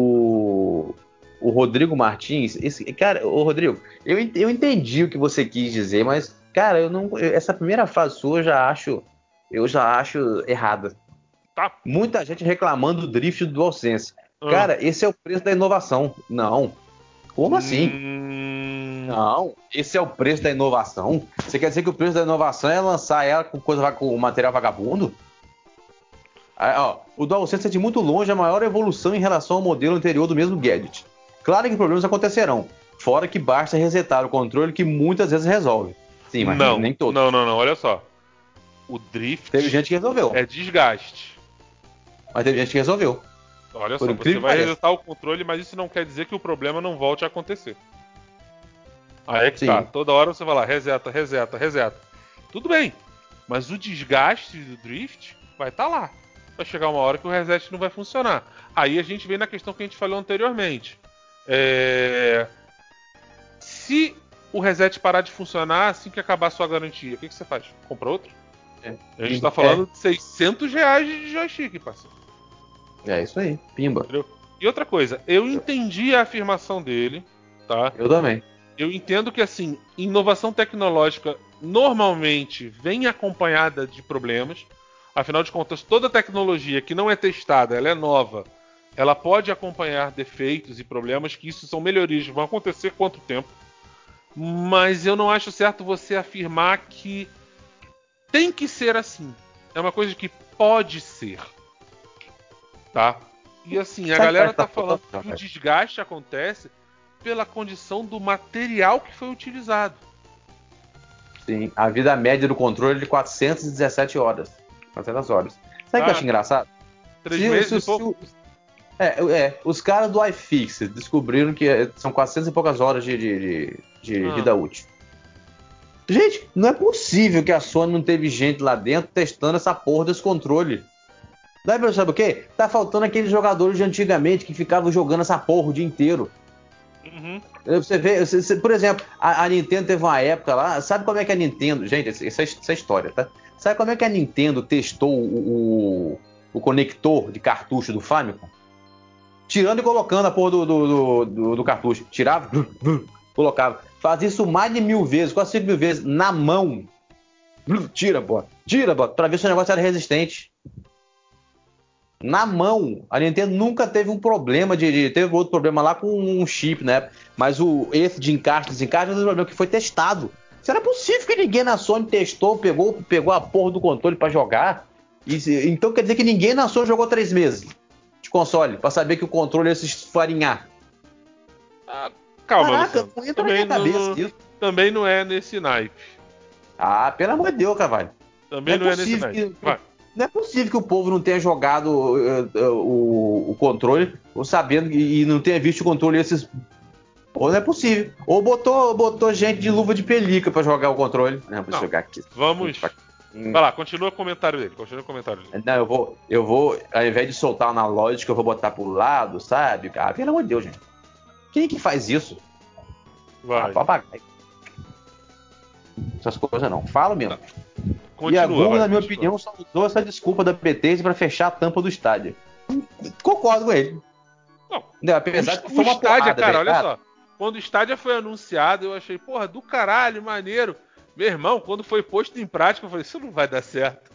o Rodrigo Martins. Cara, o Rodrigo, eu entendi o que você quis dizer, mas, cara, essa primeira frase sua eu já acho errada. Tá. Muita gente reclamando do drift do DualSense. Ah. Cara, esse é o preço da inovação. Não. Como assim? Hum... Não, esse é o preço da inovação? Você quer dizer que o preço da inovação é lançar ela com material vagabundo? Ó, o DualSense é de muito longe a maior evolução em relação ao modelo anterior do mesmo gadget. Claro que problemas acontecerão, fora que basta resetar o controle que muitas vezes resolve. Sim, mas Não, nem todos. não, não, não. Olha só. O Teve drift gente que resolveu, é desgaste. mas teve gente que resolveu. Olha Por só, você incrível que vai pareça. resetar o controle, mas isso não quer dizer que o problema não volte a acontecer. Aí é que tá. Sim, Toda hora você vai lá, reseta, reseta, reseta. Tudo bem. Mas o desgaste do drift vai estar lá. Vai chegar uma hora que o reset não vai funcionar. Aí a gente vem na questão que a gente falou anteriormente. Se o reset parar de funcionar assim que acabar a sua garantia, o que você faz? Compra outro? é. A gente Pimba. tá falando de R$ 600 de joystick, parceiro. É isso aí, pimba. Entendeu? E outra coisa, eu entendi a afirmação dele, tá? Eu também. Eu entendo que, assim, inovação tecnológica normalmente vem acompanhada de problemas. Afinal de contas, toda tecnologia que não é testada, ela é nova, ela pode acompanhar defeitos e problemas, que isso são melhorias que vão acontecer quanto tempo. Mas eu não acho certo você afirmar que tem que ser assim. É uma coisa que pode ser, tá? E assim, a Sabe o que galera parece que tá tá falando, falando que o rapaz? desgaste acontece pela condição do material que foi utilizado. Sim, a vida média do controle é de 417 horas. 400 horas. Sabe o que eu acho Tá? engraçado? 3 meses e pouco. Os caras do iFixit descobriram que são 400 e poucas horas de Ah, vida útil. Gente, não é possível que a Sony não teve gente lá dentro testando essa porra desse controle. Daí pra sabe o quê? Tá faltando aqueles jogadores de antigamente que ficavam jogando essa porra o dia inteiro. Uhum. Você vê, por exemplo, a Nintendo teve uma época lá. Sabe como é que a Nintendo. Gente, essa é história, tá? Sabe como é que a Nintendo testou o conector de cartucho do Famicom? Tirando e colocando a porra do cartucho. Tirava, colocava. Fazia isso mais de 1000 vezes, quase 5.000 vezes, na mão. Tira, bota. Tira, bota. Pra ver se o negócio era resistente. Na mão. A Nintendo nunca teve um problema teve outro problema lá com um chip, né? Mas esse de encaixe, desencaixe, não teve problema, que foi testado. Isso era possível que ninguém na Sony testou, pegou a porra do controle pra jogar. Então quer dizer que ninguém na Sony jogou 3 meses de console, pra saber que o controle ia se esfarinhar. Ah, calma, Caraca, Luciano. não entra na minha cabeça isso. Também não é nesse naipe. Ah, pelo amor de Deus, Carvalho. Também não é nesse naipe. Vai. Não é possível que o povo não tenha jogado o controle, ou sabendo e não tenha visto o controle esses. Ou não é possível. Ou botou gente de luva de pelica pra jogar o controle. Não, vou jogar aqui. Vamos. Vai lá, continua o comentário dele. Não, eu vou, ao invés de soltar o analógico, eu vou botar pro lado, sabe? Ah, pelo amor de Deus, gente. Quem que faz isso? Vai. Papagaio. Essas coisas não. Falo mesmo. Tá. E a Google, na minha opinião, só usou essa desculpa da Bethesda para fechar a tampa do estádio. Concordo com ele. Não, apesar de que o foi uma Stadia, porrada, cara, velho. olha só. Quando o Stadia foi anunciado, eu achei, porra, do caralho, maneiro. Meu irmão, quando foi posto em prática, eu falei, isso não vai dar certo.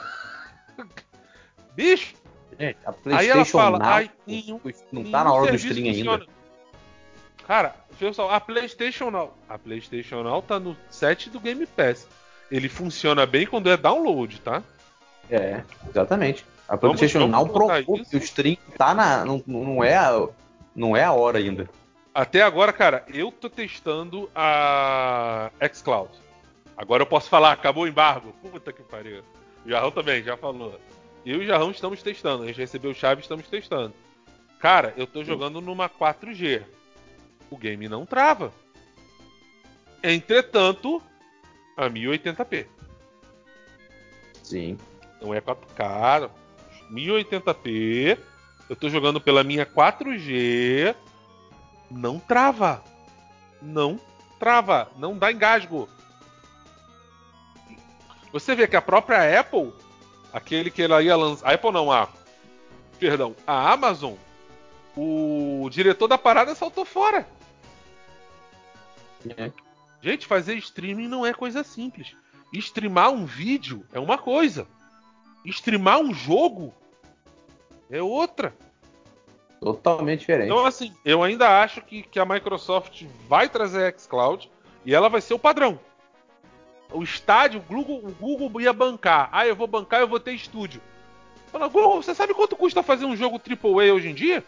Bicho! Gente, a PlayStation aí ela fala, Now não tá na hora do stream ainda. Cara, pessoal, a PlayStation Now tá no set do Game Pass. Ele funciona bem quando é download, tá? É, exatamente. A PlayStation Now provou que o stream tá não é a hora ainda. Até agora, cara, eu tô testando a xCloud. Agora eu posso falar, acabou o embargo. Puta que pariu. O Jarrão também, já falou. Eu e o Jarrão estamos testando. A gente recebeu chave e estamos testando. Cara, eu tô jogando numa 4G. O game não trava. Entretanto, a 1080p. Sim. Não é 4K. 1080p. Eu tô jogando pela minha 4G. Não trava. Não trava. Não dá engasgo. Você vê que a própria Apple, aquele que ela ia lançar. A Apple não, perdão, a Amazon, o diretor da parada saltou fora. É. Gente, fazer streaming não é coisa simples. Streamar um vídeo é uma coisa. Streamar um jogo é outra. Totalmente diferente. Então, assim, eu ainda acho que a Microsoft vai trazer a xCloud e ela vai ser o padrão. O estádio, o Google ia bancar. Ah, eu vou bancar, eu vou ter estúdio. Fala, Google, você sabe quanto custa fazer um jogo AAA hoje em dia?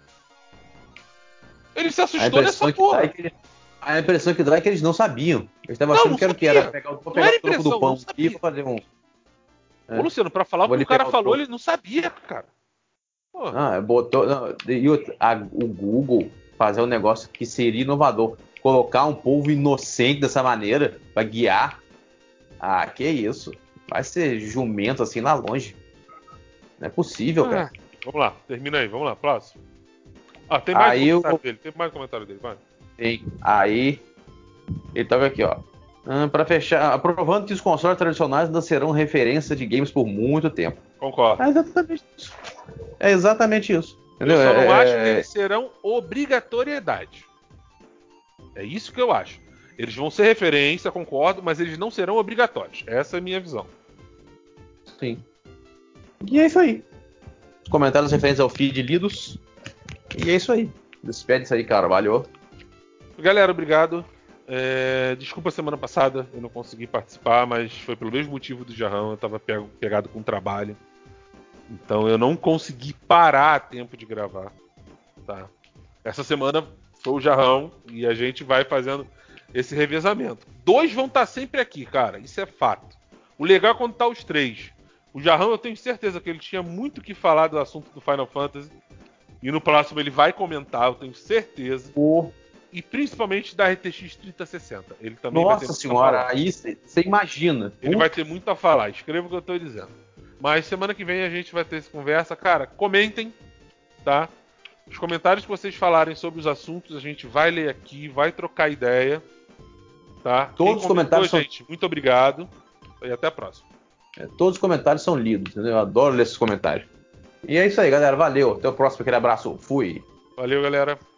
Ele se assustou nessa porra. A impressão que dá é que eles não sabiam. Eles estavam achando que era pegar o troco do pão e fazer um. Ô, Luciano, pra falar o que o cara falou, ele não sabia, cara. Botou. O Google fazer um negócio que seria inovador. Colocar um povo inocente dessa maneira pra guiar. Ah, que isso. Vai ser jumento assim lá longe. Não é possível, cara. Vamos lá, termina aí, vamos lá, próximo. Tem mais comentário dele, vai. Tem. Aí. Ele tava aqui, ó. Para fechar, aprovando que os consoles tradicionais ainda serão referência de games por muito tempo. Concordo. É exatamente isso. Entendeu? Eu só não acho que eles serão obrigatoriedade. É isso que eu acho. Eles vão ser referência, concordo, mas eles não serão obrigatórios. Essa é a minha visão. Sim. E é isso aí. Os comentários referentes ao feed lidos. E é isso aí. Despede-se aí, cara. Valeu. Galera, obrigado. Desculpa a semana passada, eu não consegui participar, mas foi pelo mesmo motivo do Jarrão, eu tava pegado com trabalho. Então eu não consegui parar a tempo de gravar. Tá? Essa semana foi o Jarrão e a gente vai fazendo esse revezamento. 2 vão estar sempre aqui, cara, isso é fato. O legal é quando tá os 3. O Jarrão, eu tenho certeza que ele tinha muito o que falar do assunto do Final Fantasy. E no próximo ele vai comentar, eu tenho certeza. E principalmente da RTX 3060. Ele também vai ter muito senhora, a falar. Aí você imagina. Ele vai ter muito a falar, escreva o que eu tô dizendo. Mas semana que vem a gente vai ter essa conversa. Cara, comentem, tá? Os comentários que vocês falarem sobre os assuntos, a gente vai ler aqui, vai trocar ideia. Tá? Todos os comentários são... gente, muito obrigado. E até a próxima. Todos os comentários são lidos, entendeu? Eu adoro ler esses comentários. E é isso aí, galera. Valeu. Até o próximo. Aquele abraço. Fui. Valeu, galera.